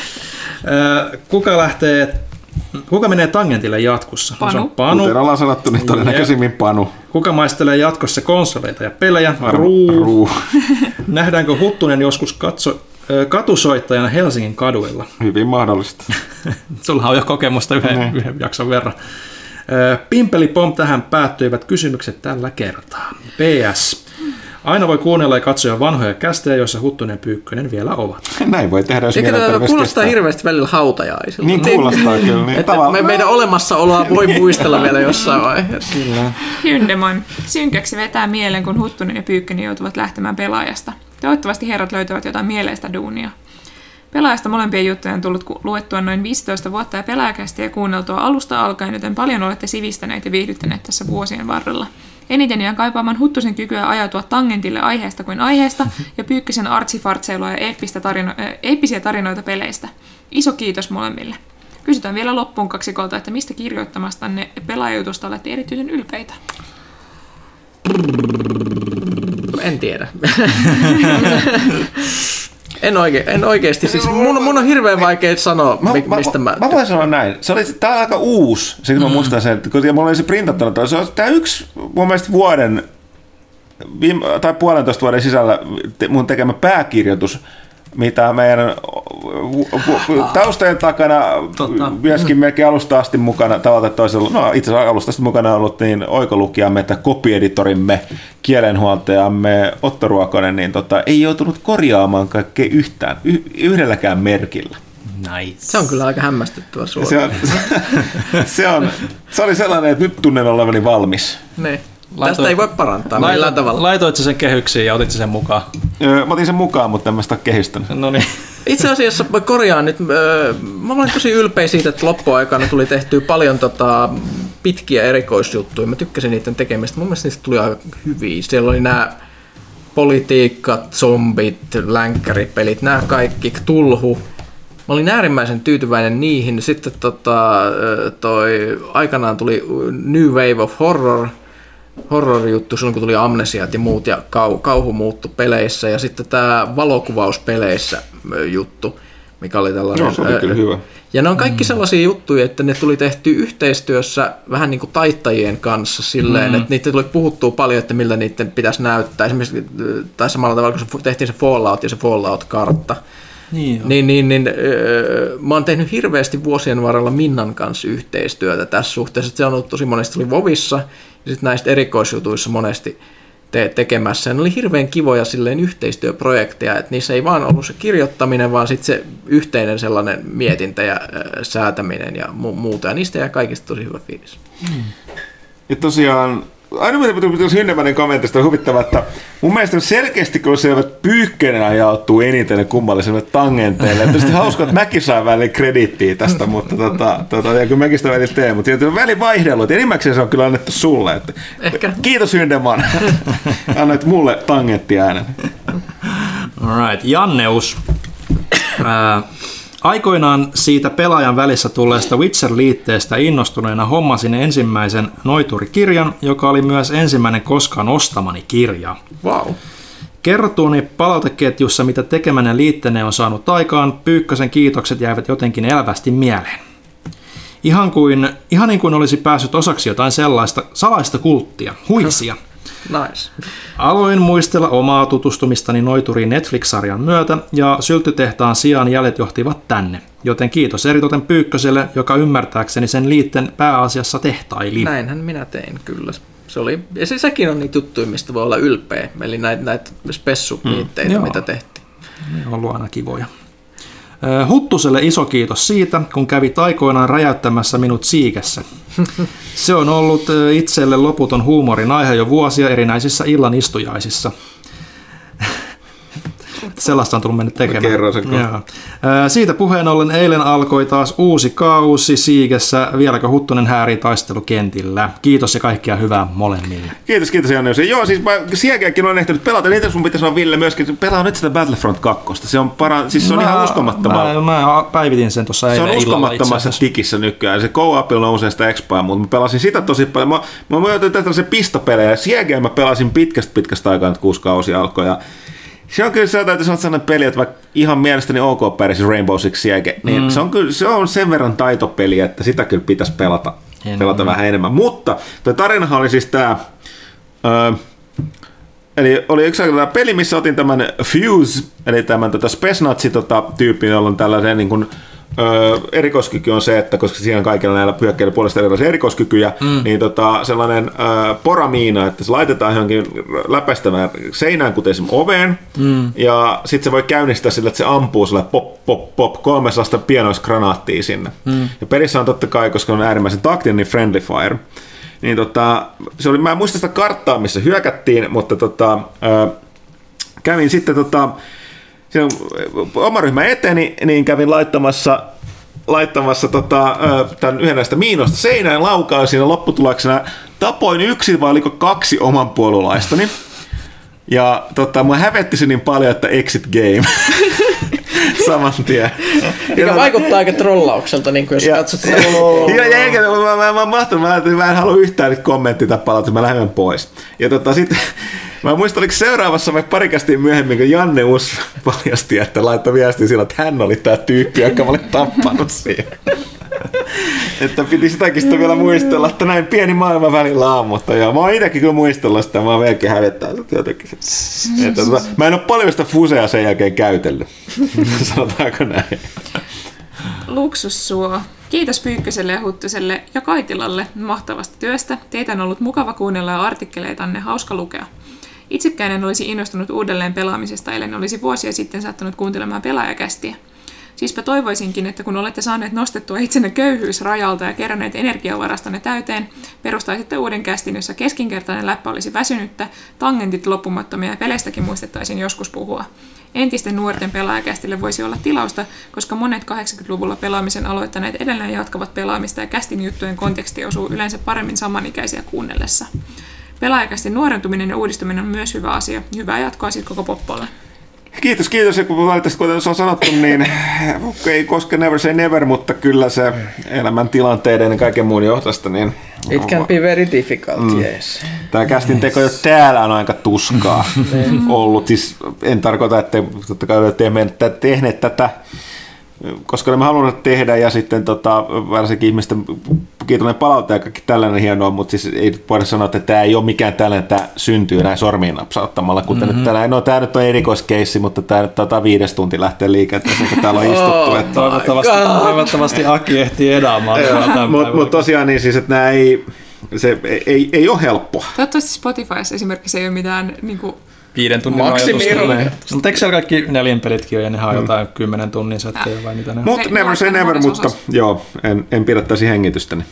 Kuka menee tangentille jatkossa? Panu. Kuten ollaan sanottu, niin todennäköisimmin Panu. Kuka maistelee jatkossa konsoleita ja pelejä? Ruu. Nähdäänkö Huttunen joskus katusoittajana Helsingin kaduilla? Hyvin mahdollista. Sulla on jo kokemusta yhden jakson verran. Pimpeli Pom tähän päättyivät kysymykset tällä kertaa. PS. Aina voi kuunnella ja katsoa vanhoja kästejä, joissa Huttunen ja Pyykkönen vielä ovat. Näin voi tehdä, jos kuulostaa hirveästi välillä hautajaisilta. Niin kuulostaa kyllä. Niin meidän olemassaoloa voi muistella vielä jossain vaiheessa. Kyllä. Hyndeman. Synkäksi vetää mielen, kun Huttunen ja Pyykkönen joutuvat lähtemään Pelaajasta. Toivottavasti herrat löytävät jotain mieleistä duunia. Pelaajasta molempien juttuja on tullut luettua noin 15 vuotta ja Pelaajakästiä kuunneltua alusta alkaen, joten paljon olette sivistäneet ja viihdyttäneet tässä vuosien varrella. Eniten jää kaipaamaan Huttusen kykyä ajautua tangentille aiheesta kuin aiheesta ja Pyykkösen artsifartseilua ja eeppisiä tarinoita peleistä. Iso kiitos molemmille. Kysytään vielä loppuun kaksikolta, että mistä kirjoittamastanne pelaajajutusta olette erityisen ylpeitä? En tiedä. En oikeasti. Siis mun on hirveän vaikea sanoa, mistä mä... Mä voin sanoa näin. Tää on aika uusi. Sitten mä muistan sen, että kun mulla oli se printattuna. Se on tää yksi mun mielestä vuoden tai 1,5 vuoden sisällä mun tekemä pääkirjoitus, mitä meidän taustojen takana myöskin melkein alusta asti mukana tavalla toisella, no itse asiassa alusta asti mukana on ollut niin oikolukijamme että kopieditorimme, kielenhuoltajamme Otto Ruokonen, niin ei joutunut korjaamaan kaikkea yhtään, yhdelläkään merkillä. Nice. Se on kyllä aika hämmästyttävä suoraan. Se oli sellainen, että nyt tunnen olevani valmis. Ne. Tästä ei voi parantaa millään tavalla. Laitoit sen kehyksiin ja otit sen mukaan? Mä otin sen mukaan, mutta en mä sitä kehystänyt. No niin. Itse asiassa mä korjaan nyt. Mä olen tosi ylpeä siitä, että loppuaikana tuli tehtyä paljon pitkiä erikoisjuttuja. Mä tykkäsin niiden tekemistä. Mun mielestä niistä tuli aika hyviä. Siellä oli nämä politiikat, zombit, länkkäripelit, nämä kaikki, Tulhu. Mä olin äärimmäisen tyytyväinen niihin. Sitten aikanaan tuli New Wave of Horror-juttu, silloin kun tuli Amnesiat ja muut ja kauhu muuttui peleissä. Ja sitten tämä valokuvauspeleissä juttu, mikä oli tällainen... No, se oli kyllä hyvä. Ja ne on kaikki sellaisia juttuja, että ne tuli tehty yhteistyössä vähän niin kuin taittajien kanssa silleen, että niitä tuli puhuttua paljon, että miltä niiden pitäisi näyttää. Esimerkiksi, tai samalla tavalla, kun tehtiin se Fallout ja se Fallout-kartta. Niin, mä oon tehnyt hirveästi vuosien varrella Minnan kanssa yhteistyötä tässä suhteessa. Se on ollut tosi monesti tuli Vovissa ja sitten näistä erikoisjutuissa monesti tekemässä. Ja ne oli hirveän kivoja silleen yhteistyöprojekteja, että niissä ei vaan ollut se kirjoittaminen, vaan sitten se yhteinen sellainen mietintä ja säätäminen ja muuta. Ja niistä jää kaikista tosi hyvä fiilis. Ja tosiaan, ainoa mitä Hynnemäinen kommentista on huvittava, että mun mielestä selkeästi kun se Pyykkönen ajauttuu eniten kummallisille tangenteille. Tietysti hauska, että mäkin saan välillä krediittiä tästä, mutta ja kyllä mäkin sitä välillä teen, mutta siinä on välivaihdellut. Enimmäkseen se on kyllä annettu sulle. Että kiitos Hynneman, annoit mulle tangenttiäänen. Alright, Janneus. Aikoinaan siitä pelaajan välissä tulleesta Witcher-liitteestä innostuneena hommasin ensimmäisen noiturikirjan, joka oli myös ensimmäinen koskaan ostamani kirja. Wow. Kerrottuuni palauteketjussa, mitä tekemänä liitteenä on saanut aikaan, Pyykkösen kiitokset jäivät jotenkin elävästi mieleen. Ihan niin kuin olisi päässyt osaksi jotain sellaista salaista kulttia, huisia. Nice. Aloin muistella omaa tutustumistani Noituriin Netflix-sarjan myötä ja Syltytehtaan sijaan jäljet johtivat tänne. Joten kiitos eritoten Pyykköselle, joka ymmärtääkseni sen liitteen pääasiassa tehtaili. Näinhän minä tein, kyllä. Se oli, ja sekin on niitä juttuja, mistä voi olla ylpeä. Eli näitä spessuliitteitä, mitä tehtiin. Ne on ollut aina kivoja. Huttuselle iso kiitos siitä, kun kävit aikoinaan räjäyttämässä minut Siikessä. Se on ollut itselle loputon huumorin aihe jo vuosia erinäisissä illan istujaisissa. Sellaista on tullut mennä tekemään. Siitä puheen ollen eilen alkoi taas uusi kausi Siikessä. Vieläkö Huttunen häärii taistelukentillä? Kiitos ja kaikkia hyvää molemmille. Kiitos Janneus. Joo, siis Sielläkin on ehtinyt pelata. Niitä sun pitäisi sanoa Ville myöskin. Pelaa nyt sitä Battlefront 2. Se on, se on ihan uskomattomaa. Mä päivitin sen tuossa eilen illalla. Se on uskomattomassa tikissä nykyään. Se co-opilla nousee sitä expaa, mutta mä pelasin sitä tosi paljon. Mä myötin tällaisia pistopelejä. Sielläkin mä pelasin pitkästä aikaa, että 6 kausi alkoi. Ja se on kyllä sellainen peli, että vaikka ihan mielestäni OK pärjäsi Rainbow Six Siege, niin se on sen verran taitopeli, että sitä kyllä pitäisi pelata vähän enemmän. Mutta tuo tarinahan oli siis tämä, eli oli yksi peli, missä otin tämän Fuse, eli tämän Space Nazi-tyypin, jolla on tällainen niin kuin erikoiskyky on se, että koska siinä on kaikilla näillä hyökkäillä puolesta erilaisia erikoiskykyjä, niin sellainen poramiina, että se laitetaan johonkin läpäistävään seinään, kuten esimerkiksi oveen, ja sitten se voi käynnistää sillä, että se ampuu sillä pop, pop, pop, 300 pienoisgranaattia sinne. Ja pelissä on totta kai, koska on äärimmäisen taktinen, niin friendly fire. Niin se oli, mä en muista sitä karttaa, missä hyökättiin, mutta kävin sitten oma ryhmä eteni, niin kävin laittamassa tämän yhden näistä miinoista seinään, laukaan siinä lopputuloksena tapoin 1 vai oliko 2 oman puolulaistani. Ja mua hävetti se niin paljon, että exit game. Saman tien. Mikä vaikuttaa aika trollaukselta, niin kuin jos katsot sitä. Mä en halua yhtään nyt kommenttia tai palautua, mä lähden pois. Ja sitten mä muistan, oliko seuraavassa vai pari kästiin myöhemmin, kun Janne Us paljasti, että laittoi viestiä sillä, että hän oli tää tyyppi, joka mä olin tappanut siihen. Että piti sitäkin sitten vielä muistella, että näin pieni maailman välillä on, mutta joo, mä oon itsekin kyllä muistellut sitä, mä oon vieläkin hävettää jotenkin. Mä en oo paljon sitä fusea sen jälkeen käytellyt, sanotaanko näin. Luksussuo. Kiitos Pyykköselle ja Huttuselle ja Kaitilalle mahtavasta työstä. Teitä on ollut mukava kuunnella ja artikkeleitanne hauska lukea. Itsekään en olisi innostunut uudelleen pelaamisesta, ellen olisi vuosia sitten saattanut kuuntelemaan pelaajakästiä. Siispä toivoisinkin, että kun olette saaneet nostettua itsenne köyhyysrajalta ja keränneet energiavarastanne täyteen, perustaisitte uuden kästin, jossa keskinkertainen läppä olisi väsynyttä, tangentit loppumattomia ja peleistäkin muistettaisiin joskus puhua. Entisten nuorten pelaajakästille voisi olla tilausta, koska monet 80-luvulla pelaamisen aloittaneet edelleen jatkavat pelaamista ja kästin juttujen konteksti osuu yleensä paremmin samanikäisiä kuunnellessa. Pelaajakästin nuorentuminen ja uudistuminen on myös hyvä asia. Hyvää jatkoa sitten koko poppolle. Kiitos. Ja kun valitettavasti, kuten on sanottu, niin ei koske never say never, mutta kyllä se elämäntilanteiden ja kaiken muun johdosta, niin it can be very difficult, yes. Tämä kästin teko jo täällä on aika tuskaa ollut. Siis en tarkoita, että totta kai olette tehneet tätä, koska olemme halunneet tehdä, ja sitten varsinkin ihmisten kiitollinen palaute ja kaikki tällainen hienoa, mutta siis ei voida sanoa, että tämä ei ole mikään tällainen, että tämä syntyy näin sormiin napsauttamalla, kuten nyt tällainen. No tämä nyt on erikoiskeissi, mutta tämä nyt 5 tuntia lähtee liikenteeseen, kun täällä on istuttu. Että Toivottavasti Aki ehtii edaamaan. Mutta tosiaan niin siis, että nämä ei ole helppoa. Toivottavasti Spotifyssa esimerkiksi ei ole mitään niin kuin 5 tunnin maksimiirroja. Mutta eikö siellä kaikki 4 pelitkin ole, ja nehän on jotain 10 tunnin sätkejä vai mitä ne on? Mutta never say never, mutta joo, en pidättäisi hengitystäni.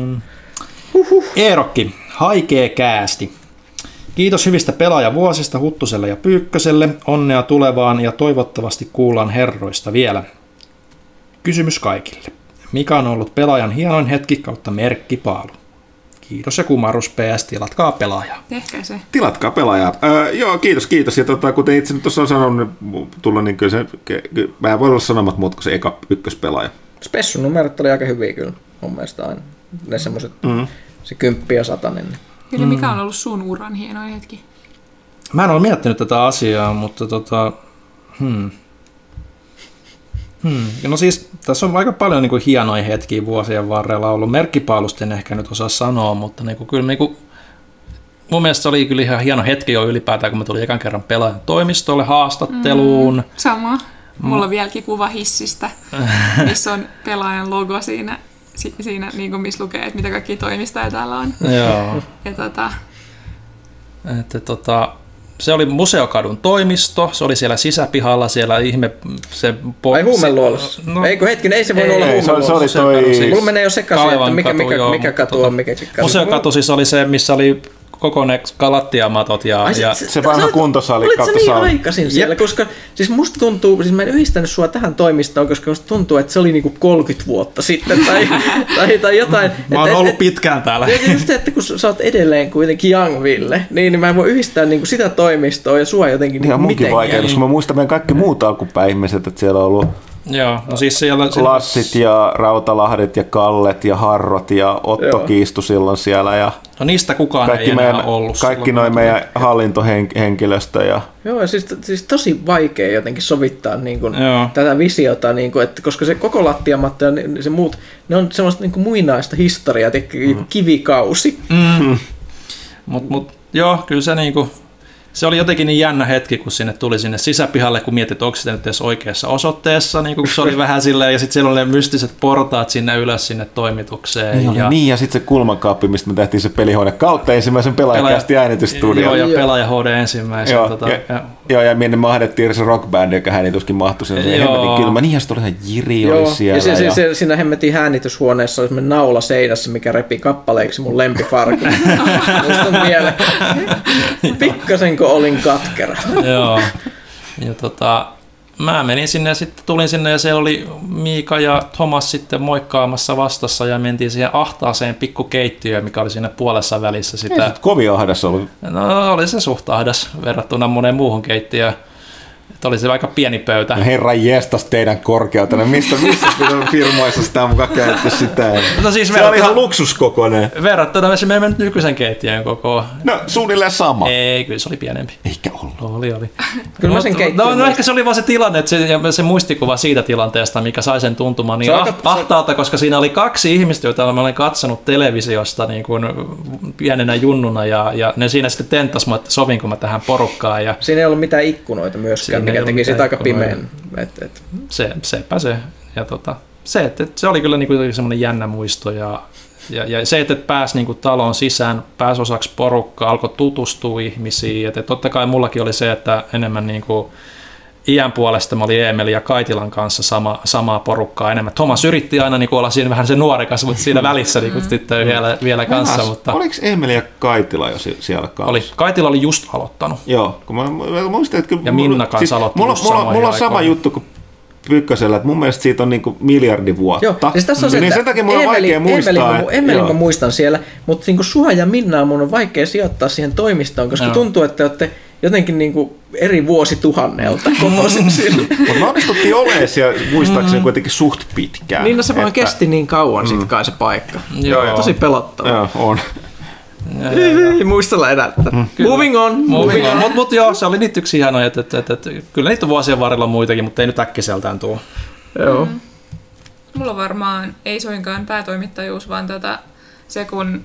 Eerokki, haikee käästi. Kiitos hyvistä pelaajavuosista Huttuselle ja Pyykköselle. Onnea tulevaan ja toivottavasti kuullaan herroista vielä. Kysymys kaikille. Mikä on ollut pelaajan hienoin hetki kautta merkkipaalu? Kiitos ja kumarus PS, tilatkaa pelaajaa. Tehkää se. Tilatkaa pelaajaa. Joo, kiitos. Ja kuten itse nyt tuossa on sanonut, tulla niin kyllä se, mä en voi olla sanomat muut kuin se eka ykköspelaaja. Spessun numerot oli aika hyviä kyllä, mun mielestä aina. Ne semmoset, se 10 ja 100. Kyllä, mikä on ollut sun uran hienoin hetki? Mä en ole miettinyt tätä asiaa, mutta No siis tässä on aika paljon niin kuin hienoja hetkiä vuosien varrella ollut. Merkkipaalusta en ehkä nyt osaa sanoa, mutta niin kuin, kyllä niin kuin, mun mielestä se oli kyllä ihan hieno hetki jo ylipäätään, kun mä tulin ekan kerran pelaajan toimistolle haastatteluun. Sama. Mulla on vieläkin kuva hissistä, missä on pelaajan logo siinä niin kuin missä lukee, että mitä kaikkia toimistoja täällä on. Joo. Ja se oli Museokadun toimisto, se oli siellä sisäpihalla, siellä ihme... Vai Huumeluolassa? No, eikö hetkinen, ei se voi olla Huumeluolassa. Se oli toi... Mulla menee jo sekaisin, että mikä katu on, mikä katu. Museokatu siis oli se, missä oli koko ne lattiamatot ja se vanha kuntosali kautta saali. Olit sä niin aikaisin siellä, koska siis musta tuntuu, siis mä en yhdistänyt sua tähän toimistoon, koska musta tuntuu, että se oli niinku 30 vuotta sitten tai jotain. Mä oon ollut pitkään täällä. Ja just se, että kun sä oot edelleen kuitenkin Young Ville, niin mä en voi yhdistää niinku sitä toimistoa ja sua jotenkin niinku mitenkään. Ihan munkin vaikea, koska mä muistan meidän kaikki muut alkupäihmiset, että siellä on ollut Joo, no siis siellä Lassit ja Rautalahdet ja Kallet ja Harrot ja Otto Kiistu silloin siellä. Ja no niistä kukaan ei enää ollut. Kaikki noin meidän hallintohenkilöstö. Ja joo, ja siis tosi vaikea jotenkin sovittaa niin kuin tätä visiota, niin kuin, että koska se koko lattiamatto ja se muut, ne on semmoista niin kuin muinaista historiaa, kivikausi. Mut joo, kyllä se niinku Se oli jotenkin niin jännä hetki, kun sinne tuli sinne sisäpihalle, kun mietit, onko se nyt edes oikeassa osoitteessa, niin kun se oli vähän silleen, ja sitten siellä oli ne mystiset portaat sinne ylös sinne toimitukseen. Ja sitten se kulmakaappi, mistä me tehtiin se pelihuone kautta ensimmäisen pelaajakästi äänitysstudio. Joo, ja pelaaja HD ensimmäisen. Ja minne mahdettiin se rockbändi, joka äänituskin mahtui sinne. Se hemmetin kylmä. Niin, ja sitten oli ihan Jiri oli siellä. Ja siinä hemmetin äänityshuoneessa oli semmoinen naula seinässä, mikä repi kappaleiksi mun lempifarkin. Muistan vielä. Pikkasenko olin katkera. Joo. Ja mä menin sinne ja sitten tulin sinne ja siellä oli Miika ja Thomas sitten moikkaamassa vastassa ja mentiin siihen ahtaaseen pikkukeittiöön, mikä oli siinä puolessa välissä sitä. Ei se kovin ahdas ollut. No oli se suht ahdas verrattuna moneen muuhun keittiöön. Että oli se aika pieni pöytä. No herran jestas teidän korkeutena. Missä firmoissa sitä on mukaan käytetty sitä? No siis se oli ihan luksuskokoinen. Verrattuna meidän nykyisen keittiön kokoon. No suunnilleen sama. Ei, kyllä se oli pienempi. Eikä ollut. Oli. Kyllä mä sen keittiön. No ehkä se oli vaan se tilanne, että se muistikuva siitä tilanteesta, mikä sai sen tuntumaan niin ahtaalta, koska siinä oli 2 ihmistä, joita mä olen katsonut televisiosta niin kuin pienenä junnuna ja ne siinä sitten tentas mua, että sovinko mä tähän porukkaan. Ja siinä ei ollut mitään ikkunoita myöskään, mikä teki sitä aika pimeän. Sepä se. Ja se oli kyllä niinku semmoinen jännä muisto ja se, että pääsi niinku talon sisään, pääsi osaksi porukkaa, alkoi tutustua ihmisiin. Et totta kai mullakin oli se, että enemmän niinku iän puolesta mä olin Eemeli ja Kaitilan kanssa samaa porukkaa enemmän. Thomas yritti aina niinku olla siinä vähän se nuorekas, mutta siinä välissä niinku sitten vielä kanssa. Mutta oliko Eemeli ja Kaitila jo siellä kanssa? Kaitila oli just aloittanut. Joo, kun mä muistin, että ja Minna kanssa aloitti mulla on sama juttu kuin Pyykkösellä, että mun mielestä siitä on niinku miljardi vuotta. Joo, siis tässä on se, niin sen takia mulla on vaikea muistaa. Emelin mä muistan siellä, mutta niinku sua ja Minnaa mun on vaikea sijoittaa siihen toimistoon, koska tuntuu, että te olette jotenkin niinku eri vuosituhannelta kotoisin sillä. Mutta me onnistuttiin olemaan siellä muistaakseni kuitenkin suht pitkään. Niin, no se vaan kesti niin kauan sit kai se paikka. Joo. Tosi pelottava. Joo, on. Ei muistella enää. Moving on. Mutta joo, se oli niitä yksi hienoja, että kyllä niitä vuosien varrella on muitakin, mutta ei nyt äkkiseltään tuo. Joo. Mulla varmaan ei suinkaan päätoimittajuus, vaan se kun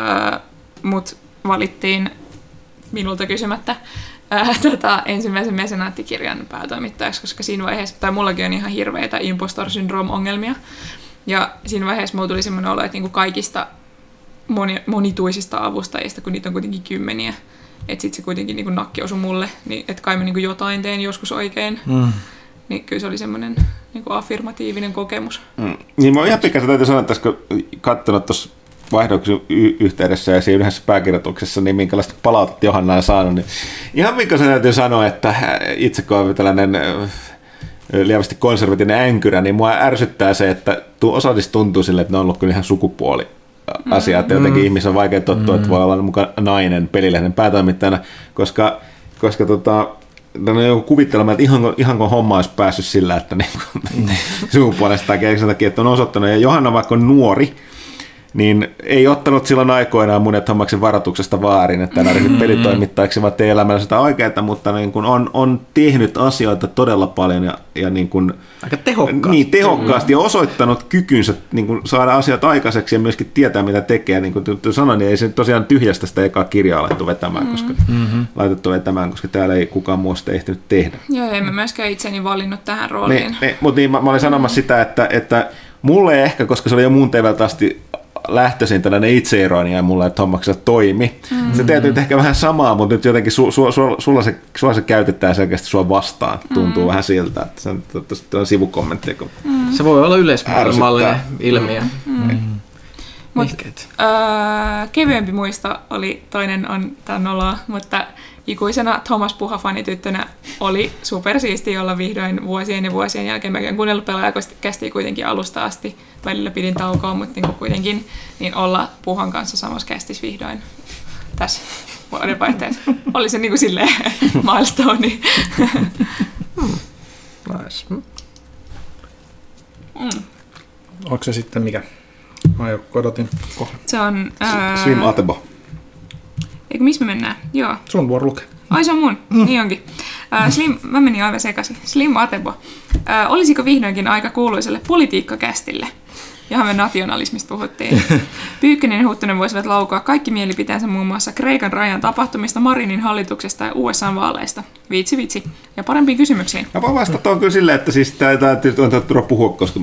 mut valittiin minulta kysymättä ensimmäisen mesenaattikirjan päätoimittajaksi, koska siinä vaiheessa, tai mullakin on ihan hirveitä impostor syndrome-ongelmia, ja siinä vaiheessa mulla tuli semmoinen olo, että niinku kaikista monituisista avustajista, kun niitä on kuitenkin 10, että sitten se kuitenkin niinku nakki osui mulle, niin että kai mä niinku jotain teen joskus oikein. Niin kyllä se oli semmoinen niinku affirmatiivinen kokemus. Niin mä oon ihan pikkasen täytyy sanoa, että kun katsonut tuossa vaihdoksen yhteydessä ja siinä yhdessä pääkirjoituksessa, niin minkälaista palautetta Johanna on saanut, niin ihan pikkasen täytyy sanoa, että itse kun olen tällainen lievästi konservatiivinen änkyrä, niin mua ärsyttää se, että osallistus tuntuu sille, että ne on ollut kyllä ihan sukupuoli asia, että jotenkin ihmisen on vaikea tottua, että voi olla mukaan nainen pelilehden päätoimittajana, koska joku kuvittelemaan, että ihan kun homma olisi päässyt sillä, että sukupuolesta sen takia, että on osoittanut, ja Johanna vaikka on nuori, niin ei ottanut silloin aikoinaan Monet hommaksen varoituksesta vaarin, että hän ryhdyt pelitoimittajaksi, vaan ei elämällä sitä oikeaa, mutta niin kuin on tehnyt asioita todella paljon ja niin kuin, aika tehokkaasti. Niin, tehokkaasti ja osoittanut kykynsä niin kuin saada asiat aikaiseksi ja myöskin tietää, mitä tekee. Niin kuin sanoin, niin ei se tosiaan tyhjästä sitä ekaa kirjaa laitettu vetämään, koska täällä ei kukaan muu sitä ehtinyt tehdä. Joo, en mä myöskään itseni valinnut tähän rooliin. Mutta niin, mä olin sanomassa sitä, että mulle ehkä, koska se oli jo muun teivältä asti lähtöisin tällainen itseironia mulle, että hommaksessa toimi. Se täytyy ehkä vähän samaa, mutta nyt jotenkin sulla se käytetään selkeästi sua vastaan. Tuntuu vähän siltä, että se on sivukommentti. Se voi olla yleismaailmallinen ilmiö. Kevyempi muisto oli, toinen on noloa, mutta ikuisena Thomas Puha-fanityttönä oli supersiisti olla vihdoin vuosien ja vuosien jälkeen. Mäkin olen kuunnellut pelaajakästiä kuitenkin alusta asti. Välillä pidin taukoa, mutta niin kuitenkin niin olla Puhan kanssa samassa kästissä vihdoin tässä vuodenvaihteessa. Oli se niin kuin silleen milestone. Nice. Onko se sitten mikä? Mä jo odotin. Se on... Slim Atebo. Eikö, missä me mennään? Joo. Sun vuoro lukee. Ai se on mun, niin onkin. Mä menin aivan sekaisin. Slim Atebo. Olisiko vihdoinkin aika kuuluiselle politiikkakästille? Johon me nationalismista puhuttiin. Pyykkönen ja Huttunen voisivat laukoa kaikki mielipiteensä muun muassa Kreikan rajan tapahtumista, Marinin hallituksesta ja USA:n-vaaleista. Vitsi. Ja parempiin kysymyksiin. Mä voin vastata on kyllä silleen, että siis tämä on turha puhua, koska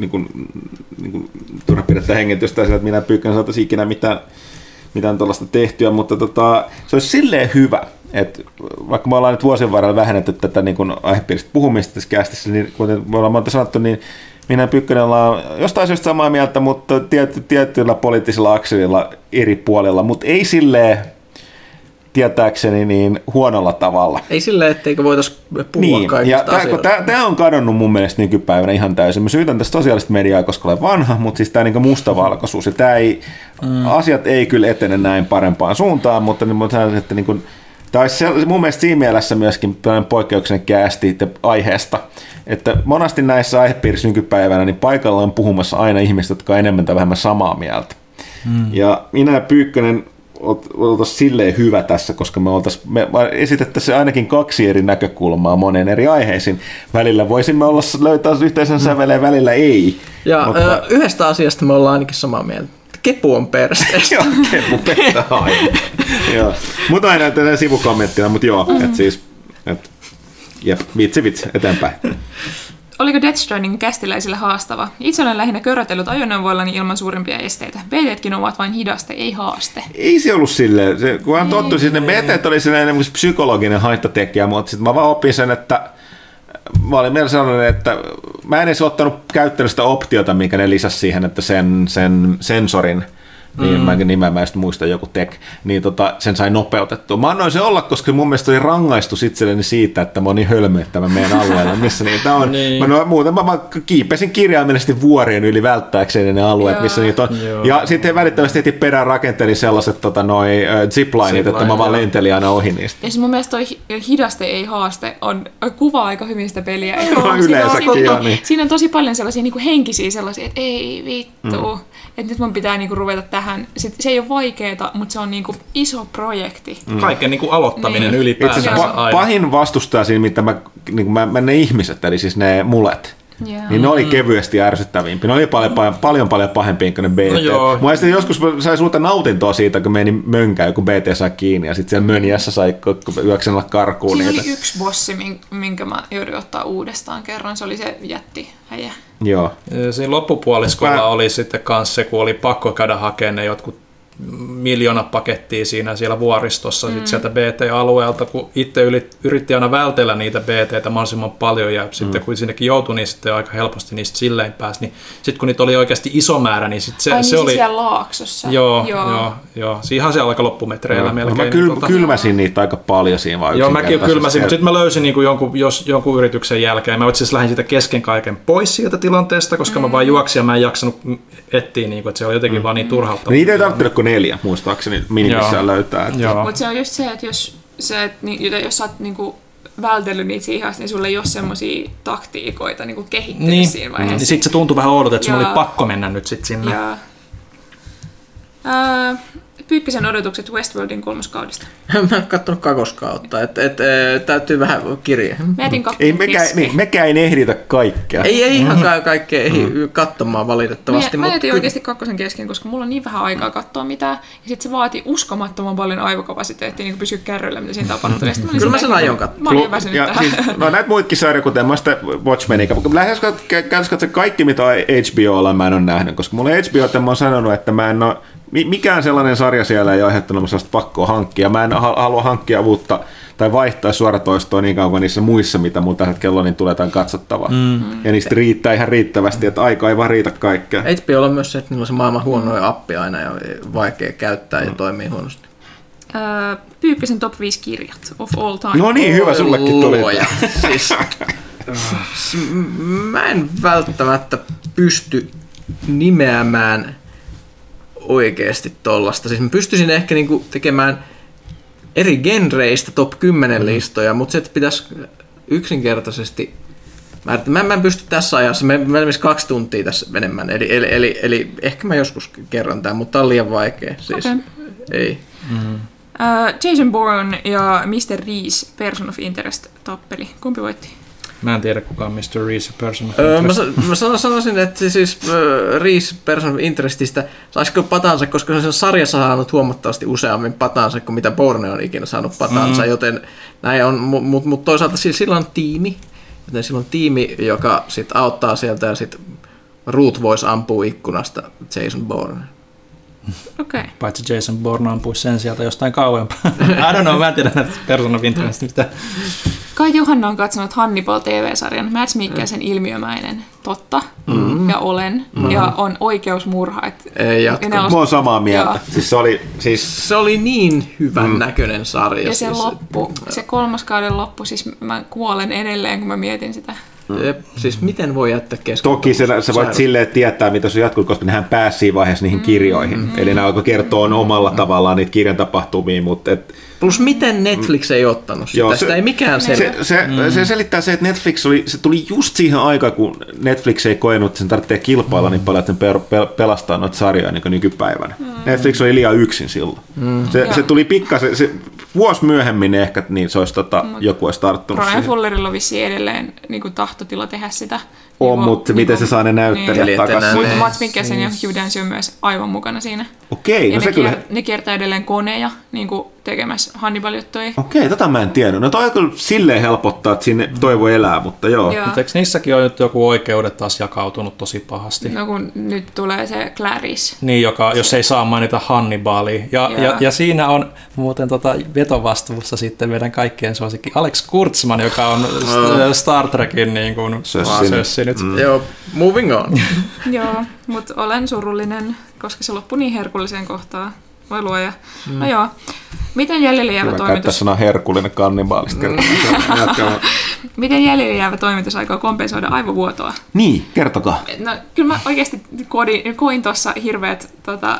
turha pidetään hengitystä sillä, että minä Pyykkönen saataisiin ikinä mitään tuollaista tehtyä, mutta se olisi silleen hyvä, että vaikka me ollaan nyt vuosien varrella vähennetty tätä niin aihepiiristä puhumista tässä kästissä, niin kuten me ollaan monta sanottu, niin minä ja Pyykkönen ollaan jostain syystä samaa mieltä, mutta tietyillä poliittisilla akselilla eri puolilla, mutta ei silleen tietääkseni niin huonolla tavalla. Ei silleen, etteikö voitaisiin puhua kaikista asioista. Tämä on kadonnut mun mielestä nykypäivänä ihan täysin. Mä syytän tästä sosiaalista mediaa, koska olen vanha, mutta siis tämä niin mustavalkoisuus. Ja asiat ei kyllä etene näin parempaan suuntaan, mutta että niin kuin, tämä olisi mun mielestä siinä mielessä myöskin poikkeuksellinen käästi aiheesta, että monasti näissä aihepiirissä nykypäivänä niin paikalla on puhumassa aina ihmiset, jotka on enemmän tai vähemmän samaa mieltä. Ja minä ja Pyykkönen oltaisiin silleen hyvä tässä, koska me esitettäisiin ainakin 2 eri näkökulmaa moneen eri aiheisiin. Välillä voisimme löytää yhteisen säveleen, välillä ei. Ja mutta yhdestä asiasta me ollaan ainakin samaa mieltä. Kepu on perseestä. Joo, kepu pettää aina. Mutta aina tätä sivukommenttina, mutta joo, että siis, vitsi, eteenpäin. Oliko Death Stranding kästiläisille haastava? Itse olen lähinnä körötellyt ajoneuvoillani ilman suurimpia esteitä. BT:tkin ovat vain hidaste, ei haaste. Ei se ollut silleen. Kun hän tottui, siis ne BT oli sellainen psykologinen haittatekijä, mutta sitten mä vaan opin sen, että mä olin mielessä sellainen, että mä en edes ottanut käyttöön sitä optiota, minkä ne lisäsi siihen, että sen sensorin, niin mä en muista joku tech, niin sen sai nopeutettua. Mä annoin se olla, koska mun mielestä oli rangaistus itselleni siitä, että mä oon niin hölmö, että mä menen alueella, missä niitä on. Niin. Mä kiipesin kirjaimellisesti vuorien yli välttääkseni ne alueet, missä niitä on. Joo. Ja sitten välittömästi heti perään rakentelin sellaiset ziplineit, että mä vaan lentelin aina ohi niistä. Ja siis mun mielestä toi hidaste ei haaste on kuvaa aika hyvin sitä peliä. Siinä on tosi paljon sellaisia niin kuin henkisiä sellaisia, että ei vittu. Että nyt mun pitää niinku ruveta tähän. Se ei ole vaikeeta, mutta se on niinku iso projekti. Kaiken niinku aloittaminen ylipäänsä. Pahin vastustaja siinä, mitä mä ne ihmiset, eli siis ne mulet, niin ne oli kevyesti ärsyttävimpi. Ne oli paljon pahempia kuin ne BT. Mä sitten joskus sai suurta nautintoa siitä, kun meni mönkään, joku BT sai kiinni ja sitten siellä mönjässä sai yöksennellä karkuun. Siinä oli yksi bossi, minkä mä joudun ottaa uudestaan kerran. Se oli se jättiäjä. Joo. Siinä loppupuoliskolla oli sitten kanssa se, kun oli pakko käydä hakemaan ne jotkut 1,000,000 pakettia siellä vuoristossa sit sieltä BT-alueelta, kun itse yritti aina vältellä niitä BT:tä mahdollisimman paljon ja sitten kun sinnekin joutui, niin sitten aika helposti niistä silleen pääsi. Niin sitten kun niitä oli oikeasti iso määrä, niin sitten se oli siellä laaksossa. Joo. Ihan siellä aika loppumetreillä melkein. Mä kylmäsin niitä aika paljon siinä vaan. Joo, mäkin kylmäsin, mutta sitten mä löysin niin jonkun yrityksen jälkeen. Mä itse asiassa lähdin siitä kesken kaiken pois sieltä tilanteesta, koska mä vaan juoksin ja mä en jaksanut etsiä, että se oli jotenkin vaan niin turhauttavaa. Niitä ei tarvitse kuin 4, muistaakseni minimissään löytää. Mutta se on just se, että jos sä oot niinku vältellyt niitä siihen asti, niin sulla ei ole semmosia taktiikoita niinku kehittynyt siinä vaiheessa. Niin sit se tuntui vähän oudolta, että sun oli pakko mennä nyt sit sinne. Pyykkösen odotukset Westworldin 3. kaudesta. Mä en katsonut 2. kautta, täytyy vähän kirjaa. Mä jätin 2 kesken. Mekään ei ehditä kaikkea. Ei ihan kaikkea katsomaan valitettavasti. Mä jätin oikeasti 2 kesken, koska mulla on niin vähän aikaa katsoa mitään. Ja sit se vaati uskomattoman paljon aivokapasiteettia niin pysyä kärryllä, mitä siinä tapahtuu. Kyllä mä sen aion katsoa. Mä olin väsynyt tähän. Siis, näitä muitakin sarjoja, kuten mä sitä Watchmenia. Lähes katsoa kaikki, mitä HBOlla mä en ole nähnyt, koska mulla HBO, mä oon sanonut, että mä en ole mikään sellainen sarja siellä ei ole aiheuttanut sellaista pakkoa hankkia. Mä en halua hankkia uutta tai vaihtaa suoratoistoa niin kauan niissä muissa, mitä mulla tällä hetkellä on, niin tulee jotain katsottavaa. Ja niistä riittää ihan riittävästi, että aika ei vaan riitä kaikkea. HBO on myös se, että niillä on se maailman huonoin appi aina ja vaikea käyttää ja toimii huonosti. Pyykkösen top 5 kirjat of all time. No niin, hyvä, sullekin tuli. Siis, mä en välttämättä pysty nimeämään oikeasti tollasta. Siis mä pystyisin ehkä niinku tekemään eri genreistä top 10 listoja, mutta se, että pitäisi yksinkertaisesti mä en pysty tässä ajassa, me menisi 2 tuntia tässä enemmän, eli ehkä mä joskus kerron tämän, mutta tää on liian vaikea. Siis, ei. Jason Bourne ja Mr. Reese, Person of Interest -tappeli. Kumpi voitti? Mä en tiedä kuka on Mr. Reese Person of Mä sanoisin, että siis Reese Person of Interestistä saisiko patansa, koska se on sarjassa saanut huomattavasti useammin patansa kuin mitä Bourne on ikinä saanut patansa, joten näin on, mutta toisaalta sillä on tiimi, joten sillä on tiimi, joka sit auttaa sieltä ja sit Ruth voisi ampua ikkunasta Jason Bourne. Okei. Paitsi Jason Bourne ampuisi sen sieltä jostain kauempaa. I don't know, mä en tiedä näitä Person of Interestistä. Kai Johanna on katsonut Hannibal TV-sarjan. Mads Mikkelsen ilmiömäinen. Totta. Ja olen. Ja on oikeusmurha. Ei jatka. Mä oon samaa mieltä. Se oli niin hyvän näköinen sarja. Ja se loppu, se 3. kauden loppu, siis mä kuolen edelleen, kun mä mietin sitä. Siis miten voi jättää keskustelua? Toki sä voit silleen tietää, mitä se jatkuu, koska nehän pääsi siinä vaiheessa niihin kirjoihin. Eli ne alkoi kertoa omalla tavallaan niitä kirjan tapahtumia, mutta... Plus miten Netflix ei ottanut sitä? Sitä ei mikään se selittää se, että Netflix se tuli just siihen aikaan, kun Netflix ei koenut, että sen tarvitsee kilpailla niin paljon, että sen pelastaa noita sarjoja niin kuin nykypäivänä. Netflix oli liian yksin silloin. Se tuli pikkasen, vuosi myöhemmin ehkä, niin se olisi joku olisi tarttunut Brian siihen. Fullerilla on vissiin edelleen niin kuin tahtotila tehdä sitä. On, mutta miten se saa ne näyttelijät takaisin? Mutta Mads Mikkelsen ja Hugh Dancy on myös aivan mukana siinä. Okei, ja no se kyllä... ne kiertää edelleen koneja niin kuin tekemässä Hannibal-juttuja. Okei, tätä mä en tiedä. No toi kyllä silleen helpottaa, että sinne toivo elää, mutta joo. Mutta eikö niissäkin on nyt joku oikeudet taas jakautunut tosi pahasti? No kun nyt tulee se Clarice. Niin, jos ei saa mainita Hannibalia. Ja siinä on muuten vetovastuussa sitten meidän kaikkien suosikki Alex Kurtzman, joka on Star Trekin niin kuin sössi nyt. Joo, moving on. Joo, mutta olen surullinen, koska se loppui niin herkulliseen kohtaan. Voi luoja. No joo. Miten jäljelle jäävä toimitus... Käyttää sanaa herkullinen kannibaalista. Miten jäljelle jäävä toimitus aikoo kompensoida aivovuotoa? Niin, kertokaa. No kyllä mä oikeasti koin tuossa hirveät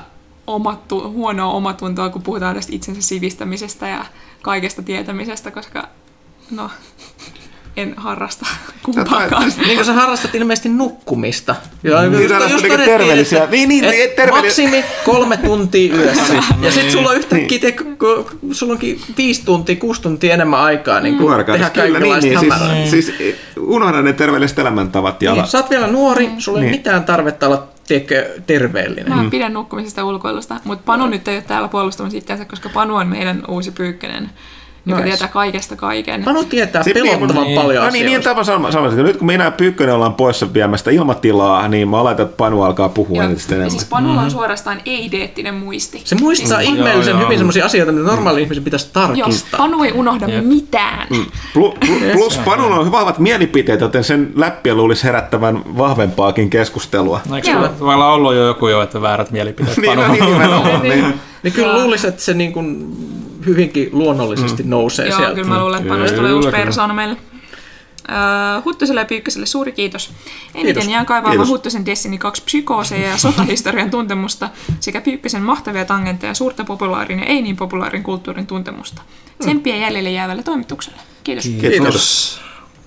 huonoa omatuntoa, kun puhutaan tästä itsensä sivistämisestä ja kaikesta tietämisestä, koska no... En harrasta kumpaakaan. Niin kuin sä harrastat ilmeisesti nukkumista. Terveellisiä. Maksimi 3 tuntia yössä. Ja sit sulla on yhtäkkiä, sulla onkin 5 tuntia, 6 tuntia enemmän aikaa niin tehdä kaikenlaista hämärää. Siis unohda ne terveelliset elämäntavat. Niin, sä oot vielä nuori, sulla ei mitään tarvetta olla terveellinen. Mä pidän nukkumisesta ulkoilusta, mutta Panu nyt ei ole täällä puolustamassa itseänsä, koska Panu on meidän uusi Pyykkönen. Joka tietää kaikesta kaiken. Panu tietää pelottavan paljon asioita. Niin tämä on nyt kun minä ja Pyykkönen ollaan poissa viemästä ilmatilaa, niin mä aletan, että Panu alkaa puhua entistä enemmän. Siis Panulla on suorastaan ei-deettinen muisti. Se muistaa ihmeellisen hyvin sellaisia asioita, mitä normaali ihmisen pitäisi tarkistaa. Panu ei unohda mitään. Plus Panulla on vahvat mielipiteet, joten sen läppiä luulisi herättävän vahvempaakin keskustelua. No eikö sulla ollut jo joku että väärät mielipiteet Panulla? Niin kyllä luulisi, että se niin kuin hyvinkin luonnollisesti nousee sieltä. Joo, kyllä mä luulen, että Panusta tulee uusi persoona meille. Huttuselle ja Pyykköselle suuri kiitos. Eniten jään kaivaamaan Huttusen Destiny 2 psykooseja ja sotahistorian tuntemusta sekä Pyykkösen mahtavia tangentteja suurta populaarin ja ei niin populaarin kulttuurin tuntemusta. Tsemppiä jäljelle jäävälle toimitukselle. Kiitos. Kiitos.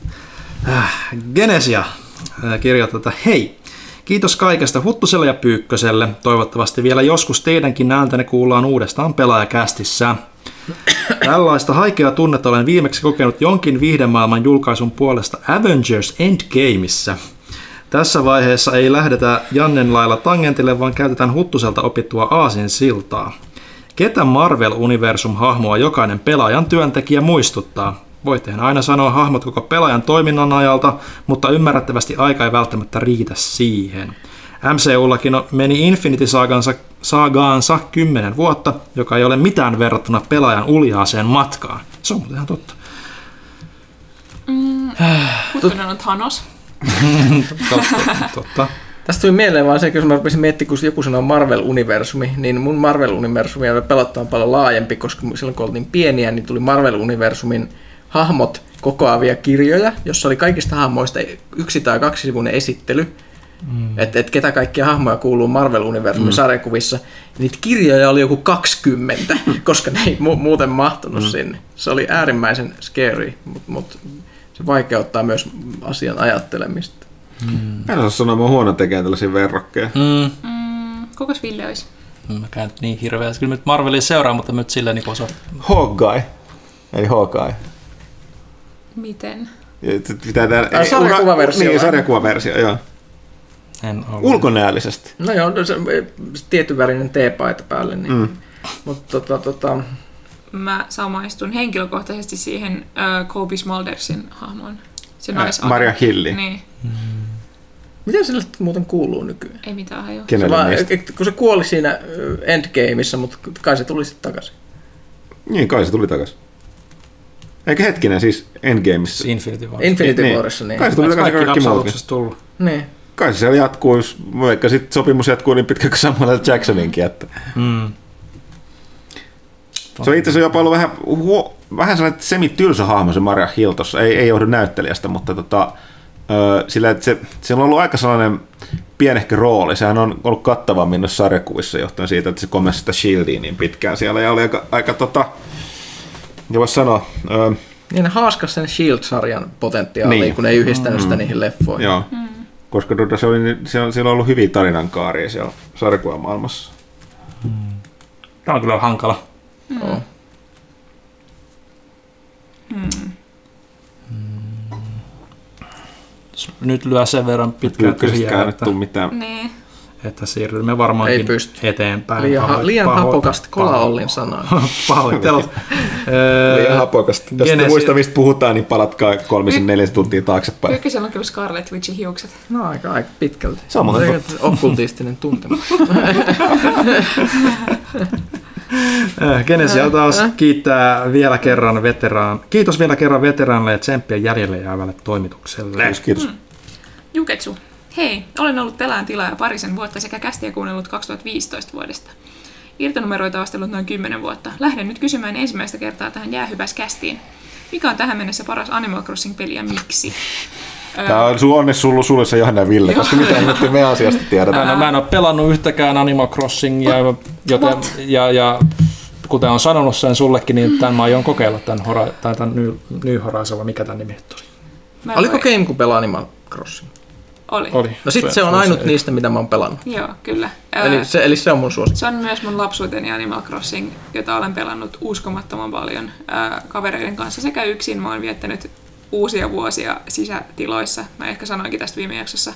Genesia kirjoittaa, että hei. Kiitos kaikesta Huttuselle ja Pyykköselle. Toivottavasti vielä joskus teidänkin ääntäne kuullaan uudestaan Pelaajakästissä. Tällaista haikeaa tunnetta olen viimeksi kokenut jonkin viihdemaailman julkaisun puolesta Avengers Endgameissa. Tässä vaiheessa ei lähdetä Jannen lailla tangentille, vaan käytetään Huttuselta opittua aasinsiltaa. Ketä Marvel-universum-hahmoa jokainen pelaajan työntekijä muistuttaa? Voittehan aina sanoa hahmot koko pelaajan toiminnan ajalta, mutta ymmärrettävästi aika ei välttämättä riitä siihen. MCUllakin meni Infinity-saagaansa 10 vuotta, joka ei ole mitään verrattuna pelaajan uljaaseen matkaan. Se on muuten ihan totta. Huttunen on Thanos. Totta. Tästä tuli mieleen vaan se, kun mä rupesin miettimään, kun joku sanoo Marvel-universumi, niin mun Marvel-universumi oli pelottavan paljon laajempi, koska silloin kun oltiin pieniä, niin tuli Marvel-universumin hahmot kokoavia kirjoja, jossa oli kaikista hahmoista 1 tai 2 sivuinen esittely, että ketä kaikkia hahmoja kuuluu Marvel-universumin sarjakuvissa. Niitä kirjoja oli joku 20, koska ne ei muuten mahtunut sinne. Se oli äärimmäisen scary, mutta se vaikeuttaa myös asian ajattelemista. En osaa sanoa, mä oon huono tekemään tällaisia verrokkeja. Kokos Ville olisi? Mä käyn niin hirveästi. Kyllä nyt Marvelin seuraa, mutta nyt sillä niin osaa. Hawkeye. Eli Hawkeye. Miten? Sarjakuvaversio. Niin, sarjakuvaversio, joo. En ollut. Ulkonäöllisesti. No joo, se tietyn värinen teepaita päälle. Niin. Mutta Mä samaistun henkilökohtaisesti siihen Kobe Smoldersin hahmoon. Se Maria Hilli. Niin. miten sille muuten kuuluu nykyään? Ei mitään hajua. Kenelle niistä? Kun se kuoli siinä Endgameissa, mutta kai se tuli sitten takaisin. Niin, kai se tuli takaisin. Eikä hetkinen, siis Endgameissa. Infinity Warissa, niin. Kai se tuli takaisin kaikki muutkin. Tullut. Niin. Kai se siellä jatkuu, vaikka sitten sopimus jatkuu niin pitkä kuin Samuel Jacksoninkin. Että. Se on itse asiassa jopa ollut vähän sellainen semi-tylsä hahmo se Maria Hill tossa. Ei johdu näyttelijästä, mutta sillä, että se on ollut aika sellainen pienehkö rooli. Sehän on ollut kattavammin noissa sarjakuvissa johtuen siitä, että se komensi sitä Shieldia niin pitkään siellä ja oli aika ja voisi sanoa... Niin ne haaskas sen Shield-sarjan potentiaalia, niin. Kun ne ei yhdistänyt sitä niihin leffoihin. Joo, koska siellä on ollut hyviä tarinankaaria siellä sarjakuvamaailmassa. Tämä on kyllä hankala. Nyt lyö sen verran pitkään tyhjää, että siirrymme varmaankin eteenpäin. Liian hapokasta Kola-Ollin sanaa. Pahoittelut. Liian hapokasta. Jos te muista, mistä puhutaan, niin palatkaa 3-4 tuntia taaksepäin. Ykkösellä on kyllä Scarlet Witchin hiukset. No aika pitkälti. Se on muuten okkultistinen tuntemus. Genesia taas kiittää vielä kerran Kiitos vielä kerran veteraanille ja tsemppiä jäljelle jäävälle toimitukselle. Kiitos. Juketsu. Hei, olen ollut Pelaajan tilaaja parisen vuotta sekä kästiä kuunnellut 2015 vuodesta. Irtonumeroita vastellut noin 10 vuotta. Lähden nyt kysymään ensimmäistä kertaa tähän jäähyväskästiin. Mikä on tähän mennessä paras Animal Crossing-peli ja miksi? Tämä on onneksi sullessa Johanna Ville, koska mitään nyt me asiasta tiedetään. Mä en ole pelannut yhtäkään Animal Crossingia, ja kuten on sanonut sen sullekin, niin tämän mä aion kokeilla tämän New Horizon, vai mikä tämän nimi tuli. Oliko Game kun pelaa Animal Crossing? Oli. No sit se on ainut niistä, mitä mä oon pelannut. Joo, kyllä. Eli se on mun suosikki. Se on myös mun lapsuuteni Animal Crossing, jota olen pelannut uskomattoman paljon kavereiden kanssa sekä yksin. Mä oon viettänyt uusia vuosia sisätiloissa. Mä ehkä sanoinkin tästä viime jaksossa.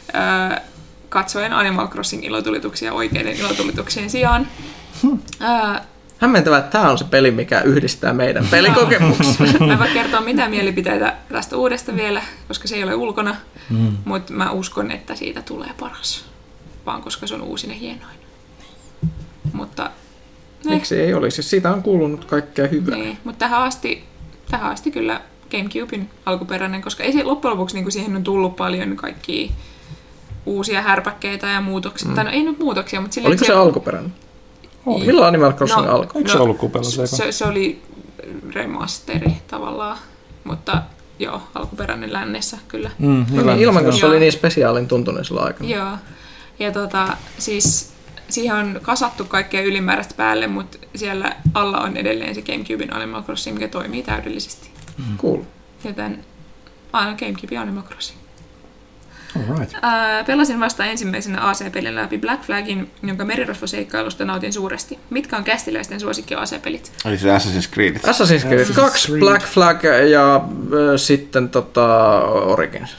Katsoen Animal Crossing ilotulituksia oikeiden ilotulituksien sijaan. Hämmentävää, että tämä on se peli, mikä yhdistää meidän pelikokemuksia. Mä en voi kertoa mitään mielipiteitä tästä uudesta vielä, koska se ei ole ulkona, mutta mä uskon, että siitä tulee paras, vaan koska se on uusin ja hienoin. Mutta miksi ei olisi? Siitä on kuulunut kaikkea hyvää. Niin, mutta tähän asti kyllä GameCuben alkuperäinen, koska ei se loppujen lopuksi niin siihen on tullut paljon kaikkia uusia härpäkkeitä ja muutoksia. Tai no, ei nyt muutoksia, mutta silleen... Oliko se alkuperäinen? Milloin Animal Crossing alkoi? Eikö se ollut kupella se oli remasteri tavallaan, mutta joo, alkuperäinen lännessä kyllä. Ilman, kun se oli niin spesiaalin tuntunen sillä aikana. Joo, ja siis siihen on kasattu kaikkea ylimääräistä päälle, mutta siellä alla on edelleen se GameCuben Animal Crossing, mikä toimii täydellisesti. Cool. Joten aina GameCube ja Animal Crossing. Alright. Pelasin vasta ensimmäisenä AC-pelin läpi Black Flagin, jonka merirosvoseikkailusta nautin suuresti. Mitkä on kästiläisten suosikki AC-pelit? Eli se Assassin's Creed. Assassin's Creed 2, Black Flag ja sitten Origins.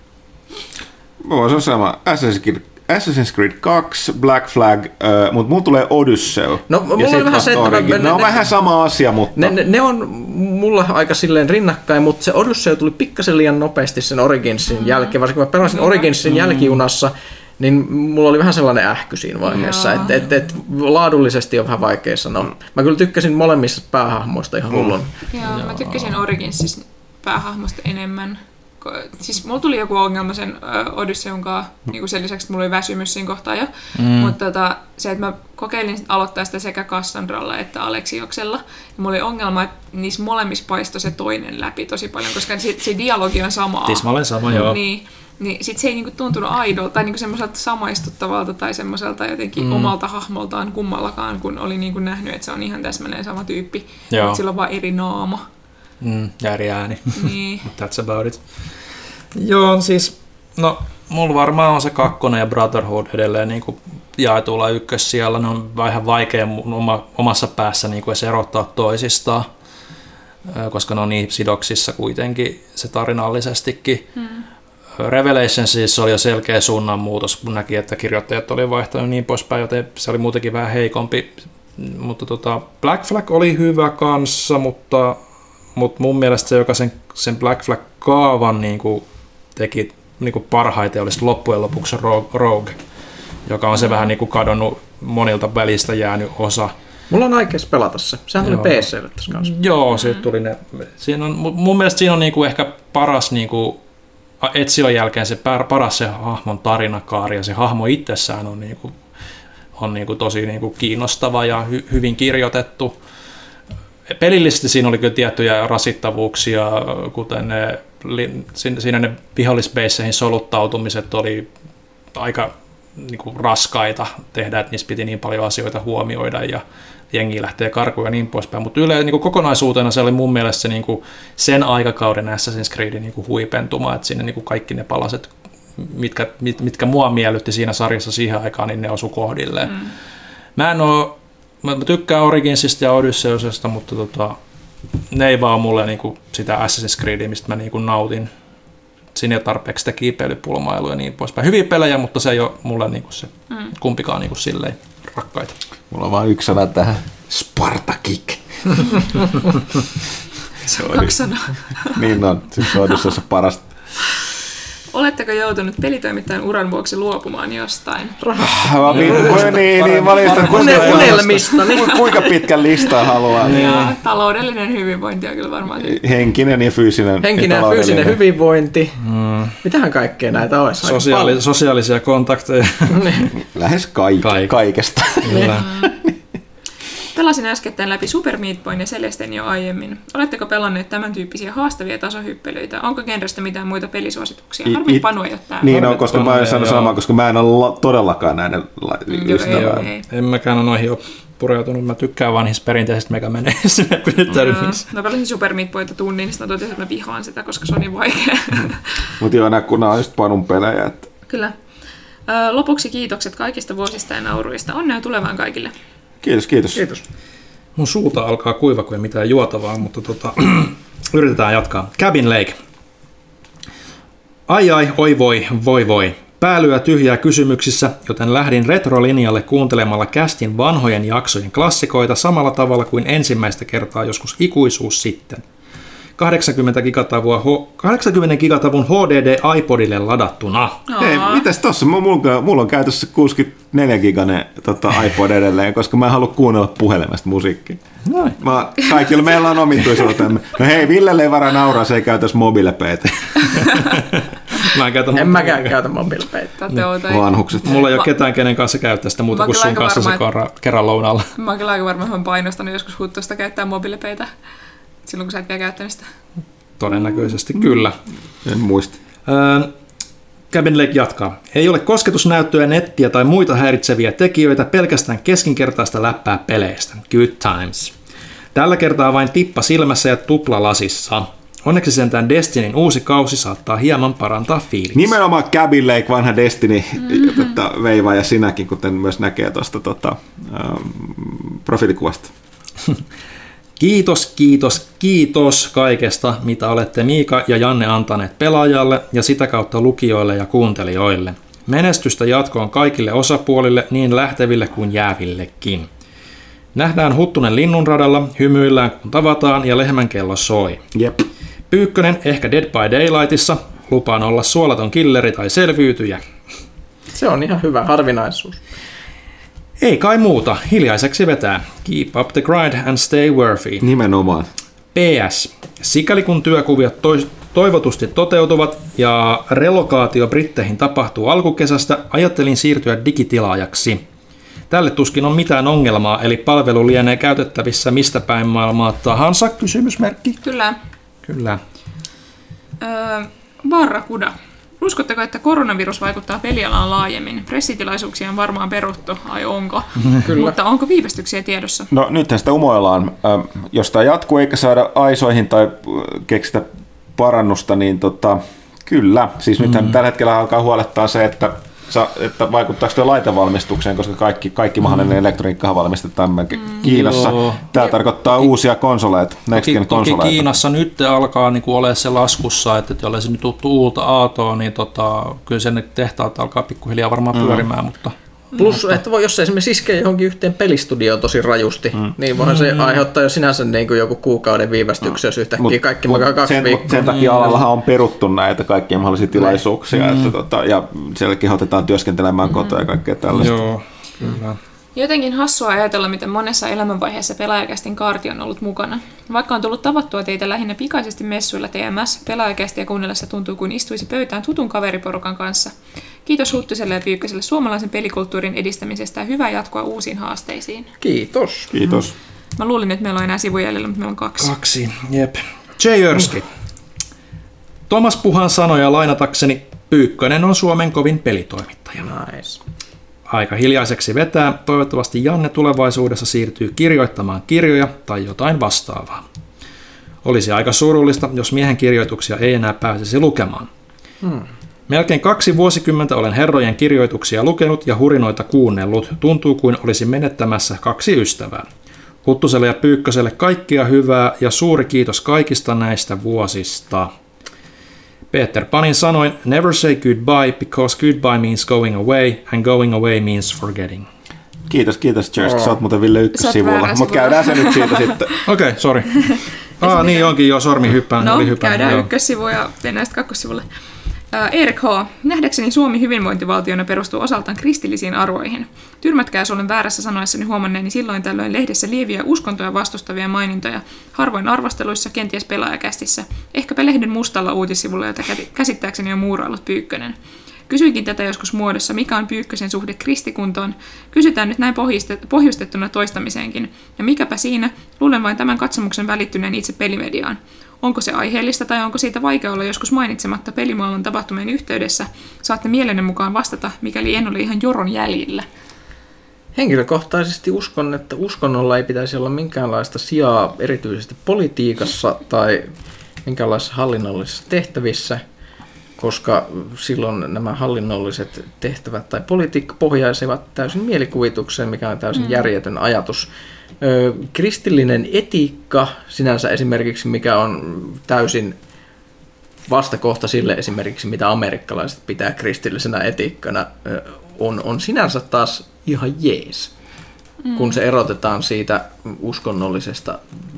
Mulla on sama. Assassin's Creed 2, Black Flag, mutta mulla tulee Odyssey. No, mulla oli vähän se, ne on vähän sama asia, mutta... Ne on mulla aika silleen rinnakkain, mutta se Odyssey tuli pikkasen liian nopeasti sen Originsin jälkeen. Varsinkin kun mä pelasin Originsin jälkijunassa, niin mulla oli vähän sellainen ähky siinä vaiheessa, että laadullisesti on vähän vaikea sanoa. Mä kyllä tykkäsin molemmista päähahmoista ihan hullun. Joo, mä tykkäsin Originsista päähahmosta enemmän. Siis mulla tuli joku ongelma sen Odysseyn kanssa, niin sen lisäksi, että mulla oli väsymys siinä kohtaa jo, mutta se, että mä kokeilin aloittaa sitä sekä Cassandralla että Aleksioksella, ja mulla oli ongelma, että niissä molemmissa paistoi se toinen läpi tosi paljon, koska se dialogi on samaa. Tismalleen sama, joo. Niin sit se ei niinku tuntunut aidolta tai niinku semmoiselta samaistuttavalta tai semmoiselta jotenkin omalta hahmoltaan kummallakaan, kun oli niinku nähnyt, että se on ihan täsmälleen sama tyyppi, mutta sillä on vaan eri naama. Ja eri ääni. Niin. That's about it. Joo, siis, no, mulla varmaan on se 2 ja Brotherhood edelleen niin kuin jaetulla ykkössijalla. Ne on vähän vaikea omassa päässä niin kuin erottaa toisistaan. koska ne on niin sidoksissa kuitenkin se tarinallisestikin. Revelation siis oli jo selkeä suunnanmuutos, kun näki, että kirjoittajat oli vaihtanut niin poispäin, joten se oli muutenkin vähän heikompi. Mutta Black Flag oli hyvä kanssa, mutta mun mielestä se, joka sen Black Flag-kaavan niin kuin teki niin kuin parhaiten, olisi loppujen lopuksi Rogue, joka on se vähän niin kuin kadonnut monilta välistä jäänyt osa. Mulla on aikeis pelata se. Sehän tuli PC:lle tässä kanssa. Joo, siitä tuli ne. Mun mielestä siinä on niin kuin ehkä paras niin kuin Etsion jälkeen se paras se hahmon tarinakaari, ja se hahmo itsessään on niin kuin tosi niin kuin kiinnostava ja hyvin kirjoitettu. Pelillisesti siinä oli kyllä tiettyjä rasittavuuksia, kuten siinä ne vihollisbeisseihin soluttautumiset oli aika niin kuin raskaita tehdä, että niissä piti niin paljon asioita huomioida ja jengi lähtee karkuun ja niin poispäin. Mutta niin kokonaisuutena se oli mun mielestä se, niin kuin sen aikakauden Assassin's Creedin niin kuin huipentuma, että siinä niin kuin kaikki ne palaset, mitkä mua miellytti siinä sarjassa siihen aikaan, niin ne osu kohdilleen. Mä tykkään Originsista ja Odysseusesta, mutta ne ei vaan mulle niin kuin sitä Assassin's Creedia, mistä mä niin kuin nautin. Siinä ei ole tarpeeksi sitä kiipeilypulmailua ja niin poispäin. Hyviä pelejä, mutta se ei ole mulle niin kuin se kumpikaan niin kuin silleen rakkaita. Mulla on vaan yksi sana tähän. Spartakik. Se on 2 sanaa. Niin on. Se on Odysseus parasta. Oletteko joutunut pelitoimittajan uran vuoksi luopumaan jostain? Niin, valitan. Kuinka pitkän listan haluaa? Taloudellinen hyvinvointi on kyllä varmaan. Henkinen ja fyysinen. Henkinen ja fyysinen hyvinvointi. Mitähän kaikkea näitä olisi? Sosiaalisia kontakteja. Lähes kaikesta. Pelasin äskettäin läpi Super Meat Boyn ja Celesten jo aiemmin. Oletteko pelanneet tämän tyyppisiä haastavia tasohyppelyitä? Onko genrestä mitään muita pelisuosituksia? Harmi Panu ei ole täällä. Niin on, koska mä en sano samaa, koska mä en ole todellakaan näiden ystävää. En mäkään ole noihin pureutunut. Mä tykkään vaan niistä perinteisistä Mega Maneista. Mä pelasin Super Meat Boyta tunnin, niin mä totesin, että mä vihaan sitä, koska se on niin vaikea. Mutta joo, kun nämä on just Panun pelejä. Että... Kyllä. Lopuksi kiitokset kaikista vuosista ja nauruista. Onnea tulevaan kaikille. Kiitos. Mun suuta alkaa kuiva, kun ei mitään juotavaa, mutta yritetään jatkaa. Cabin Lake. Ai, oi voi. Päälyä tyhjää kysymyksissä, joten lähdin retrolinjalle kuuntelemalla Castin vanhojen jaksojen klassikoita samalla tavalla kuin ensimmäistä kertaa joskus ikuisuus sitten. 80 gigatavun HDD iPodille ladattuna. Hei, mitäs tossa? Mulla on käytössä 64 giganen iPod edelleen, koska mä en halua kuunnella puhelimesta musiikkia. Noin. Kaikilla meillä on omituisuutemme. No hei, Villelle ei varaa nauraa, se ei käytäisi mobiilepeitä. En mäkään käytä mobiilepeitä. Vanhukset. Mulla ei ole ketään, kenen kanssa käyttää sitä muuta kuin sun kanssa se kerran lounalla. Mä oon kyllä aika varmaan painostanut joskus Huttosta käyttää mobiilepeitä. Silloin kun sä et vielä käyttänyt sitä. Todennäköisesti kyllä. En muista. Cabin Lake jatkaa. Ei ole kosketusnäyttöä, nettiä tai muita häiritseviä tekijöitä, pelkästään keskinkertaista läppää peleistä. Good times. Tällä kertaa vain tippa silmässä ja tupla lasissa. Onneksi sentään Destinyn uusi kausi saattaa hieman parantaa fiiliksi. Nimenomaan Cabin Lake, vanha Destiny, veiva ja sinäkin, kuten myös näkee tuosta profiilikuvasta. Kiitos kaikesta, mitä olette Miika ja Janne antaneet pelaajalle ja sitä kautta lukijoille ja kuuntelijoille. Menestystä jatkoon kaikille osapuolille, niin lähteville kuin jäävillekin. Nähdään Huttunen linnunradalla, hymyillään kun tavataan ja lehmän kello soi. Jep. Pyykkönen ehkä Dead by Daylightissa, lupaan olla suolaton killeri tai selviytyjä. Se on ihan hyvä harvinaisuus. Ei kai muuta, hiljaiseksi vetää. Keep up the grind and stay worthy. Nimenomaan. PS. Sikäli kun työkuviot toivotusti toteutuvat ja relokaatio Britteihin tapahtuu alkukesästä, ajattelin siirtyä digitilaajaksi. Tälle tuskin on mitään ongelmaa, eli palvelu lienee käytettävissä mistä päin maailmaa tahansa, kysymysmerkki. Kyllä. Barracuda. Uskotteko, että koronavirus vaikuttaa pelialaan laajemmin? Pressitilaisuuksia on varmaan peruttu, ai onko? Kyllä. Mutta onko viivästyksiä tiedossa? No nythän sitä umoillaan. Jos tämä jatkuu eikä saada aisoihin tai keksitä parannusta, niin kyllä. Siis nythän tällä hetkellä alkaa huolettaa se, että että vaikuttaako tuo laitevalmistukseen, koska kaikki mahdollinen elektroniikkahan valmistetaan Kiinassa. Joo. Tämä tarkoittaa uusia konsoleita, next gen konsoleita. Toki Kiinassa nyt alkaa niinku olemaan se laskussa, että jollei se nyt tuttu uutta aatoa, niin kyllä sen tehtaat alkaa pikkuhiljaa varmaan pyörimään, mutta... Plus, että jos se esimerkiksi iskee johonkin yhteen pelistudioon tosi rajusti, niin voihan se aiheuttaa jo sinänsä niin kuin joku kuukauden viivästyksen, jos yhtäkkiä kaikki makaa 2 viikkoa. Sen takia alallahan on peruttu näitä kaikkia mahdollisia tilaisuuksia, ja siellä kehotetaan työskentelemään kotoa ja kaikkea tällaista. Joo, kyllä. Jotenkin hassua ajatella, miten monessa elämänvaiheessa Pelaajakästin kaarti on ollut mukana. Vaikka on tullut tavattua teitä lähinnä pikaisesti messuilla TMS, Pelaajakästiä kuunnellessa tuntuu kuin istuisi pöytään tutun kaveriporukan kanssa. Kiitos Huttuselle ja Pyykköselle suomalaisen pelikulttuurin edistämisestä ja hyvää jatkoa uusiin haasteisiin. Kiitos. Kiitos. Mä luulin, että meillä on enää sivujäljellä, mutta meillä on 2. 2, jep. J. Jörski. Tomas Puhan sanoja lainatakseni, Pyykkönen on Suomen kovin pelitoimittaja. Nice. Aika hiljaiseksi vetää, toivottavasti Janne tulevaisuudessa siirtyy kirjoittamaan kirjoja tai jotain vastaavaa. Olisi aika surullista, jos miehen kirjoituksia ei enää pääsisi lukemaan. Melkein 2 vuosikymmentä olen herrojen kirjoituksia lukenut ja hurinoita kuunnellut. Tuntuu kuin olisi menettämässä 2 ystävää. Huttuselle ja Pyykköselle kaikkea hyvää ja suuri kiitos kaikista näistä vuosista. Peter Panin sanoin, never say goodbye because goodbye means going away and going away means forgetting. Kiitos Jersk. Sä oot muuten Ville ykkössivulla, mutta käydään se nyt siitä sitten. Okei, sori. Niin onkin jo, sormi hyppään. No, oli hyppään, käydään joo. ykkössivuun ja mennään sitten kakkossivulle. Erik H. Nähdäkseni Suomi hyvinvointivaltiona perustuu osaltaan kristillisiin arvoihin. Tyrmätkää, jos olen väärässä sanoessani huomanneeni silloin tällöin lehdessä lieviä uskontoja vastustavia mainintoja, harvoin arvosteluissa, kenties Pelaajakästissä, ehkäpä lehden mustalla uutissivulla, jota käsittääkseni on muuraillut Pyykkönen. Kysyinkin tätä joskus muodossa, mikä on Pyykkösen suhde kristikuntoon. Kysytään nyt näin pohjustettuna toistamiseenkin. Ja mikäpä siinä, luulen vain tämän katsomuksen välittyneen itse pelimediaan. Onko se aiheellista tai onko siitä vaikea olla joskus mainitsematta pelimaailman tapahtumien yhteydessä? Saatte mielenne mukaan vastata, mikäli en ole ihan joron jäljillä. Henkilökohtaisesti uskon, että uskonnolla ei pitäisi olla minkäänlaista sijaa erityisesti politiikassa tai minkäänlaisissa hallinnollisissa tehtävissä, koska silloin nämä hallinnolliset tehtävät tai politiikka pohjaisivat täysin mielikuvitukseen, mikä on täysin järjetön ajatus. Kristillinen etiikka sinänsä esimerkiksi, mikä on täysin vastakohta sille esimerkiksi, mitä amerikkalaiset pitää kristillisenä etiikkana, on sinänsä taas ihan jees, kun se erotetaan siitä uskonnollisesta.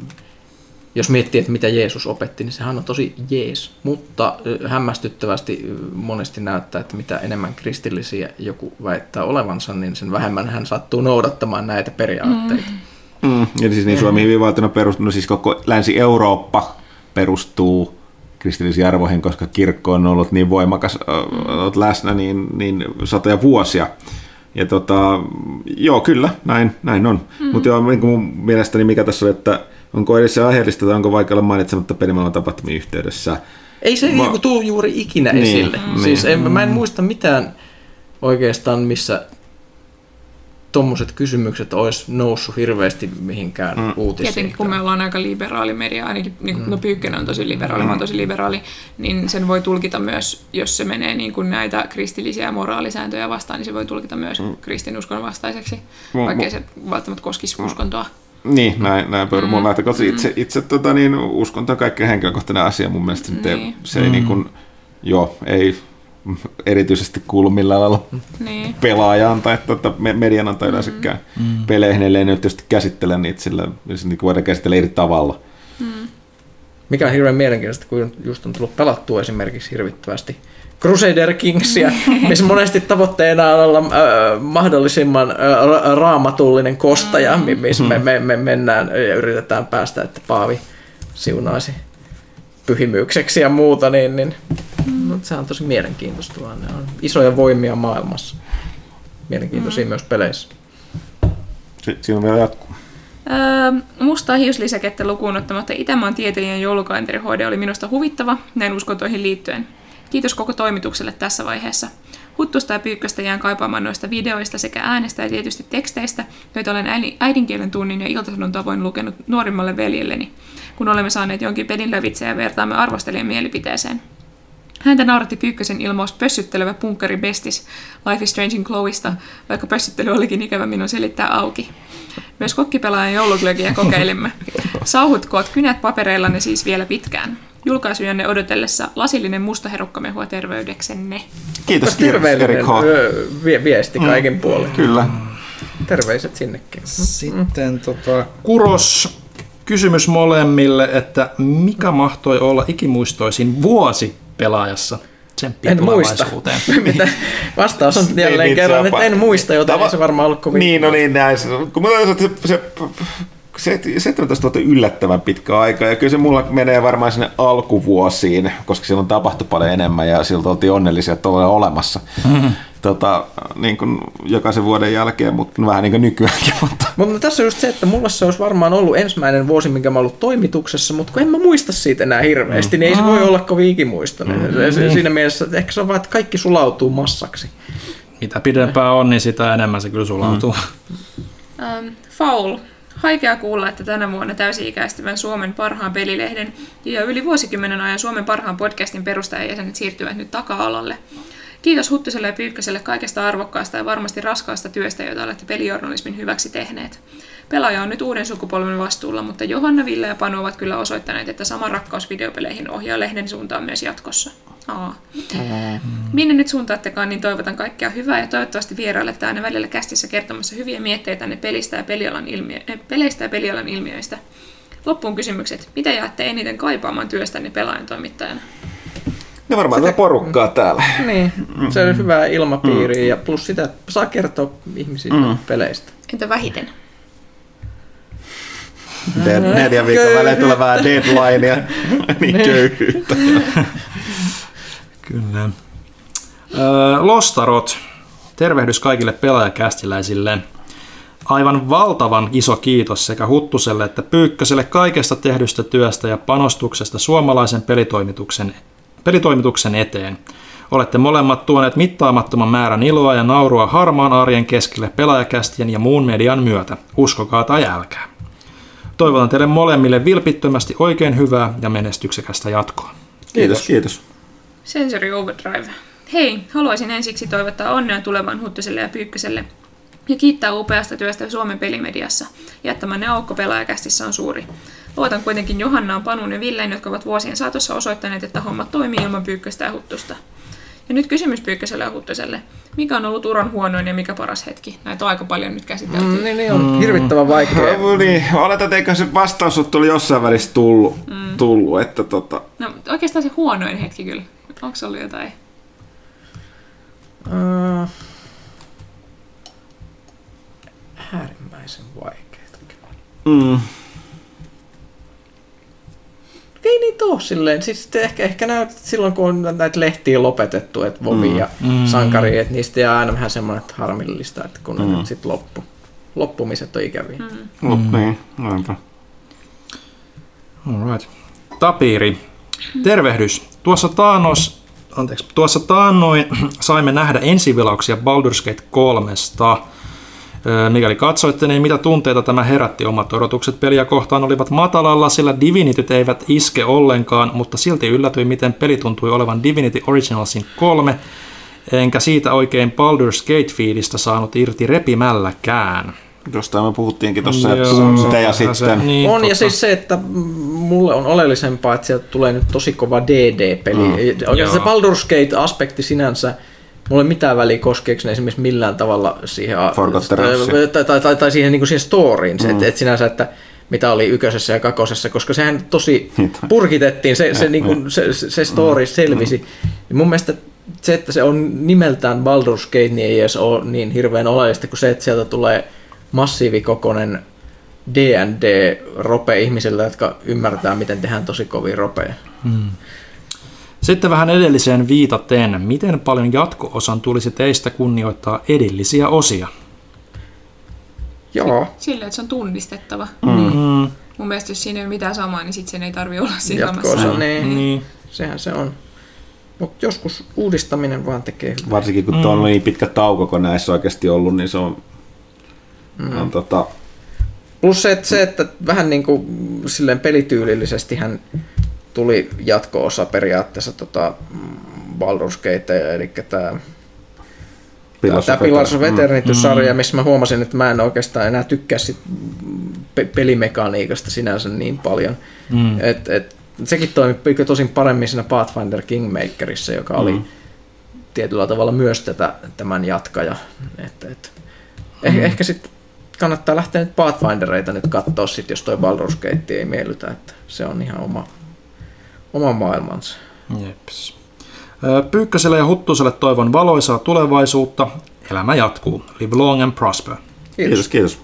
Jos miettii, että mitä Jeesus opetti, niin sehän on tosi jees, mutta hämmästyttävästi monesti näyttää, että mitä enemmän kristillisiä joku väittää olevansa, niin sen vähemmän hän sattuu noudattamaan näitä periaatteita. Eli siis niin Suomi hyvinvaltiona perustuu, no siis koko Länsi-Eurooppa perustuu kristillisiin arvoihin, koska kirkko on ollut niin voimakas läsnä niin satoja vuosia. Ja joo, kyllä, näin on. Mutta joo, mun mielestäni mikä tässä on, että onko edes se aiheellista tai onko vaikea olla mainitsematta pelimaailman tapahtumien yhteydessä? Ei se tule juuri ikinä esille. Siis mä en muista mitään oikeastaan, missä tommoset kysymykset olisi noussut hirveästi mihinkään uutisiin. Tietenkin kun me ollaan aika liberaali media, ainakin no Pyykkönen on tosi liberaali, mä oon tosi liberaali, niin sen voi tulkita myös, jos se menee niin kuin näitä kristillisiä moraalisääntöjä vastaan, niin se voi tulkita myös kristinuskon vastaiseksi, vaikkei se välttämättä koskisi uskontoa. Niin, näin mun lähtökohtaisesti itse uskonto on kaikkein henkilökohtainen asia mun mielestä. Se ei niin kuin, ei erityisesti kuulu millään lailla pelaajaan tai median tai yleensäkään peleihin, ellei nyt tietysti käsittele niitä sillä, niin voidaan käsitellä eri tavalla. Mikä on hirveän mielenkiintoista, kun just on tullut pelattua esimerkiksi hirvittävästi Crusader Kingsia, missä monesti tavoitteena on olla mahdollisimman raamatullinen kostaja, missä me mennään ja yritetään päästä, että Paavi siunaisi pyhimykseksi ja muuta, niin se on tosi mielenkiintoista. Ne on isoja voimia maailmassa. Mielenkiintoisia myös peleissä. Siinä on vielä jatkuu. Mustaa hiuslisäkettä lukuun ottamatta Itämaan tieteellinen joulukalenterihoide oli minusta huvittava näin uskontoihin liittyen. Kiitos koko toimitukselle tässä vaiheessa. Huttusta ja Pyykköstä jään kaipaamaan noista videoista sekä äänestä ja tietysti teksteistä, joita olen äidinkielen tunnin ja iltasadun tavoin lukenut nuorimmalle veljelleni, kun olemme saaneet jonkin pelin lävitse ja vertaamme arvostelijan mielipiteeseen. Häntä nauratti Pyykkösen ilmaus pössyttelevä punkkari bestis Life is Strange in Chloesta, vaikka pössyttely olikin ikävä minun selittää auki. Myös kokkipelaajan jouluglögiä kokeilimme. Sauhutkoot kynät papereillanne siis vielä pitkään. Julkaisujanne odotellessa lasillinen mustaherukkamehua terveydeksenne. Kiitos Terveellinen Erik H. viesti kaiken puolen. Kyllä. Terveiset sinnekin. Sitten Kuros, kysymys molemmille, että mikä mahtoi olla ikimuistoisin vuosi pelaajassa? Tsemppiä En muista. tulevaisuuteen. Mitä? Vastaus on jälleen kerran, että en muista, joten ei se varmaan ollut kovin. Niin, no niin, näin. Kun mä se 17 vuotta yllättävän pitkä aika, ja kyllä se mulla menee varmaan sinne alkuvuosiin, koska silloin tapahtui paljon enemmän, ja siltä oltiin onnellisia, että ollaan olemassa. Niin kuin jokaisen vuoden jälkeen, mutta vähän niin kuin nykyäänkin. Mutta tässä on just se, että mulla se olisi varmaan ollut ensimmäinen vuosi, minkä mä ollut toimituksessa, mutta kun en mä muista siitä enää hirveästi, niin ei se voi olla kovin ikimuistoinen. Siinä mielessä, että ehkä se on vaan, että kaikki sulautuu massaksi. Mitä pidempään on, niin sitä enemmän se kyllä sulautuu. Foul. Haikea kuulla, että tänä vuonna täysi-ikäistyvän Suomen parhaan pelilehden ja yli vuosikymmenen ajan Suomen parhaan podcastin perustajajäsenet siirtyvät nyt taka-alalle. Kiitos Huttuselle ja Pyykköselle kaikesta arvokkaasta ja varmasti raskaasta työstä, jota olette pelijournalismin hyväksi tehneet. Pelaaja on nyt uuden sukupolven vastuulla, mutta Johanna, Ville ja Panu ovat kyllä osoittaneet, että sama rakkaus videopeleihin ohjaa lehden suuntaan myös jatkossa. Minne nyt suuntaattekaan, niin toivotan kaikkea hyvää ja toivottavasti vierailette aina välillä kästissä kertomassa hyviä mietteitänne peleistä ja pelialan ilmiöistä. Loppuun kysymykset. Mitä jäätte eniten kaipaamaan työstänne pelaajan toimittajana? Ne varmaan tätä porukkaa täällä. Niin, se on hyvää ilmapiiriä ja plus sitä, että saa kertoa ihmisille peleistä. Entä vähiten? 4 viikon välein tulee vähän deadlinea, niin köyhyyttä. Kyllä. Lostarot, tervehdys kaikille pelaajakästiläisille. Aivan valtavan iso kiitos sekä Huttuselle että Pyykköselle kaikesta tehdystä työstä ja panostuksesta suomalaisen pelitoimituksen eteen. Olette molemmat tuoneet mittaamattoman määrän iloa ja naurua harmaan arjen keskelle pelaajakästien ja muun median myötä. Uskokaa tai älkää. Toivotan teille molemmille vilpittömästi oikein hyvää ja menestyksekästä jatkoa. Kiitos. Sensory Overdrive. Hei, haluaisin ensiksi toivottaa onnea tulevan Huttuselle ja Pyykköselle ja kiittää upeasta työstä Suomen pelimediassa. Jättämänne aukko pelaajakästissä on suuri. Luotan kuitenkin Johannaan, Panun ja Villeen, jotka ovat vuosien saatossa osoittaneet, että hommat toimii ilman Pyykköstä ja Huttusta. Ja nyt kysymys Pyykköselle ja Huttuselle. Mikä on ollut uran huonoin ja mikä paras hetki? Näitä on aika paljon nyt käsitelty. Niin on hirvittävän vaikea. Niin, oletan, että eikö se vastaus ole tullut jossain välissä tullut että No oikeastaan se huonoin hetki kyllä. Onko se ollut jotain? Äärimmäisen vaikeita. Ei niitä ole silleen. Siis ehkä silloin, kun on näitä lehtiä lopetettu, että Vovi ja Sankari, että niistä jää aina vähän semmoinen harmillista, että kun ne nyt sitten loppumiset on ikäviä. Niin, noinpä. Alright. Tapiri, tervehdys. Tuossa taannoin saimme nähdä ensivilauksia Baldur's Gate 3:sta. Mikäli katsoitte, niin mitä tunteita tämä herätti? Omat odotukset peliä kohtaan olivat matalalla, sillä Divinityt eivät iske ollenkaan, mutta silti yllätyin, miten peli tuntui olevan Divinity Originalsin 3, enkä siitä oikein Baldur's Gate-fiilistä saanut irti repimälläkään. Jostain me puhuttiinkin tuossa sitä ja sitten. Niin, on, ja siis se, että mulle on oleellisempaa, että sieltä tulee nyt tosi kova DD-peli. Oikeastaan se Baldur's Gate-aspekti sinänsä, mulla ei mitään väliä koskeeko ne esimerkiksi millään tavalla siihen, tai siihen, niin kuin siihen storyin, että sinänsä, että mitä oli ykkösessä ja kakosessa, koska sehän tosi purkitettiin, se story selvisi. Ja mun mielestä se, että se on nimeltään Baldur's Gate, niin ei edes ole niin hirveän oleellista kuin se, että sieltä tulee massiivikokoinen D&D-rope ihmisillä, jotka ymmärtää, miten tehdään tosi kovia ropeja. Sitten vähän edelliseen viitaten, miten paljon jatko-osan tulisi teistä kunnioittaa edellisiä osia? Joo. Silleen, että se on tunnistettava. Mun mielestä jos siinä ei ole mitään samaa, niin sitten sen ei tarvitse olla siinä jatko-osa, niin. Sehän se on. Mutta joskus uudistaminen vaan tekee hyvää. Varsinkin kun on niin pitkä tauko, kun näissä oikeasti ollut, niin se on Plus se, että vähän niin kuin silleen pelityylisestihän tuli jatko-osa periaatteessa Baldur's Gate, eli tämä Pillars of Eternity-sarja, missä mä huomasin, että mä en oikeastaan enää tykkää sit pelimekaniikasta sinänsä niin paljon. Sekin toimi tosin paremmin siinä Pathfinder Kingmakerissa, joka oli tietyllä tavalla myös tämän jatkaja. Ehkä sitten kannattaa lähteä nyt Pathfindereita nyt katsoa, jos toi Baldur's Gate ei miellytä, että se on ihan oma maailmansa. Jeps. Pyykköselle ja Huttuselle toivon valoisaa tulevaisuutta. Elämä jatkuu. Live long and prosper. Kiitos.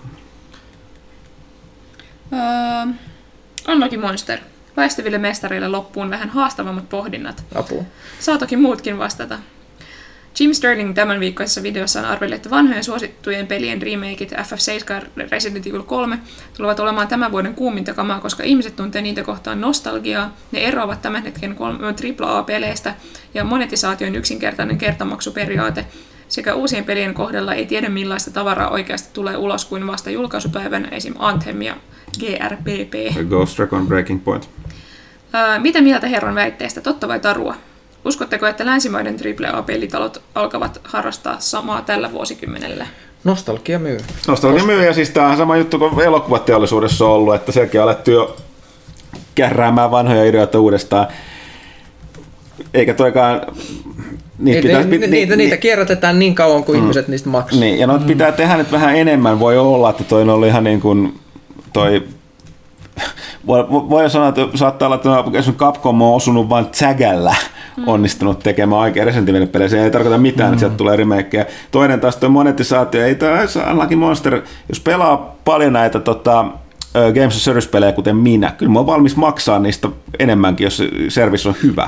Unlucky Monster. Väistyville mestareille loppuun vähän haastavammat pohdinnat. Apua. Saa toki muutkin vastata. Jim Sterling tämän viikkoisessa videossaan arveli, että vanhojen suosittujen pelien remakeit FF7 ja Resident Evil 3 tulevat olemaan tämän vuoden kuuminta kamaa, koska ihmiset tuntee niitä kohtaan nostalgiaa. Ne eroavat tämän hetken AAA-peleistä ja monetisaation yksinkertainen kertamaksuperiaate sekä uusien pelien kohdalla ei tiedä millaista tavaraa oikeasti tulee ulos kuin vasta julkaisupäivänä esim. Anthem ja GRPP. Ghost Recon Breaking Point. Mitä mieltä herran väitteestä, totta vai tarua? Uskotteko, että länsimaiden AAA-pelitalot alkavat harrastaa samaa tällä vuosikymmenellä? Nostalgia myy. Ja siis tämä on sama juttu kuin elokuvateollisuudessa on ollut, että sielläkin on alettu jo kärräämään vanhoja ideoita uudestaan. Eikä toikaan... Niitä kierrätetään niin kauan kuin ihmiset niistä maksaa. Niin, ja noita pitää tehdä nyt vähän enemmän. Voi olla, että toi on ollut ihan niin kuin toi... Voi sanoa, että saattaa olla, että esimerkiksi Capcom on osunut vain Zägällä onnistunut tekemään oikein Resident Evil-pelejä. Se ei tarkoita mitään, että sieltä tulee remakeja. Toinen taas tuo monetisaatio. Ei tämä Unlucky Monster, jos pelaa paljon näitä Games of Service-pelejä, kuten minä, kyllä mä oon valmis maksaa niistä enemmänkin, jos se service on hyvä.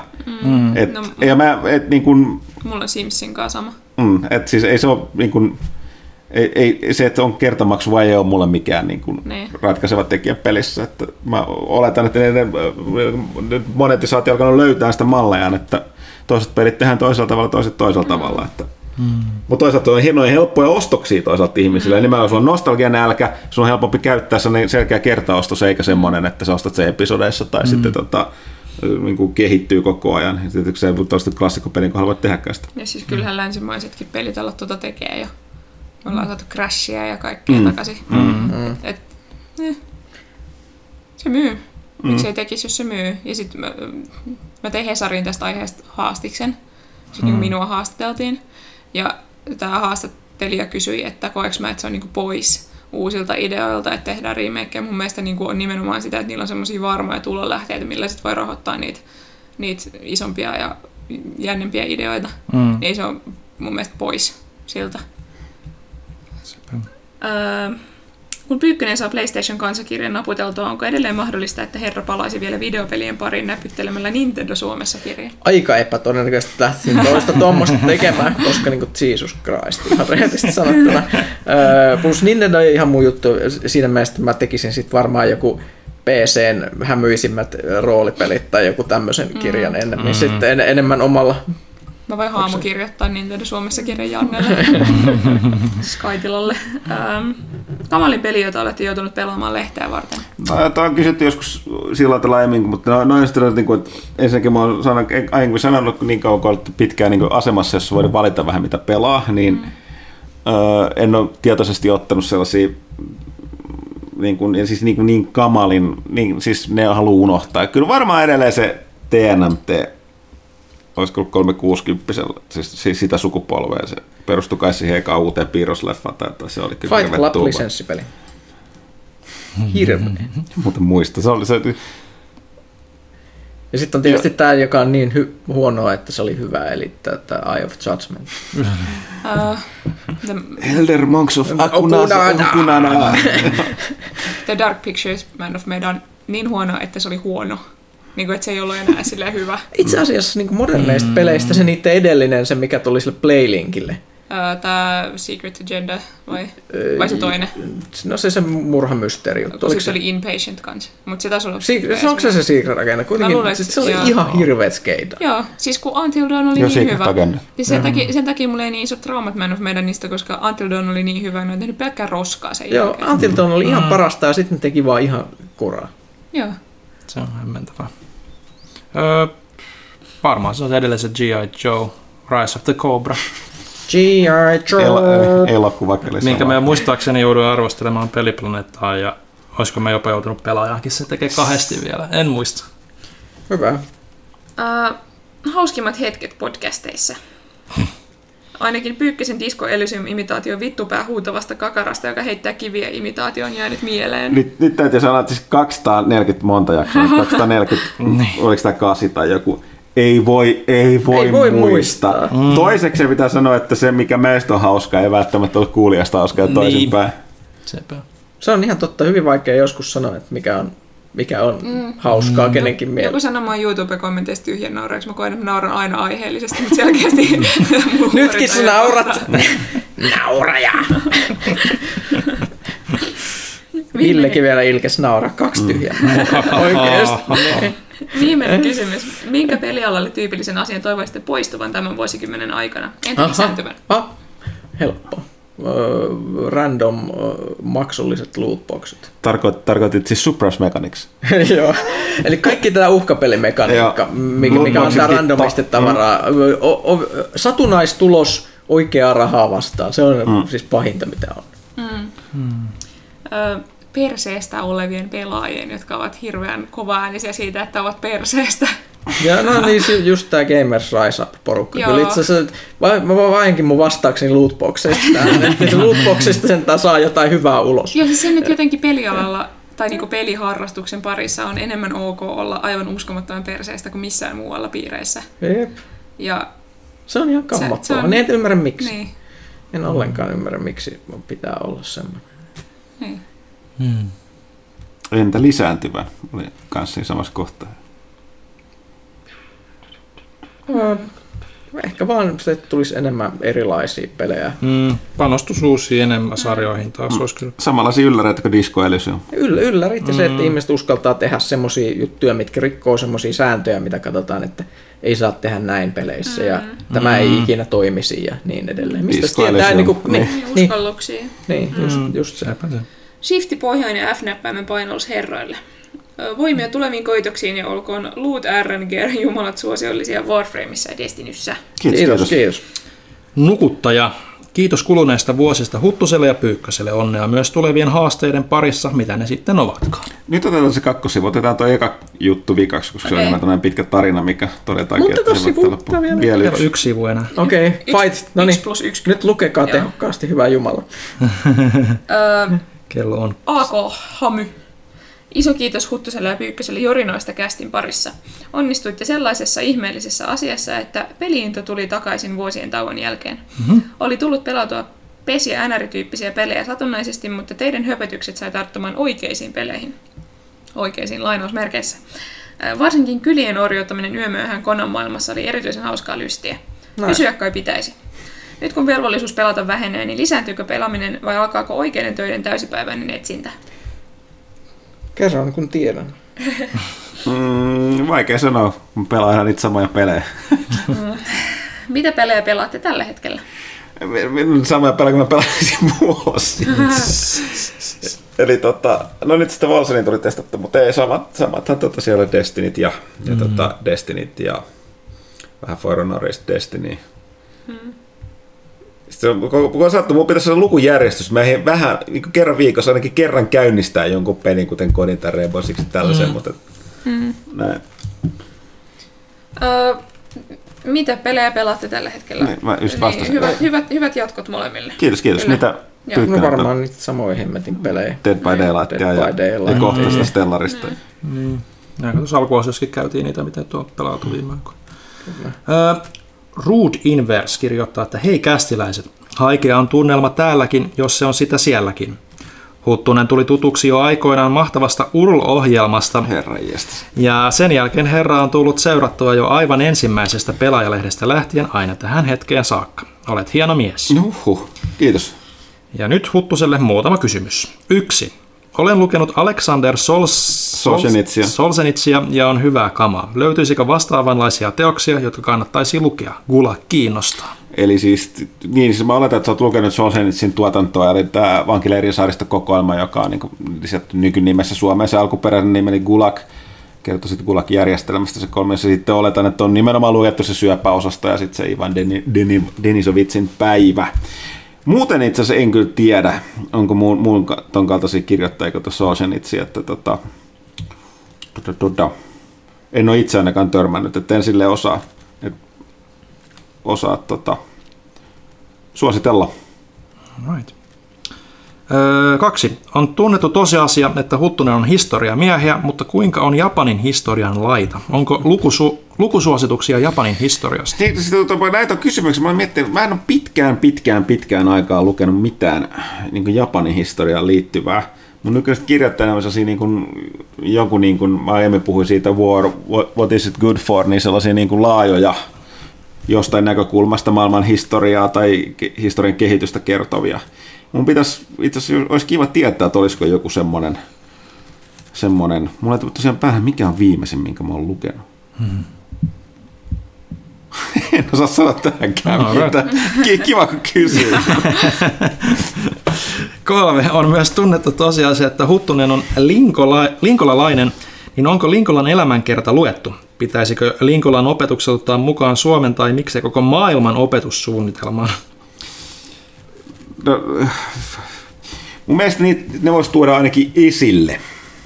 Mulla on Simsin kanssa sama. Siis ei se ole niin kuin, ei se, että on kertamaksu vai ei ole mulle mikään niin kuin ratkaiseva tekijä pelissä. Että mä oletan, että monetisaatio on alkanut löytää sitä mallejaan, että toiset pelit tehdään toisella tavalla, toiset toisella tavalla. Mutta toisaalta on hienoja helppoja ostoksia toisaalta ihmisille. Nimenomaan sulla on nostalgianälkä, sun on helpompi käyttää sellainen selkeä kertaostos, eikä semmoinen, että sä ostat sen episodeissa tai sitten niin kuin kehittyy koko ajan. Sitten se ei toista klassikkopelin, kun haluat tehdäkään sitä. Ja siis kyllähän länsimaisetkin pelitalot tekee jo. Me ollaan saatu Crashia ja kaikkea takaisin. Se myy. Miksi ei tekisi, jos se myy? Ja sitten mä tein Hesarin tästä aiheesta haastiksen. Sitten minua haastateltiin. Ja tämä haastattelija kysyi, että koeks mä, että se on niinku pois uusilta ideoilta, että tehdään remakeja. Mun mielestä niinku on nimenomaan sitä, että niillä on semmoisia varmoja tulonlähteitä, millä sit voi rahoittaa niitä isompia ja jännempiä ideoita. Ei se ole mun mielestä pois siltä. Kun Pyykkönen saa PlayStation kansakirjan naputeltua, onko edelleen mahdollista, että herra palaisi vielä videopelien pariin näpyttelemällä Nintendo Suomessa kirjan? Aika epätodennäköisesti lähtisin toista tuommoista tekemään, koska niin kuin Jesus Christ, ihan rehellisesti sanottuna. Plus Nintendo on ihan mun juttu. Siinä mielessä mä tekisin sitten varmaan joku PC:n hämyisimmät roolipelit tai joku tämmöisen kirjan enemmän. Sitten enemmän omalla. Mä voin haamukirjoittaa Nintendo Suomessa kirjan Jannelle Skytilalle. Kamalin peli, jota olette joutunut pelaamaan lehteä varten. Tämä on kysytty joskus sillä tavalla aiemmin, mutta noin sitten, että ensinnäkin mä oon sanonut niin kauan, kun olet pitkään niin asemassa, jossa voidaan valita vähän mitä pelaa, niin en ole tietoisesti ottanut sellaisia niin kamalin, siis ne haluaa unohtaa. Kyllä varmaan edelleen se TNMT, olisiko ollut 360, siis sitä sukupolvea, se perustui kai siihen ekaan uuteen piirrosleffaan, tai se oli kyllä Fight Club lisenssipeli. Hirveä. Muuten muista, se oli se. Ja sitten on tietysti tämä, joka on niin huonoa, että se oli hyvä, eli tämä Eye of Judgment. Elder Monks of Akunana. The Dark Pictures Man of Medan niin huono, että se oli huono. Niin kuin, että se ei ollut enää silleen hyvä. Itse asiassa niin moderneista peleistä se niiden edellinen, se mikä tuli sille Playlinkille. Tämä Secret Agenda vai se toinen? No se murhamysteeri. Se oli Inpatient kanssa, mutta se taisi olla... Onko se Secret Agenda? Kuitenkin se oli ihan hirveet skeita. Joo, siis kun Until Dawn oli niin hyvä. Sen takia mulla ei niin isot traumat Man of Medanista, koska Until Dawn oli niin hyvä, ne on tehnyt pelkkää roskaa sen jälkeen. Joo, Until Dawn oli ihan parasta ja sitten ne teki vaan ihan kuraa. Joo. Se on hämmentävää. Varmaan se on edelleen se G.I. Joe, Rise of the Cobra. G.I. Joe. Elokuva. Minkä me muistaakseni jouduin arvostelemaan Peliplaneettaa ja olisiko me jopa joutunut pelaajaankin se tekee kahdesti vielä. En muista. Hyvä. Hauskimmat hetket podcasteissa. Ainakin Pyykkösen Disco Elysium-imitaatio vittupää huutavasta kakarasta, joka heittää kiviä imitaatio on jäänyt mieleen. Nyt täytyy sanoa, että siis 240 monta jaksoa, 240, oliko tämä 8 tai joku, ei voi muistaa. Toiseksi pitää sanoa, että se mikä meistä on hauskaa ei välttämättä ole kuulijasta hauskaa ja toisinpäin. Sepä. Se on ihan totta, hyvin vaikea joskus sanoa, että mikä on hauskaa kenenkin mielestä. Joku sanoo mua YouTube-kommenteista tyhjän nauraiksi. Mä koen, että nauran aina aiheellisesti, mutta selkeästi... Nytkin sä naurat! Nauraja! Villekin vielä ilkes nauraa. 2 tyhjää. Oikeesti. Viimeinen kysymys. Minkä pelialalle tyypillisen asian toivoisitte poistuvan tämän vuosikymmenen aikana? Entä lisääntyvän? Helppo. Random maksulliset lootboxit. Tarkoitit siis Supras Mechanics. Joo. Eli kaikki tämä uhkapelimekaniikka, mikä on tämä randomisti tavaraa. Satunnaistulos oikeaa rahaa vastaan. Se on siis pahinta, mitä on. Perseestä olevien pelaajien, jotka ovat hirveän kovaäänisiä siitä, että ovat perseestä. Ja no niin, just tää Gamers Rise Up-porukka. Kyllä itse asiassa, mä vainkin mun vastaakseni lootboxeista tähän, että lootboxista sen saa jotain hyvää ulos. Joo, siis sen, että jotenkin pelialalla tai niinku peliharrastuksen parissa on enemmän ok olla aivan uskomattoman perseestä kuin missään muualla piireissä. Jep. Ja se on ihan kammottavaa. Niin et ymmärrä miksi. Niin. En ollenkaan ymmärrä, miksi pitää olla semmoinen. Niin. Entä lisääntyvä? Oli kanssa siinä samassa kohtaa. Ehkä vaan se tulisi enemmän erilaisia pelejä. Panostus uusiin enemmän sarjoihin taas olisi kyllä. Samanlaisia ylläreitä kuin Disco Elysium. Yllärit ja se, että ihmiset uskaltaa tehdä semmoisia juttuja, mitkä rikkoo semmoisia sääntöjä, mitä katsotaan, että ei saa tehdä näin peleissä ja tämä ei ikinä toimisi ja niin edelleen. Mistä tietää uskalluksia. Niin, just se. Shifti-pohjainen F-näppäimen painallus herroille. Voimia tuleviin koitoksiin ja olkoon Loot RNG jumalat suosiollisia Warframeissa ja Destinyssä. Kiitos. Nukuttaja. Kiitos kuluneista vuosista Huttuselle ja Pyykköselle. Onnea myös tulevien haasteiden parissa, mitä ne sitten ovatkaan. Nyt otetaan se kakkossivu. Otetaan tuo eka juttu vikaksi, koska se on enemmän pitkä tarina, mikä todetaankin. Mutta sivuutta vielä yksi sivu enää. Okei, fight. No niin, 1+1. nyt lukekaa tehokkaasti, hyvä Jumala. Kello on. AK Hamy. Iso kiitos Huttuselle ja Pyykköselle jorinoista kästin parissa. Onnistuitte sellaisessa ihmeellisessä asiassa, että peliinto tuli takaisin vuosien tauon jälkeen. Oli tullut pelautua PES- ja NR-tyyppisiä pelejä satunnaisesti, mutta teidän höpötykset sai tarttumaan oikeisiin peleihin. Oikeisiin lainausmerkeissä. Varsinkin kylien orjuuttaminen yömyöhään Konan maailmassa oli erityisen hauskaa lystiä. Kysyä kai pitäisi. Nyt kun velvollisuus pelata vähenee, niin lisääntyykö pelaaminen vai alkaako oikeiden töiden täysipäiväinen etsintä? Kerran kun tiedän. Vaikea sanoa, kun pelaan ihan niitä samoja pelejä. Mitä pelejä pelaatte tällä hetkellä? Samoja pelejä, kun mä pelasin vuosia. Eli no nyt sitten Wolsenin tuli testattu, mutta ei samathan siellä Destinyt ja Destinyt ja vähän For Honorista Destiny. Kun sattuu, mun pitäisi olla lukujärjestys. Mä vähän niin kerran viikossa ainakin kerran käynnistää jonkun pelin, kuten Kodin tai Rainbow Sixin tällaisen, mutta näin. Mitä pelejä pelaatte tällä hetkellä? Niin, mä just vastasin. Hyvät jatkot molemmille. Kiitos. Kyllä. Mitä No varmaan niitä samoja hemmetin pelejä. Dead by Daylight ja kohta sitä Stellarista. Ja tuossa alkuosiossakin käytiin niitä, mitä tuo pelautu viime aikoina. Rude Inverse kirjoittaa, että hei kästiläiset, haikea on tunnelma täälläkin, jos se on sitä sielläkin. Huttunen tuli tutuksi jo aikoinaan mahtavasta URL-ohjelmasta. Herranjestas. Ja sen jälkeen herra on tullut seurattua jo aivan ensimmäisestä pelaajalehdestä lähtien aina tähän hetkeen saakka. Olet hieno mies. Kiitos. Ja nyt Huttuselle muutama kysymys. 1. Olen lukenut Alexander Solzhenitsia ja on hyvää kamaa. Löytyisikö vastaavanlaisia teoksia, jotka kannattaisi lukea? Gulag kiinnostaa. Eli siis mä oletan, että sä oot lukenut Solzhenitsin tuotantoa, eli tämä Vankileirin saaristokokoelma, joka on niin lisätty nykynimessä Suomeen. Se alkuperäinen nimi oli Gulag. kertoi sitten Gulag-järjestelmästä se 3. Sitten oletan, että on nimenomaan luettu se syöpäosasto ja sitten se Ivan Denisovitsin päivä. Muuten itse asiassa en kyllä tiedä, onko muun ton kaltaisia kirjoittajia kuin Solzhenitsyn, että en ole itse ainakaan törmännyt, että en sille osaa suositella. Right. 2. On tunnettu tosiasia, että Huttunen on historiamiehiä, mutta kuinka on Japanin historian laita? Onko lukusuosituksia Japanin historiasta? Näitä on kysymyksiä. Mä en ole pitkään aikaa lukenut mitään niin kuin Japanin historiaan liittyvää. Mun nykyiset kirjoittajana on sellaisia, niin kuin mä aiemmin puhuin siitä What is it good for, niin sellaisia niin kuin laajoja jostain näkökulmasta maailman historiaa tai historian kehitystä kertovia. Mun pitäisi, itse asiassa olisi kiva tietää, että olisiko joku semmoinen. Mulla ei tule tosiaan päähän, mikä on viimeisin, minkä mä oon lukenut. En osaa sanoa tähänkään mitään. Kiva, kun kysyy. 3. On myös tunnettu tosiasia, että Huttunen on linkolalainen, niin onko Linkolan elämänkerta luettu? Pitäisikö Linkolan opetukselta ottaa mukaan Suomen tai miksei koko maailman opetussuunnitelmaan? No, mun mielestä ne voisi tuoda ainakin esille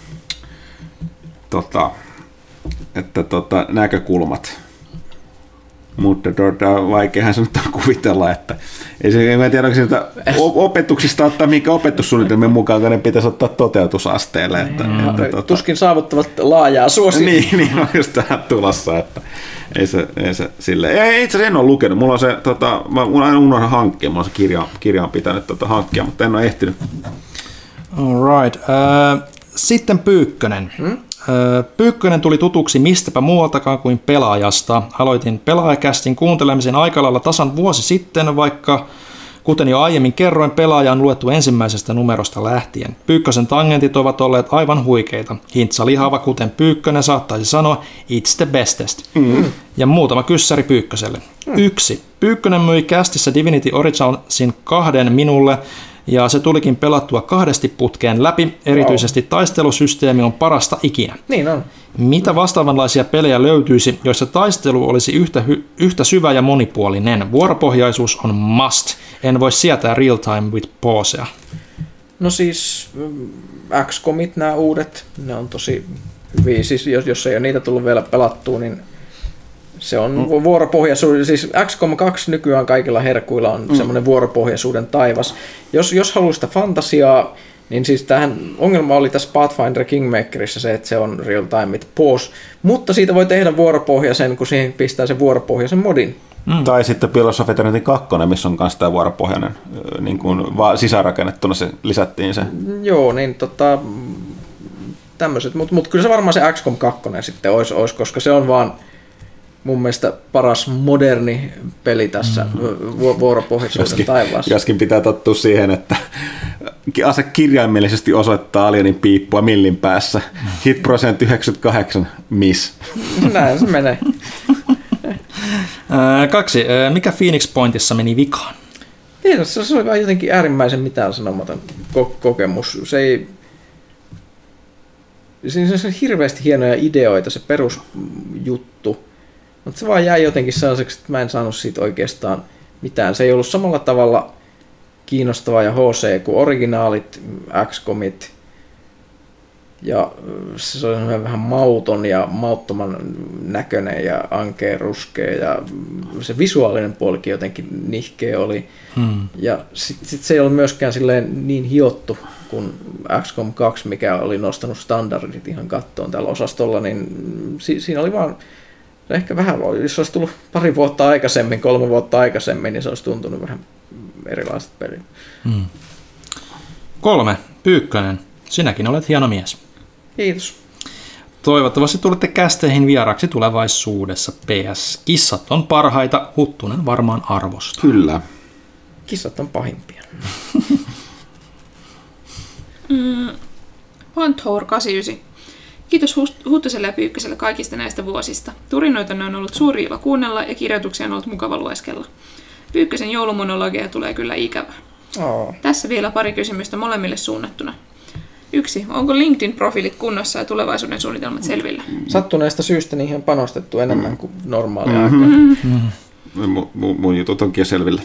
näkökulmat. Mutta vaikeahan se nyt on kuvitella, että en tiedä, onko siitä opetuksista ottaa minkä opetussuunnitelmien mukaan, ne pitäisi ottaa toteutusasteelle. Tuskin saavuttavat laajaa suosiota. Niin on just tähän tulossa, että ei se silleen. Itse asiassa en ole lukenut, mulla on se, mä aina unohdan hankkia, mulla on se kirja on pitänyt hankkia, mutta en ole ehtinyt. All right. Sitten Pyykkönen. Pyykkönen tuli tutuksi mistäpä muualtakaan kuin Pelaajasta. Aloitin Pelaajakästin kuuntelemisen aika lailla tasan vuosi sitten, vaikka kuten jo aiemmin kerroin, Pelaaja on luettu ensimmäisestä numerosta lähtien. Pyykkösen tangentit ovat olleet aivan huikeita. Hintsa lihava, kuten Pyykkönen saattaisi sanoa, it's the bestest. Ja muutama kyssäri Pyykköselle. 1. Pyykkönen myi kästissä Divinity Originalsin 2 minulle, ja se tulikin pelattua 2 putkeen läpi. Erityisesti taistelusysteemi on parasta ikinä. Niin on. Mitä vastaavanlaisia pelejä löytyisi, joissa taistelu olisi yhtä syvä ja monipuolinen? Vuoropohjaisuus on must. En voi sietää real time with pausea. No siis XCOMit, nämä uudet, ne on tosi hyviä. Siis jos ei ole niitä tullut vielä pelattua, niin se on vuoropohjaisuuden. Siis XCOM 2 nykyään kaikilla herkuilla on semmoinen vuoropohjaisuuden taivas. Jos haluaa sitä fantasiaa, niin siis tähän ongelma oli tässä Pathfinder Kingmakerissa se, että se on real time with pause, mutta siitä voi tehdä vuoropohjaisen, kun siihen pistää sen vuoropohjaisen modin. Tai sitten Pillars of Eternity 2, missä on myös tämä vuoropohjainen, niin kuin sisäänrakennettuna se lisättiin se. Joo, niin tämmöiset, mutta kyllä se varmaan se XCOM 2 sitten olisi, koska se on vaan mun mielestä paras moderni peli tässä vuoropohjaisuuden taivaassa. Joskin pitää tottua siihen, että ase kirjaimellisesti osoittaa alienin piippua millin päässä. Hit % 98, miss. Näin se menee. 2. Mikä Phoenix Pointissa meni vikaan? Se oli vaan jotenkin äärimmäisen mitään sanomaton kokemus. Siinä on hirveästi hienoja ideoita, se perusjuttu. Mutta se vaan jäi jotenkin sellaiseksi, että mä en saanut siitä oikeastaan mitään. Se ei ollut samalla tavalla kiinnostava ja HC kuin originaalit XCOMit. Ja se oli vähän mauton ja mauttoman näköinen ja ankea ruskea ja se visuaalinen puolikin jotenkin nihkeä oli. Ja sit se ei ollut myöskään silleen niin hiottu kuin XCOM 2, mikä oli nostanut standardit ihan kattoon tällä osastolla, niin siinä oli vaan ehkä vähän, jos olisi tullut 2 vuotta aikaisemmin, 3 vuotta aikaisemmin, niin se olisi tuntunut vähän erilaiset pelit. 3. Pyykkönen. Sinäkin olet hieno mies. Kiitos. Toivottavasti tulette kästeihin vieraksi tulevaisuudessa. PS. Kissat on parhaita, Huttunen varmaan arvostaa. Kyllä. Kissat on pahimpia. Panthour 89. Kiitos Huttuselle ja Pyykköselle kaikista näistä vuosista. Turinoita on ollut suuri ilo kuunnella ja kirjoituksia on ollut mukava lueskella. Pyykkösen joulumonologia tulee kyllä ikävä. Tässä vielä pari kysymystä molemmille suunnattuna. 1. Onko LinkedIn-profiilit kunnossa ja tulevaisuuden suunnitelmat selvillä? Sattuneesta syystä niihin on panostettu enemmän kuin normaalia aikaa. Mun jutut onkin jo selvillä.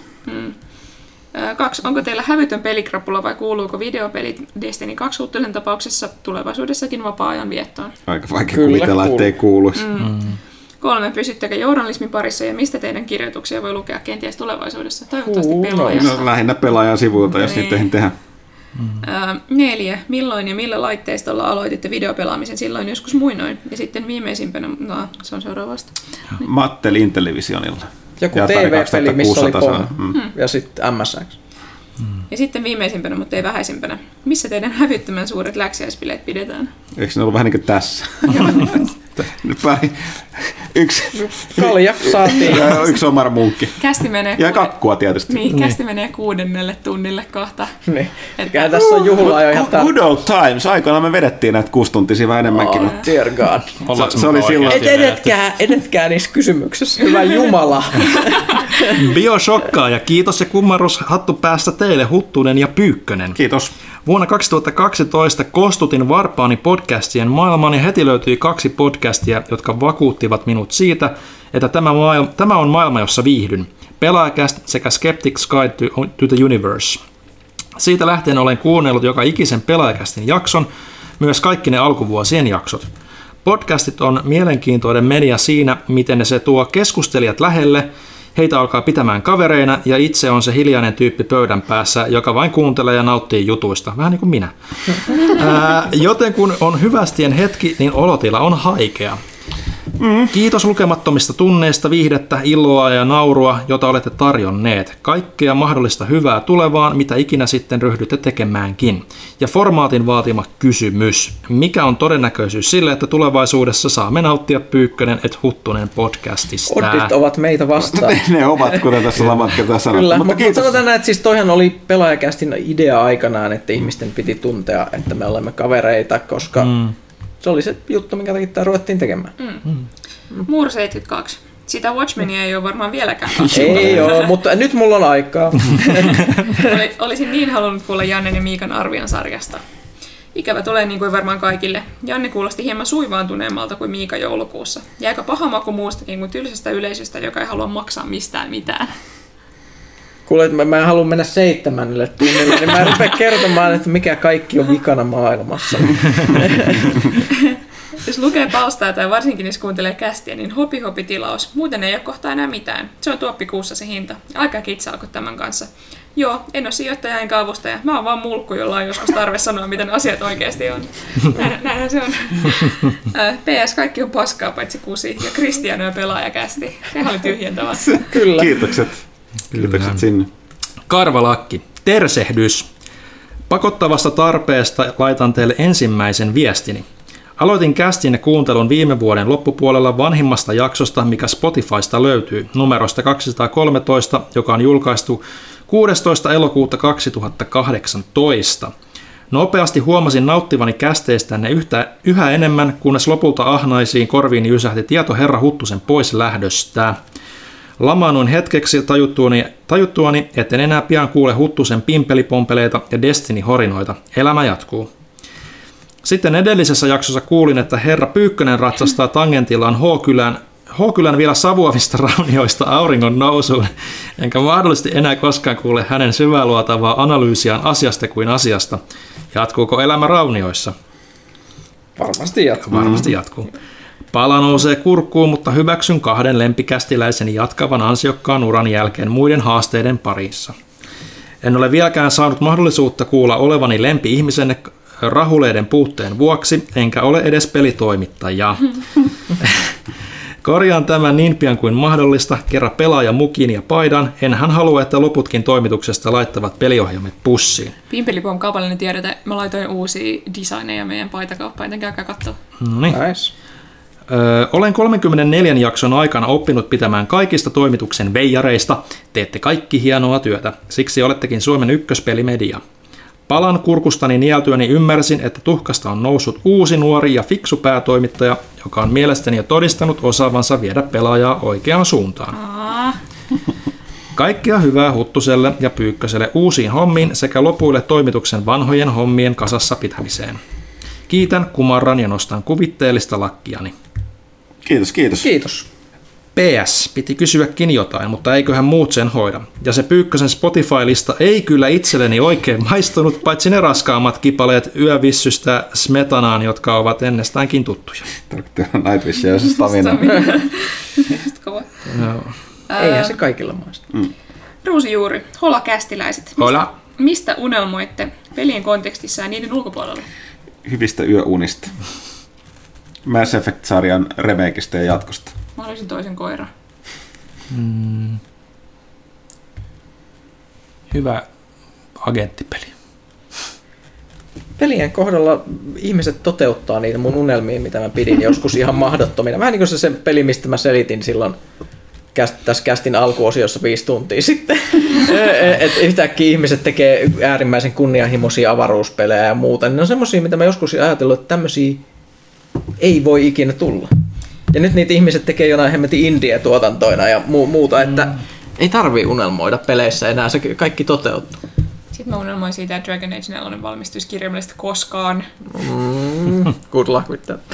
2. Onko teillä hävytön pelikrapula vai kuuluuko videopelit Destiny 2 Huttusen tapauksessa tulevaisuudessakin vapaa-ajan viettoon? Aika vaikea kuvitella, ettei kuuluisi. 3. Pysyttekö journalismin parissa ja mistä teidän kirjoituksia voi lukea kenties tulevaisuudessa? Toivottavasti pelaajasta. No, lähinnä pelaajan sivuilta, jos niitä ei tehdä. 4. Milloin ja millä laitteistolla aloititte videopelaamisen silloin joskus muinoin? Ja sitten viimeisimpänä, se on seuraavasta. Mattel Intellivisionilla. Joku Ja Atari TV-peli, missä oli 2600 Pong. Ja sitten MSX. Ja sitten viimeisimpänä, mutta ei vähäisimpänä. Missä teidän hävyttömän suuret läksiäispileet pidetään? Eikö ne ollut vähän niin kuin tässä? Nyt yksi Saatiin. Ja yksi Omar Munkki. Kästi menee Ja kakkua tietysti. Niin, kästi menee 6. tunnille kohta. Niin. Eikä tässä on juhlaa jo ihan Good old times. Aikoinaan me vedettiin näitä 6 tuntisia vähän enemmänkin. Dear God. Se oli silloin. Edetkää niissä kysymyksissä. Hyvä Jumala. Bioshokkaa ja kiitos ja kummarus hattu päästä teille Huttunen ja Pyykkönen. Kiitos. Vuonna 2012 kostutin varpaani podcastien maailmaan ja heti löytyi 2 podcastia, jotka vakuuttivat minut siitä, että tämä on maailma, jossa viihdyn. Pelaajakäst sekä Skeptic's Guide to the Universe. Siitä lähtien olen kuunnellut joka ikisen Pelaajakästin jakson, myös kaikki ne alkuvuosien jaksot. Podcastit on mielenkiintoinen media siinä, miten se tuo keskustelijat lähelle, heitä alkaa pitämään kavereina ja itse on se hiljainen tyyppi pöydän päässä, joka vain kuuntelee ja nauttii jutuista. Vähän niin kuin minä. Joten kun on hyvästien hetki, niin olotila on haikea. Kiitos lukemattomista tunneista, viihdettä, iloa ja naurua, jota olette tarjonneet. Kaikkea mahdollista hyvää tulevaan, mitä ikinä sitten ryhdytte tekemäänkin. Ja formaatin vaatima kysymys. Mikä on todennäköisyys sille, että tulevaisuudessa saamme nauttia Pyykkönen et Huttunen podcastista? Oddit ovat meitä vastaan. Ne ovat, kuten tässä Lamatkelta sanottu. Kyllä, Mutta mutta sanotaan näin, että siis toihan oli Pelaajakästin idea aikanaan, että ihmisten piti tuntea, että me olemme kavereita, koska se oli se juttu, minkä takia tämä ruvettiin tekemään. Muur 72. Sitä Watchmenia ei ole varmaan vieläkään. Ei ole, mutta nyt mulla on aikaa. Olisin niin halunnut kuulla Jannen ja Miikan arvion sarjasta. Ikävä tulee niin kuin varmaan kaikille. Janne kuulosti hieman suivaantuneemmalta kuin Miika joulukuussa. Ja aika paha maku muustakin kuin tylsästä yleisöstä, joka ei halua maksaa mistään mitään. Kuule, että mä en halua mennä 7. tunnille, niin mä en rupea kertomaan, että mikä kaikki on vikana maailmassa. Jos lukee palstaa tai varsinkin jos kuuntelee kästiä, niin hopi tilaus. Muuten ei ole kohta enää mitään. Se on tuoppikuussa se hinta. Älkää kitsailko tämän kanssa. Joo, en ole sijoittaja enkä avustaja. Mä oon vaan mulkku, jolla on joskus tarve sanoa, miten asiat oikeasti on. Näinhän se on. PS, kaikki on paskaa, paitsi Kusi ja Kristiano ja Pelaajakästi. Sehän oli tyhjentävä. Kyllä. Kiitokset. Kiitokset sinne. Karvalakki, tersehdys. Pakottavasta tarpeesta laitan teille ensimmäisen viestini. Aloitin kästin kuuntelun viime vuoden loppupuolella vanhimmasta jaksosta, mikä Spotifysta löytyy, numerosta 213, joka on julkaistu 16. elokuuta 2018. Nopeasti huomasin nauttivani kästeistänne yhä enemmän, kunnes lopulta ahnaisiin korviini jysähti tieto herra Huttusen pois lähdöstä. Lamaannuin hetkeksi tajuttuani, etten enää pian kuule Huttusen pimpelipompeleita ja Destiny-horinoita. Elämä jatkuu. Sitten edellisessä jaksossa kuulin, että herra Pyykkönen ratsastaa tangentillaan H-kylän vielä savuavista raunioista auringon nousuun, enkä mahdollisesti enää koskaan kuule hänen syväluotavaa analyysiaan asiasta kuin asiasta. Jatkuuko elämä raunioissa? Varmasti jatkuu. Varmasti jatkuu. Pala nousee kurkkuun, mutta hyväksyn 2 lempikästiläisen jatkavan ansiokkaan uran jälkeen muiden haasteiden parissa. En ole vieläkään saanut mahdollisuutta kuulla olevani lempi-ihmisenne rahuleiden puutteen vuoksi, enkä ole edes pelitoimittaja. Korjaan tämän niin pian kuin mahdollista, kerran pelaaja mukin ja paidan, enhän halua, että loputkin toimituksesta laittavat peliohjelmat pussiin. Pimpelipom kaupallinen tiedote, mä laitoin uusia designeja meidän paitakauppaan, joten käykää katsoa. Noniin. Nice. Olen 34 jakson aikana oppinut pitämään kaikista toimituksen veijareista. Teette kaikki hienoa työtä, siksi olettekin Suomen ykköspelimedia. Palan kurkustani nieltyäni ymmärsin, että tuhkasta on noussut uusi nuori ja fiksu päätoimittaja, joka on mielestäni jo todistanut osaavansa viedä pelaajaa oikeaan suuntaan. Kaikkea hyvää Huttuselle ja Pyykköselle uusiin hommiin sekä lopuille toimituksen vanhojen hommien kasassa pitämiseen. Kiitän, kumarran ja nostan kuvitteellista lakkiani. Kiitos. Kiitos. PS, piti kysyäkin jotain, mutta eiköhän muut sen hoida. Ja se Pyykkösen Spotify-lista ei kyllä itselleni oikein maistunut, paitsi ne raskaammat kipaleet Yövissystä Smetanaan, jotka ovat ennestäänkin tuttuja. Nightwish ja se Stamina. No. Eihän se kaikilla maistu. Ruusijuuri, hola kästiläiset. Hola. Mistä unelmoitte pelien kontekstissa ja niiden ulkopuolella? Hyvistä yöunista. Mass Effect-sarjan remakeista ja jatkosta. Mä olisin toisen koira. Hyvä agenttipeli. Pelien kohdalla ihmiset toteuttaa niitä mun unelmia, mitä mä pidin joskus ihan mahdottomina. Vähän niin kuin se peli, mistä mä selitin silloin tässä kästin alkuosiossa 5 tuntia sitten. Et yhtäkkiä ihmiset tekee äärimmäisen kunnianhimoisia avaruuspelejä ja muuta. Ne on semmosia, mitä mä joskus ajatellut, että tämmöisiä ei voi ikinä tulla. Ja nyt niitä ihmiset tekee jonain hemmetin indie-tuotantoina ja muuta, että ei tarvii unelmoida peleissä enää, se kaikki toteutuu. Sitten mä unelmoin siitä, että Dragon Age 4 valmistuisi kirjaimellisesti koskaan. Good luck with that.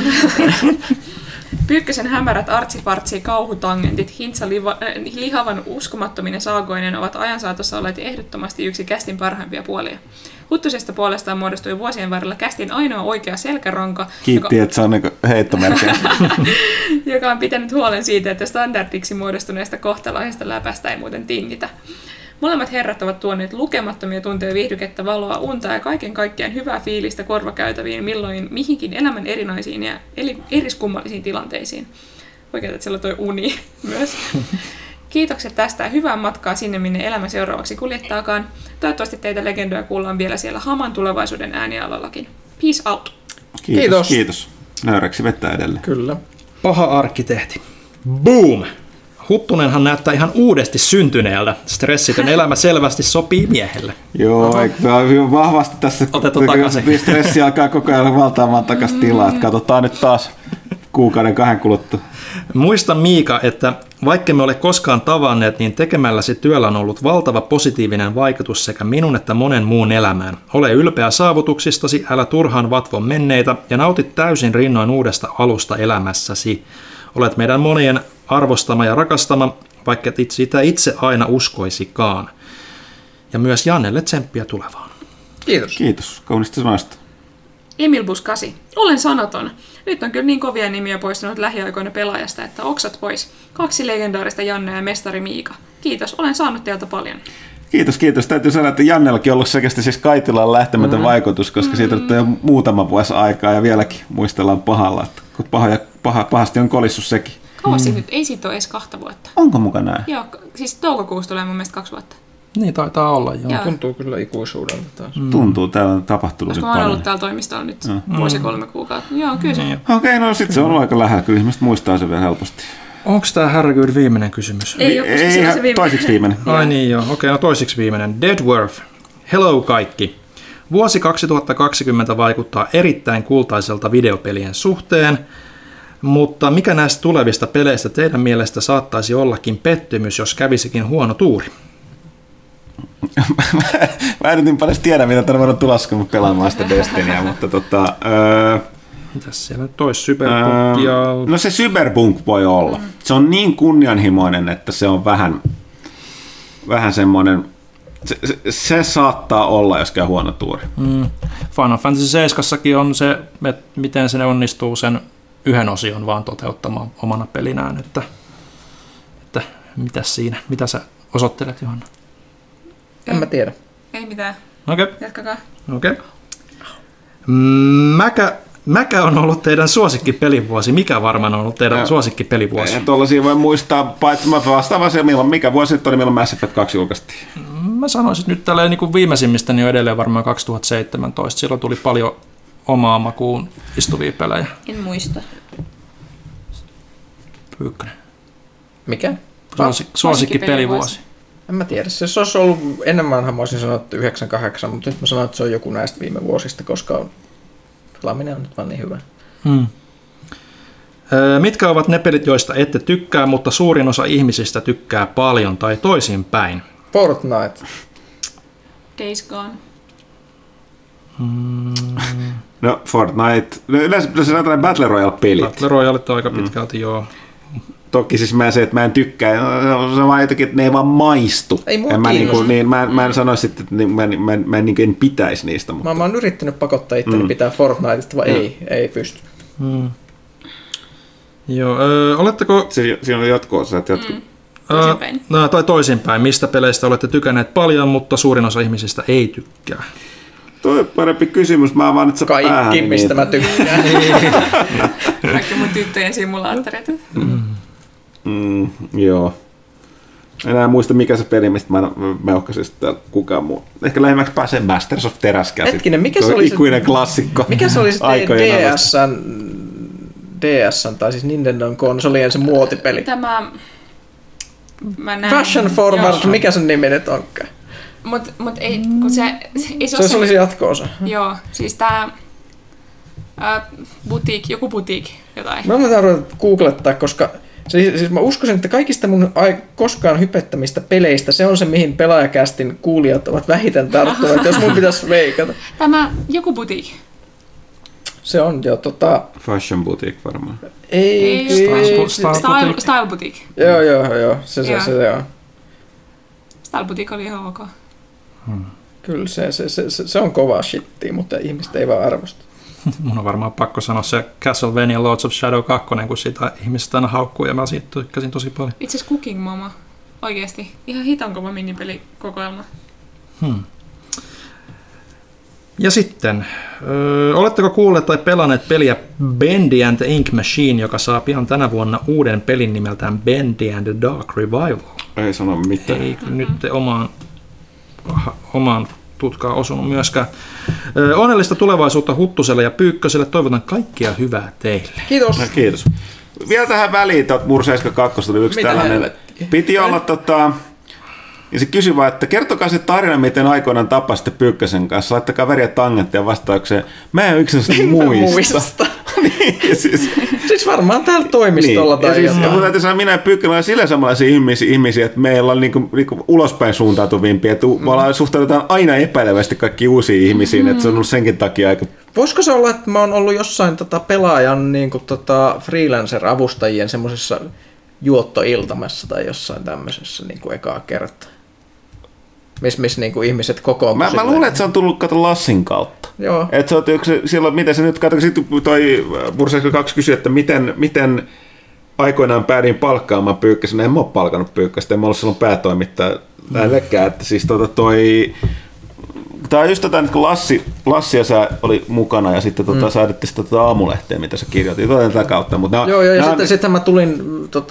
Pyykkösen hämärät artsifartsi kauhutangentit, hintsa lihavan uskomattominen saagoinen ovat ajan saatossa olleet ehdottomasti yksi kästin parhaimpia puolia. Huttusesta puolestaan muodostui vuosien varrella kästin ainoa oikea selkäranka, Kiitti, että se on niinku heittomerkkejä. joka on pitänyt huolen siitä, että standardiksi muodostuneesta kohtalaisesta läpästä ei muuten tingitä. Molemmat herrat ovat tuoneet lukemattomia tunteja viihdykettä, valoa, unta ja kaiken kaikkiaan hyvää fiilistä korvakäytäviin milloin mihinkin elämän erinäisiin ja eriskummallisiin tilanteisiin. Oikein, että siellä on toi uni myös. Kiitokset tästä ja hyvää matkaa sinne, minne elämä seuraavaksi kuljettaakaan. Toivottavasti teitä legendoja kuullaan vielä siellä haman tulevaisuuden äänialallakin. Peace out! Kiitos. Nöyräksi vettä edelleen. Kyllä. Paha arkkitehti. Boom! Huttunenhan näyttää ihan uudesti syntyneeltä. Stressitön elämä selvästi sopii miehelle. Joo, hyvin vahvasti tässä. Otetaan takaisin. Stressi alkaa koko ajan valtaamaan takaisin tilaa. Katsotaan nyt taas kuukauden 2 kuluttua. Muista Miika, että vaikka me ole koskaan tavanneet, niin tekemälläsi työllä on ollut valtava positiivinen vaikutus sekä minun että monen muun elämään. Ole ylpeä saavutuksistasi, älä turhaan vatvo menneitä ja nautit täysin rinnoin uudesta alusta elämässäsi. Olet meidän monien arvostama ja rakastama, vaikka et sitä itse aina uskoisikaan. Ja myös Jannelle tsemppiä tulevaan. Kiitos. Kaunista sanoista. Emil Bus 8. Olen sanaton. Nyt on kyllä niin kovia nimiä poistunut lähiaikoina pelaajasta, että oksat pois. 2 legendaarista Janne ja mestari Miika. Kiitos, olen saanut teiltä paljon. Kiitos. Täytyy sanoa, että Jannellakin on ollut selkeästi siis Kaitilaan lähtemätön vaikutus, koska siitä on jo muutama vuosi aikaa ja vieläkin muistellaan pahalla, että kun pahasti on kolissu sekin. Kauas nyt, ei siitä ole edes 2 vuotta. Onko muka näin? Joo, siis toukokuussa tulee mun mielestä 2 vuotta. Niin taitaa olla, joo. Joo. Tuntuu kyllä ikuisuudelta taas. Tuntuu, täällä on tapahtunut Koska nyt mä oon paljon. ollut täällä toimistolla nyt vuosi 3 kuukautta. Joo, kyllä se. Okei, no sit se on aika lähellä. Kyllä ihmiset muistaa sen vielä helposti. Onko tämä herrakyyd viimeinen kysymys? Ei ole, koska se on se viimeinen. Toiseksi viimeinen. Ai niin joo, okei, no toiseksi viimeinen. Deadworth. Hello kaikki. Vuosi 2020 vaikuttaa erittäin kultaiselta videopelien suhteen, mutta mikä näistä tulevista peleistä teidän mielestä saattaisi ollakin pettymys, jos kävisikin huono tuuri? Mä en nyt paljon tiedä, mitä tänne voidaan tulossa, kun pelaamaan sitä Destinyä, mutta Mitäs siellä nyt olisi? Cyberpunk ja... No se Cyberpunk voi olla. Se on niin kunnianhimoinen, että se on vähän semmoinen... Se saattaa olla, jos käy huono tuuri. Final Fantasy 7:ssakin on se, että miten se onnistuu sen yhden osion vaan toteuttamaan omana pelinään, että mitäs siinä? Mitä sä osoittelet, Johanna? En mä tiedä. Ei mitään. Okei. Jatkakaa. Okay. Mäkä on ollut teidän suosikkipelivuosi. Mikä varmaan on ollut teidän suosikkipelivuosi? Ja tuollaisia voi muistaa, paitsi mä vastaan vaan milloin, mikä vuosi nyt oli, milloin Mass Effect 2 julkaistiin. Mä sanoisin nyt tälleen niin kuin viimeisimmistä, niin on edelleen varmaan 2017. Silloin tuli paljon omaa makuun istuvia pelejä. En muista. Pyykkönen. Mikä? Suosikkipelivuosi. En mä tiedä. Se olisi ollut, enemmänhän mä olisin sanonut 98, mutta nyt mä sanon, että se on joku näistä viime vuosista, koska pelaaminen on nyt vaan niin hyvä. Mitkä ovat ne pelit, joista ette tykkää, mutta suurin osa ihmisistä tykkää paljon tai toisinpäin? Fortnite. Days Gone. No Fortnite, yleensä sanotaan Battle Royale-pelit. Battle Royale on aika pitkälti, joo. Toki siis se, että mä en tykkää, se on vaan jotenkin, että ne ei vaan maistu. Ei mua mä, kiinnosta. mä en sanoisi, että mä en pitäisi niistä. Mutta... Mä oon yrittänyt pakottaa itteni pitää Fortniteista, vaan ei pysty. Joo, oletteko... Siinä on jatko-osat. Toisinpäin. Tai toisinpäin. Mistä peleistä olette tykänneet paljon, mutta suurin osa ihmisistä ei tykkää? Toi on parempi kysymys, mä vaan nyt saa Kaikki, mistä mä tykkään. Kaikki mun tyttöjen simulaattorit. Joo. Enää muista mikä se peli, mistä mä ohkasin täällä kukaan muu. Ehkä lähimmäksi pääsee Masters of Teräskäsi. Hetkinen, mikä se oli ikuinen klassikko. Mikä se oli se DS:n tai siis Nintendon konsolien se muotipeli? Tämä... Fashion Forward, mikä sen nimi nyt onkaan? Mut ei, kun se Se oli se jatko-osa. Joo, siis tää... joku boutique, jotain. Mä voin ruveta googlettaa, koska siis mä uskoisin, että kaikista mun koskaan hypettämistä peleistä se on se, mihin Pelaajakästin kuulijat ovat vähiten tarttuneet, jos mun pitäisi veikata. Tämä joku boutique. Se on jo Fashion Boutique varmaan. Ei. Style boutique. Joo. Se on. Style boutique oli ihan ok. Kyllä se on kovaa shittiä, mutta ihmiset ei vaan arvosta. Mun on varmaan pakko sanoa se Castlevania Lords of Shadow 2, kun sitä ihmiset aina haukkuu ja mä siitä tykkäsin tosi paljon. Itse asiassa Cooking Mama. Oikeesti. Ihan hiton kova minipelikokoelma. Ja sitten, oletteko kuulleet tai pelanneet peliä Bendy and the Ink Machine, joka saa pian tänä vuonna uuden pelin nimeltään Bendy and the Dark Revival? Ei sano mitään. Ei nyt omaan tutkaan osunut myöskään. Onnellista tulevaisuutta Huttuselle ja Pyykköselle. Toivotan kaikkia hyvää teille. Kiitos. Kiitos. Vielä tähän väliin, Mur 72 tuli yksi Mitä tällainen. helvettiä? Piti olla ja se kysyi vaan, että kertokaa se tarina, miten aikoinaan tapasitte Pyykkösen kanssa. Laittakaa väriä tangenttia vastaukseen. Mä en yksinkertaisesti muista. Niin, siis varmaan täällä toimistolla niin. tai jotain. Mutta täytyy sanoa, minä ja Pyykkönen ollaan sillä samanlaisia ihmisiä, että meillä on niinku ulospäin suuntautuvimpia. Että me suhtaudutaan aina epäilevästi kaikki uusiin ihmisiin, että se on ollut senkin takia aika... Voisiko se olla, että mä oon ollut jossain pelaajan freelancer-avustajien semmoisessa juottoiltamassa tai jossain tämmöisessä ekaa kertaa? Missä niinku ihmiset kokoontuu. Mä luulen, että se on tullut Lassin kautta. Joo. Että se on silloin, miten se nyt, sitten toi Bursa 2 kysyi, että miten aikoinaan päädin palkkaamaan Pyykkäsen. En mä ole palkannut Pyykkästä, en mä ollut silloin päätoimittaja lähellekään. Että siis tämä on just kun Lassi ja sä oli mukana ja sitten säädettiin sitä aamulehteä, mitä sä kirjoitit tätä kautta. Mutta joo, ja sitten mä tulin,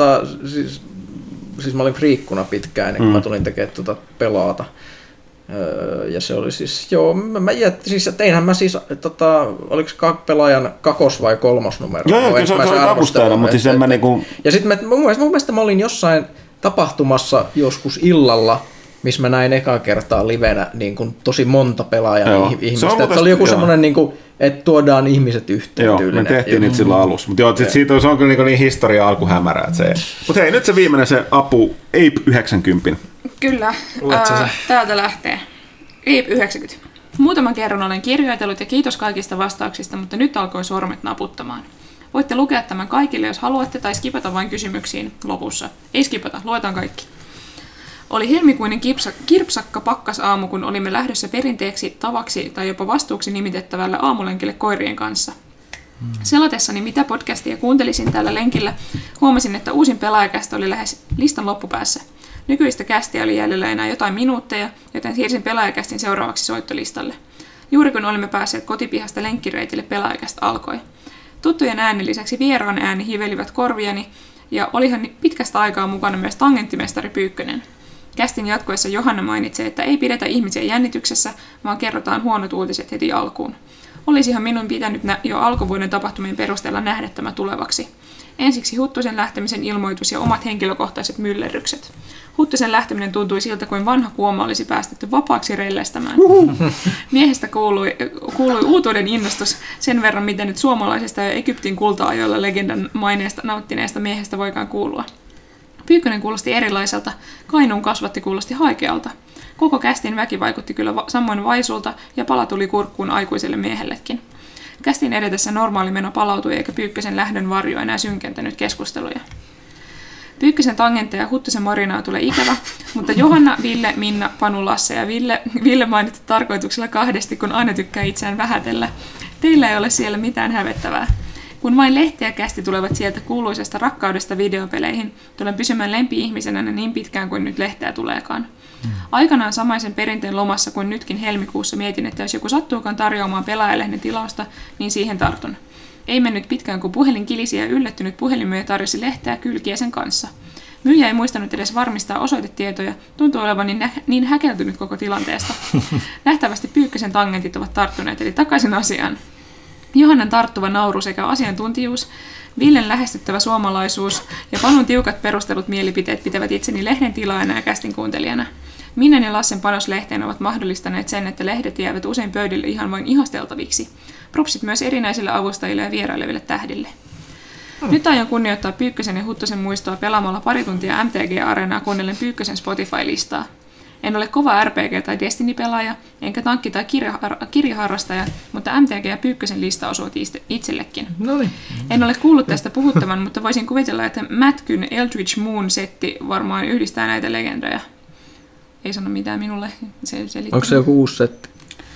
siis mä olin friikkuna pitkään, kun mä tulin tekemään Pelaata. Ja se oli siis, teinhän mä siis, oliko pelaajan kakos- vai kolmosnumero? Joo, kyllä se oli avustajana, mutta siis en mä niinku... Ja sitten mun mielestä mä olin jossain tapahtumassa joskus illalla, missä mä näin ekaa kertaa livenä niin kuin tosi monta pelaajan ihmistä. Se oli joku semmoinen, niin kuin, että tuodaan ihmiset yhteen joo, tyylinen. me tehtiin niitä silloin alussa. Mutta siitä se on kyllä niin historia alkuhämärää. Mutta hei, nyt se viimeinen se Apu Ape 90. Kyllä. Täältä lähtee. Ape 90. Muutaman kerran olen kirjoitellut ja kiitos kaikista vastauksista, mutta nyt alkoi sormet naputtamaan. Voitte lukea tämän kaikille, jos haluatte, tai skipata vain kysymyksiin lopussa. Ei skipata, luetaan kaikki. Oli helmikuinen kirpsakka pakkasaamu, kun olimme lähdössä perinteeksi, tavaksi tai jopa vastuuksi nimitettävälle aamulenkille koirien kanssa. Selatessani, mitä podcastia kuuntelisin tällä lenkillä, huomasin, että uusin Pelaajakästä oli lähes listan loppupäässä. Nykyistä kästiä oli jäljellä enää jotain minuutteja, joten siirsin Pelaajakästin seuraavaksi soittolistalle. Juuri kun olimme päässeet kotipihasta lenkkireitille, Pelaajakästä alkoi. Tuttujen äänen lisäksi vieraan ääni hivelivät korviani, ja olihan pitkästä aikaa mukana myös tangenttimestari Pyykkönen. Kästin jatkoessa Johanna mainitsee, että ei pidetä ihmisiä jännityksessä, vaan kerrotaan huonot uutiset heti alkuun. Olisihan minun pitänyt jo alkuvuoden tapahtumien perusteella nähdä tämä tulevaksi. Ensiksi Huttusen lähtemisen ilmoitus ja omat henkilökohtaiset myllerrykset. Huttusen lähteminen tuntui siltä, kuin vanha kuoma olisi päästetty vapaaksi rellestämään. Miehestä kuului uutuuden innostus sen verran, miten nyt suomalaisesta ja Egyptin kulta-ajoilla legendan maineesta nauttineesta miehestä voikaan kuulua. Pyykkönen kuulosti erilaiselta, Kainuun kasvatti kuulosti haikealta. Koko kästin väki vaikutti kyllä samoin vaisulta ja pala tuli kurkkuun aikuiselle miehellekin. Kästin edetessä normaali meno palautui eikä Pyykkösen lähdön varjo enää synkentänyt keskusteluja. Pyykkösen tangentteja ja Huttusen morinaa tulee ikävä, mutta Johanna, Ville, Minna, Panu, Lasse ja Ville mainittu tarkoituksella kahdesti, kun aina tykkää itseään vähätellä. Teillä ei ole siellä mitään hävettävää. Kun vain lehti ja kästi tulevat sieltä kuuluisesta rakkaudesta videopeleihin, tulen pysymään lempi-ihmisenä niin pitkään kuin nyt lehteä tuleekaan. Aikanaan samaisen perinteen lomassa kuin nytkin helmikuussa mietin, että jos joku sattuukaan tarjoamaan pelaajalehden tilausta, niin siihen tartun. Ei mennyt pitkään, kun puhelin kilisi ja yllättynyt puhelinmyyjä tarjosi lehteä kylkiä sen kanssa. Myyjä ei muistanut edes varmistaa osoitetietoja, tuntui olevan niin häkeltynyt koko tilanteesta. Nähtävästi Pyykkösen tangentit ovat tarttuneet, eli takaisin asiaan. Johannan tarttuva nauru sekä asiantuntijuus, Villen lähestyttävä suomalaisuus ja Panun tiukat perustelut mielipiteet pitävät itseni lehden tilaajana ja kästin kuuntelijana. Minnan ja Lassen panos lehteen ovat mahdollistaneet sen, että lehdet jäävät usein pöydille ihan vain ihasteltaviksi. Propsit myös erinäisille avustajille ja vieraileville tähdille. Nyt aion kunnioittaa Pyykkösen ja Huttusen muistoa pelaamalla pari tuntia MTG-areenaa kuunnellen Pyykkösen Spotify-listaa. En ole kova RPG- tai Destiny-pelaaja, enkä tankki- tai kirjaharrastaja, mutta MTG ja Pyykkösen lista osuvat itsellekin. Noniin. En ole kuullut tästä puhuttavan, mutta voisin kuvitella, että Mätkyn Eldritch Moon-setti varmaan yhdistää näitä legendoja. Ei sano mitään minulle. Onko se joku uusi setti?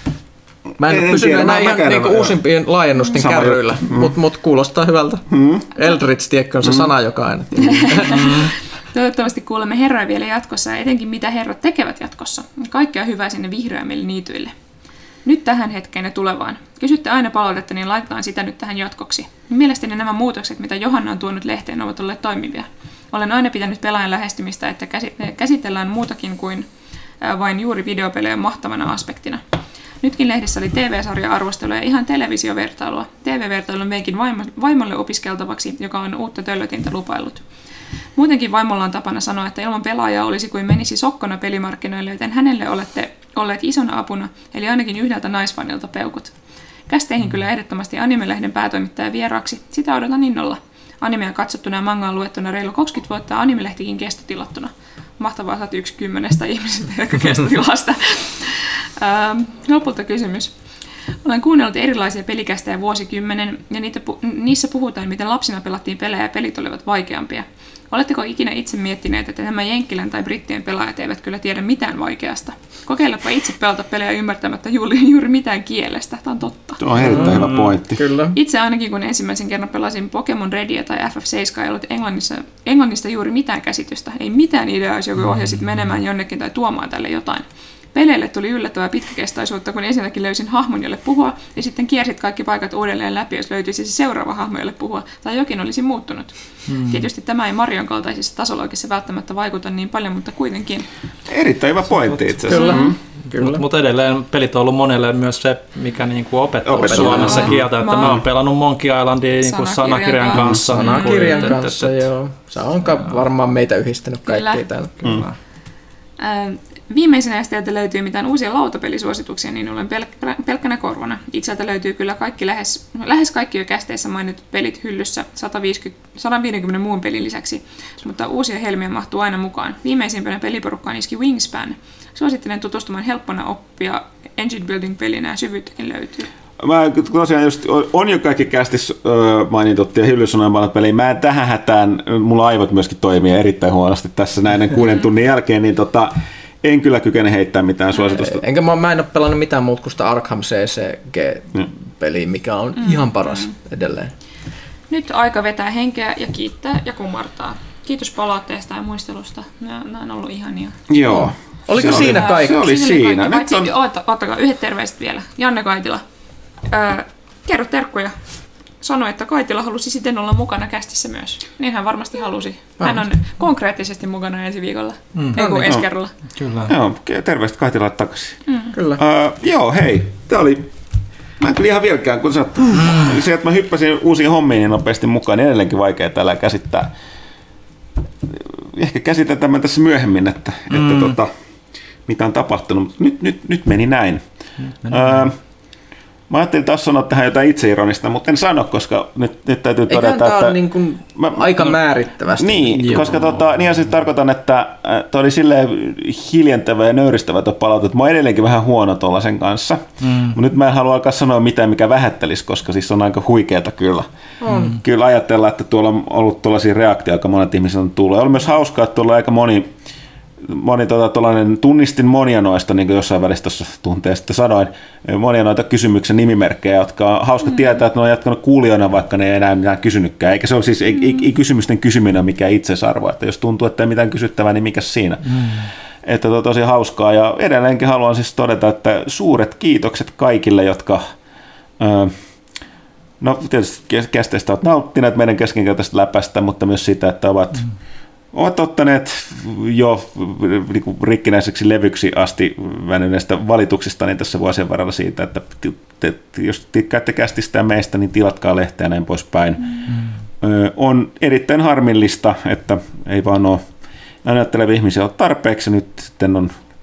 Mä en ole pysynyt enää ihan niinku uusimpien laajennusten kärryillä, mutta kuulostaa hyvältä. Eldritch, tiedätkö, on se sana, joka aina Toivottavasti kuulemme herroja vielä jatkossa ja etenkin mitä herrat tekevät jatkossa. Kaikkea hyvää sinne vihreämmille niityille. Nyt tähän hetkeen ja tulevaan. Kysytte aina palautetta, niin laitetaan sitä nyt tähän jatkoksi. Mielestäni nämä muutokset, mitä Johanna on tuonut lehteen, ovat olleet toimivia. Olen aina pitänyt pelaajan lähestymistä, että käsitellään muutakin kuin vain juuri videopelejä mahtavana aspektina. Nytkin lehdessä oli TV-sarja-arvostelua ja ihan televisiovertailua. TV-vertailun veinkin vaimolle opiskeltavaksi, joka on uutta töllötintä lupaillut. Muutenkin vaimolla on tapana sanoa, että ilman pelaajaa olisi kuin menisi sokkona pelimarkkinoille, joten hänelle olette olleet isona apuna, eli ainakin yhdeltä naisfanilta peukut. Kästeihin kyllä ehdottomasti Anime-lehden päätoimittaja vieraaksi, sitä odotan innolla. Animea katsottuna ja mangaa luettuna reilu 20 vuotta ja Anime-lehtikin kestotilattuna. Mahtavaa, sä oot 1/10 ihmisestä, jotka kestotilasta. Lopulta kysymys. Olen kuunnellut erilaisia pelikästejä vuosikymmenen ja niissä puhutaan, miten lapsina pelattiin pelejä ja pelit olivat vaikeampia. Oletteko ikinä itse miettineet, että nämä jenkkilän tai brittien pelaajat eivät kyllä tiedä mitään vaikeasta? Kokeilepa itse pelata pelejä ymmärtämättä juuri mitään kielestä. Tämä on totta. Tuo on erittäin hyvä pointti. Kyllä. Itse ainakin, kun ensimmäisen kerran pelasin Pokemon Redia tai FF7, ei ollut englannista juuri mitään käsitystä. Ei mitään ideaa, jos joku ohjasit menemään jonnekin tai tuomaan tälle jotain. Peleille tuli yllättävää pitkäkestoisuutta, kun ensinnäkin löysin hahmon, jolle puhua, ja sitten kiersit kaikki paikat uudelleen läpi, jos löytyisi se seuraava hahmo, jolle puhua, tai jokin olisi muuttunut. Tietysti tämä ei Marion kaltaisissa tasoloikissa välttämättä vaikuta niin paljon, mutta kuitenkin. Erittäin hyvä pointti itse asiassa. Kyllä. Mutta edelleen pelit on ollut monelle myös se, mikä niinku opettaa suomessa kieltä, että mä oon pelannut Monkey Islandia niinku sanakirjan kanssa. Sanakirjan kanssa, joo. Se on varmaan meitä yhdistänyt kaikkia täällä. Viimeisenä, jos teiltä löytyy mitään uusia lautapelisuosituksia, niin olen pelkkänä korvana. Itseltä löytyy kyllä kaikki lähes kaikki jo kästeissä mainitut pelit hyllyssä 150 muun pelin lisäksi, mutta uusia helmiä mahtuu aina mukaan. Viimeisimpänä peliporukkaan iski Wingspan. Suosittelen tutustumaan helppona oppia engine building-pelinä ja syvyyttäkin löytyy. Mä tosiaan just, on jo kaikki kästis mainitut ja hyllyssä on paljon peliä. Mä tähän hätään, mulla aivot myöskin toimii erittäin huonosti tässä näiden 6 tunnin jälkeen, niin en kyllä kykene heittämään mitään suositusta. Enkä mä en ole pelannut mitään muuta kuin sitä Arkham CCG-peliä, mikä on ihan paras edelleen. Nyt aika vetää henkeä ja kiittää ja kumartaa. Kiitos palautteesta ja muistelusta. Nämä on ollut ihania. Joo. Oliko siinä kaikki? Se oli siinä. Paitsi, ottakaa yhdet terveiset vielä. Janne Kaitila. Kerro terkkuja. Sanoi, että Kaitila halusi sitten olla mukana kästissä myös. Niin hän varmasti halusi. Hän on konkreettisesti mukana ensi viikolla. Ensi kerralla. Kyllä. Joo, terveiset Kaitilalle takaisin. Kyllä. Joo, hei. Tämä oli... Mä en kyllä ihan vieläkään, kun sä... Se, että mä hyppäsin uusiin hommiin niin nopeasti mukaan, niin edelleenkin vaikea täällä käsittää. ehkä käsitän tämän tässä myöhemmin, että mitä on tapahtunut. Nyt meni näin. Mä ajattelin taas sanoa tähän jotain itseironista, mutta en sano, koska nyt täytyy todeta, että on niin kuin aika määrittävästi. Niin, koska niin siis tarkoitan, että toi oli silleen hiljentävä ja nöyristävä tuo palaute, että mä oon edelleenkin vähän huono tuollaisen kanssa. Mutta nyt mä en halua alkaa sanoa mitään, mikä vähättelisi, koska siis on aika huikeeta kyllä. Kyllä ajatella, että tuolla on ollut tuollaisia reaktioita, aika monet ihmiset on tullut. Ja oli myös hauskaa, että tuolla aika moni tunnistin monia noista, niin kuin jossain välissä tuossa tunteen sitten sanoin, monia noita kysymyksen nimimerkkejä, jotka on hauska tietää, että ne on jatkanut kuulijoina, vaikka ne ei enää mitään kysynytkään. Eikä se ole siis, ei kysymysten kysyminen ole mikään itseisarvo, että jos tuntuu, että ei mitään kysyttävää, niin mikä siinä. Että tosi hauskaa, ja edelleenkin haluan siis todeta, että suuret kiitokset kaikille, jotka no tietysti kästeistä ovat nauttineet meidän keskinkertaisesta läpästä, mutta myös sitä, että ovat ottaneet jo niin rikkinäiseksi levyksi asti väsyneistä valituksistani tässä vuosien varrella siitä, että jos tykkäätte kästistä meistä, niin tilatkaa lehteä ja näin poispäin. On erittäin harmillista, että ei vaan ole ajattelevia ihmisiä ole tarpeeksi. Nyt sitten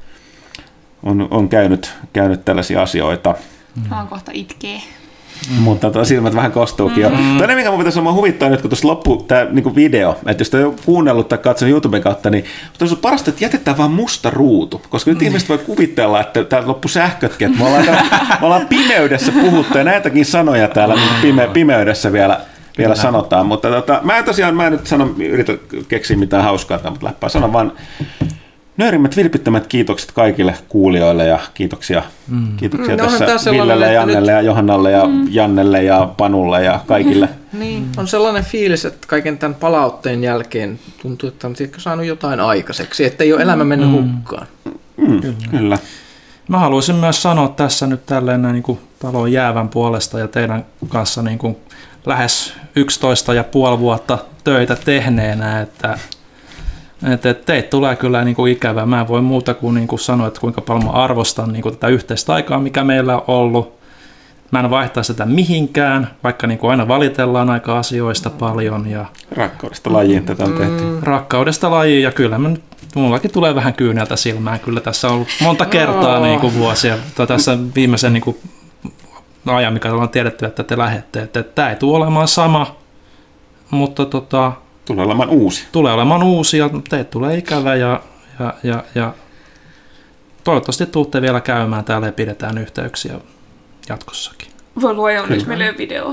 on käynyt tällaisia asioita. Vaan kohta itkee. Mutta silmät vähän kostuukin jo. Toinen, mikä mun pitäisi olla huvittaa nyt, kun tuossa loppuu tämä niinku video, että jos te on kuunnellut tai katsonut YouTuben kautta, niin olisi parasta, että jätetään vaan musta ruutu, koska nyt ihmiset voi kuvitella, että täältä loppu sähkötkin, että me ollaan pimeydessä puhuttu ja näitäkin sanoja täällä pimeydessä vielä sanotaan, mutta mä en nyt yritä keksiä mitään hauskaa, mutta läppää sanon vaan nöyrimmät vilpittömät kiitokset kaikille kuulijoille ja kiitoksia tässä Villelle ja Jannelle ja Johannalle ja Jannelle ja Panulle ja kaikille. Niin, on sellainen fiilis, että kaiken tämän palautteen jälkeen tuntuu, että on saanut jotain aikaiseksi, että ei ole elämä mennyt hukkaan. Kyllä. Mä haluaisin myös sanoa tässä nyt tälleen niin kuin talon jäävän puolesta ja teidän kanssa niin kuin lähes 11,5 vuotta töitä tehneenä, että teitä tulee kyllä niin kuin ikävää. Mä en voi muuta kuin, niin kuin sanoa, että kuinka paljon mä arvostan niin kuin tätä yhteistä aikaa, mikä meillä on ollut. Mä en vaihtaa sitä mihinkään, vaikka niin kuin aina valitellaan aika asioista paljon. Ja rakkaudesta lajiin tätä on tehty. Rakkaudesta lajiin, ja kyllä mullakin tulee vähän kyyneltä silmään. Kyllä tässä on ollut monta kertaa niin kuin vuosia. Tässä viimeisen niin kuin ajan, mikä on tiedetty, että te lähette. Että tämä ei tule olemaan sama, mutta tulee olemaan uusi. Tulee olemaan uusi ja teitä tulee ikävä ja toivottavasti tuutte vielä käymään täällä ja pidetään yhteyksiä jatkossakin. Voi luoja, onneksi meillä ei ole videoa.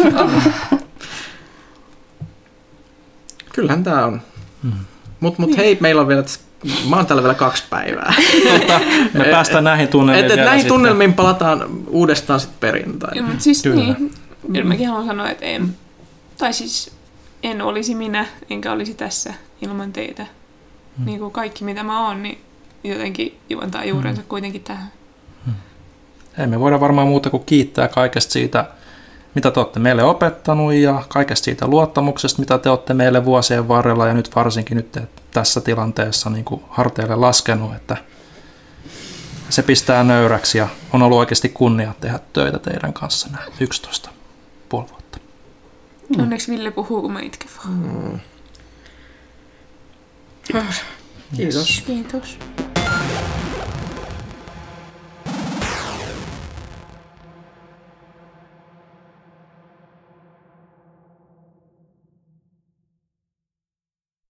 Kyllähän tää on. Mut hei, meillä on vielä, mä oon täällä vielä 2 päivää. Me päästään näihin tunnelmiin vielä näihin sitten. tunnelmiin palataan uudestaan sitten perjantaina. Mutta siis niin, mäkin haluan sanoa, että en olisi minä, enkä olisi tässä ilman teitä. Niin kuin kaikki, mitä mä oon, niin jotenkin juontaa juurensa kuitenkin tähän. Ei me voida varmaan muuta kuin kiittää kaikesta siitä, mitä te olette meille opettanut ja kaikesta siitä luottamuksesta, mitä te olette meille vuosien varrella ja nyt varsinkin nyt tässä tilanteessa niin kuin harteille laskenut, että se pistää nöyräksi ja on ollut oikeasti kunnia tehdä töitä teidän kanssa nämä 11,5 vuotta. Onneksi Ville puhuu, kun mä itken vaan. Kiitos. Kiitos.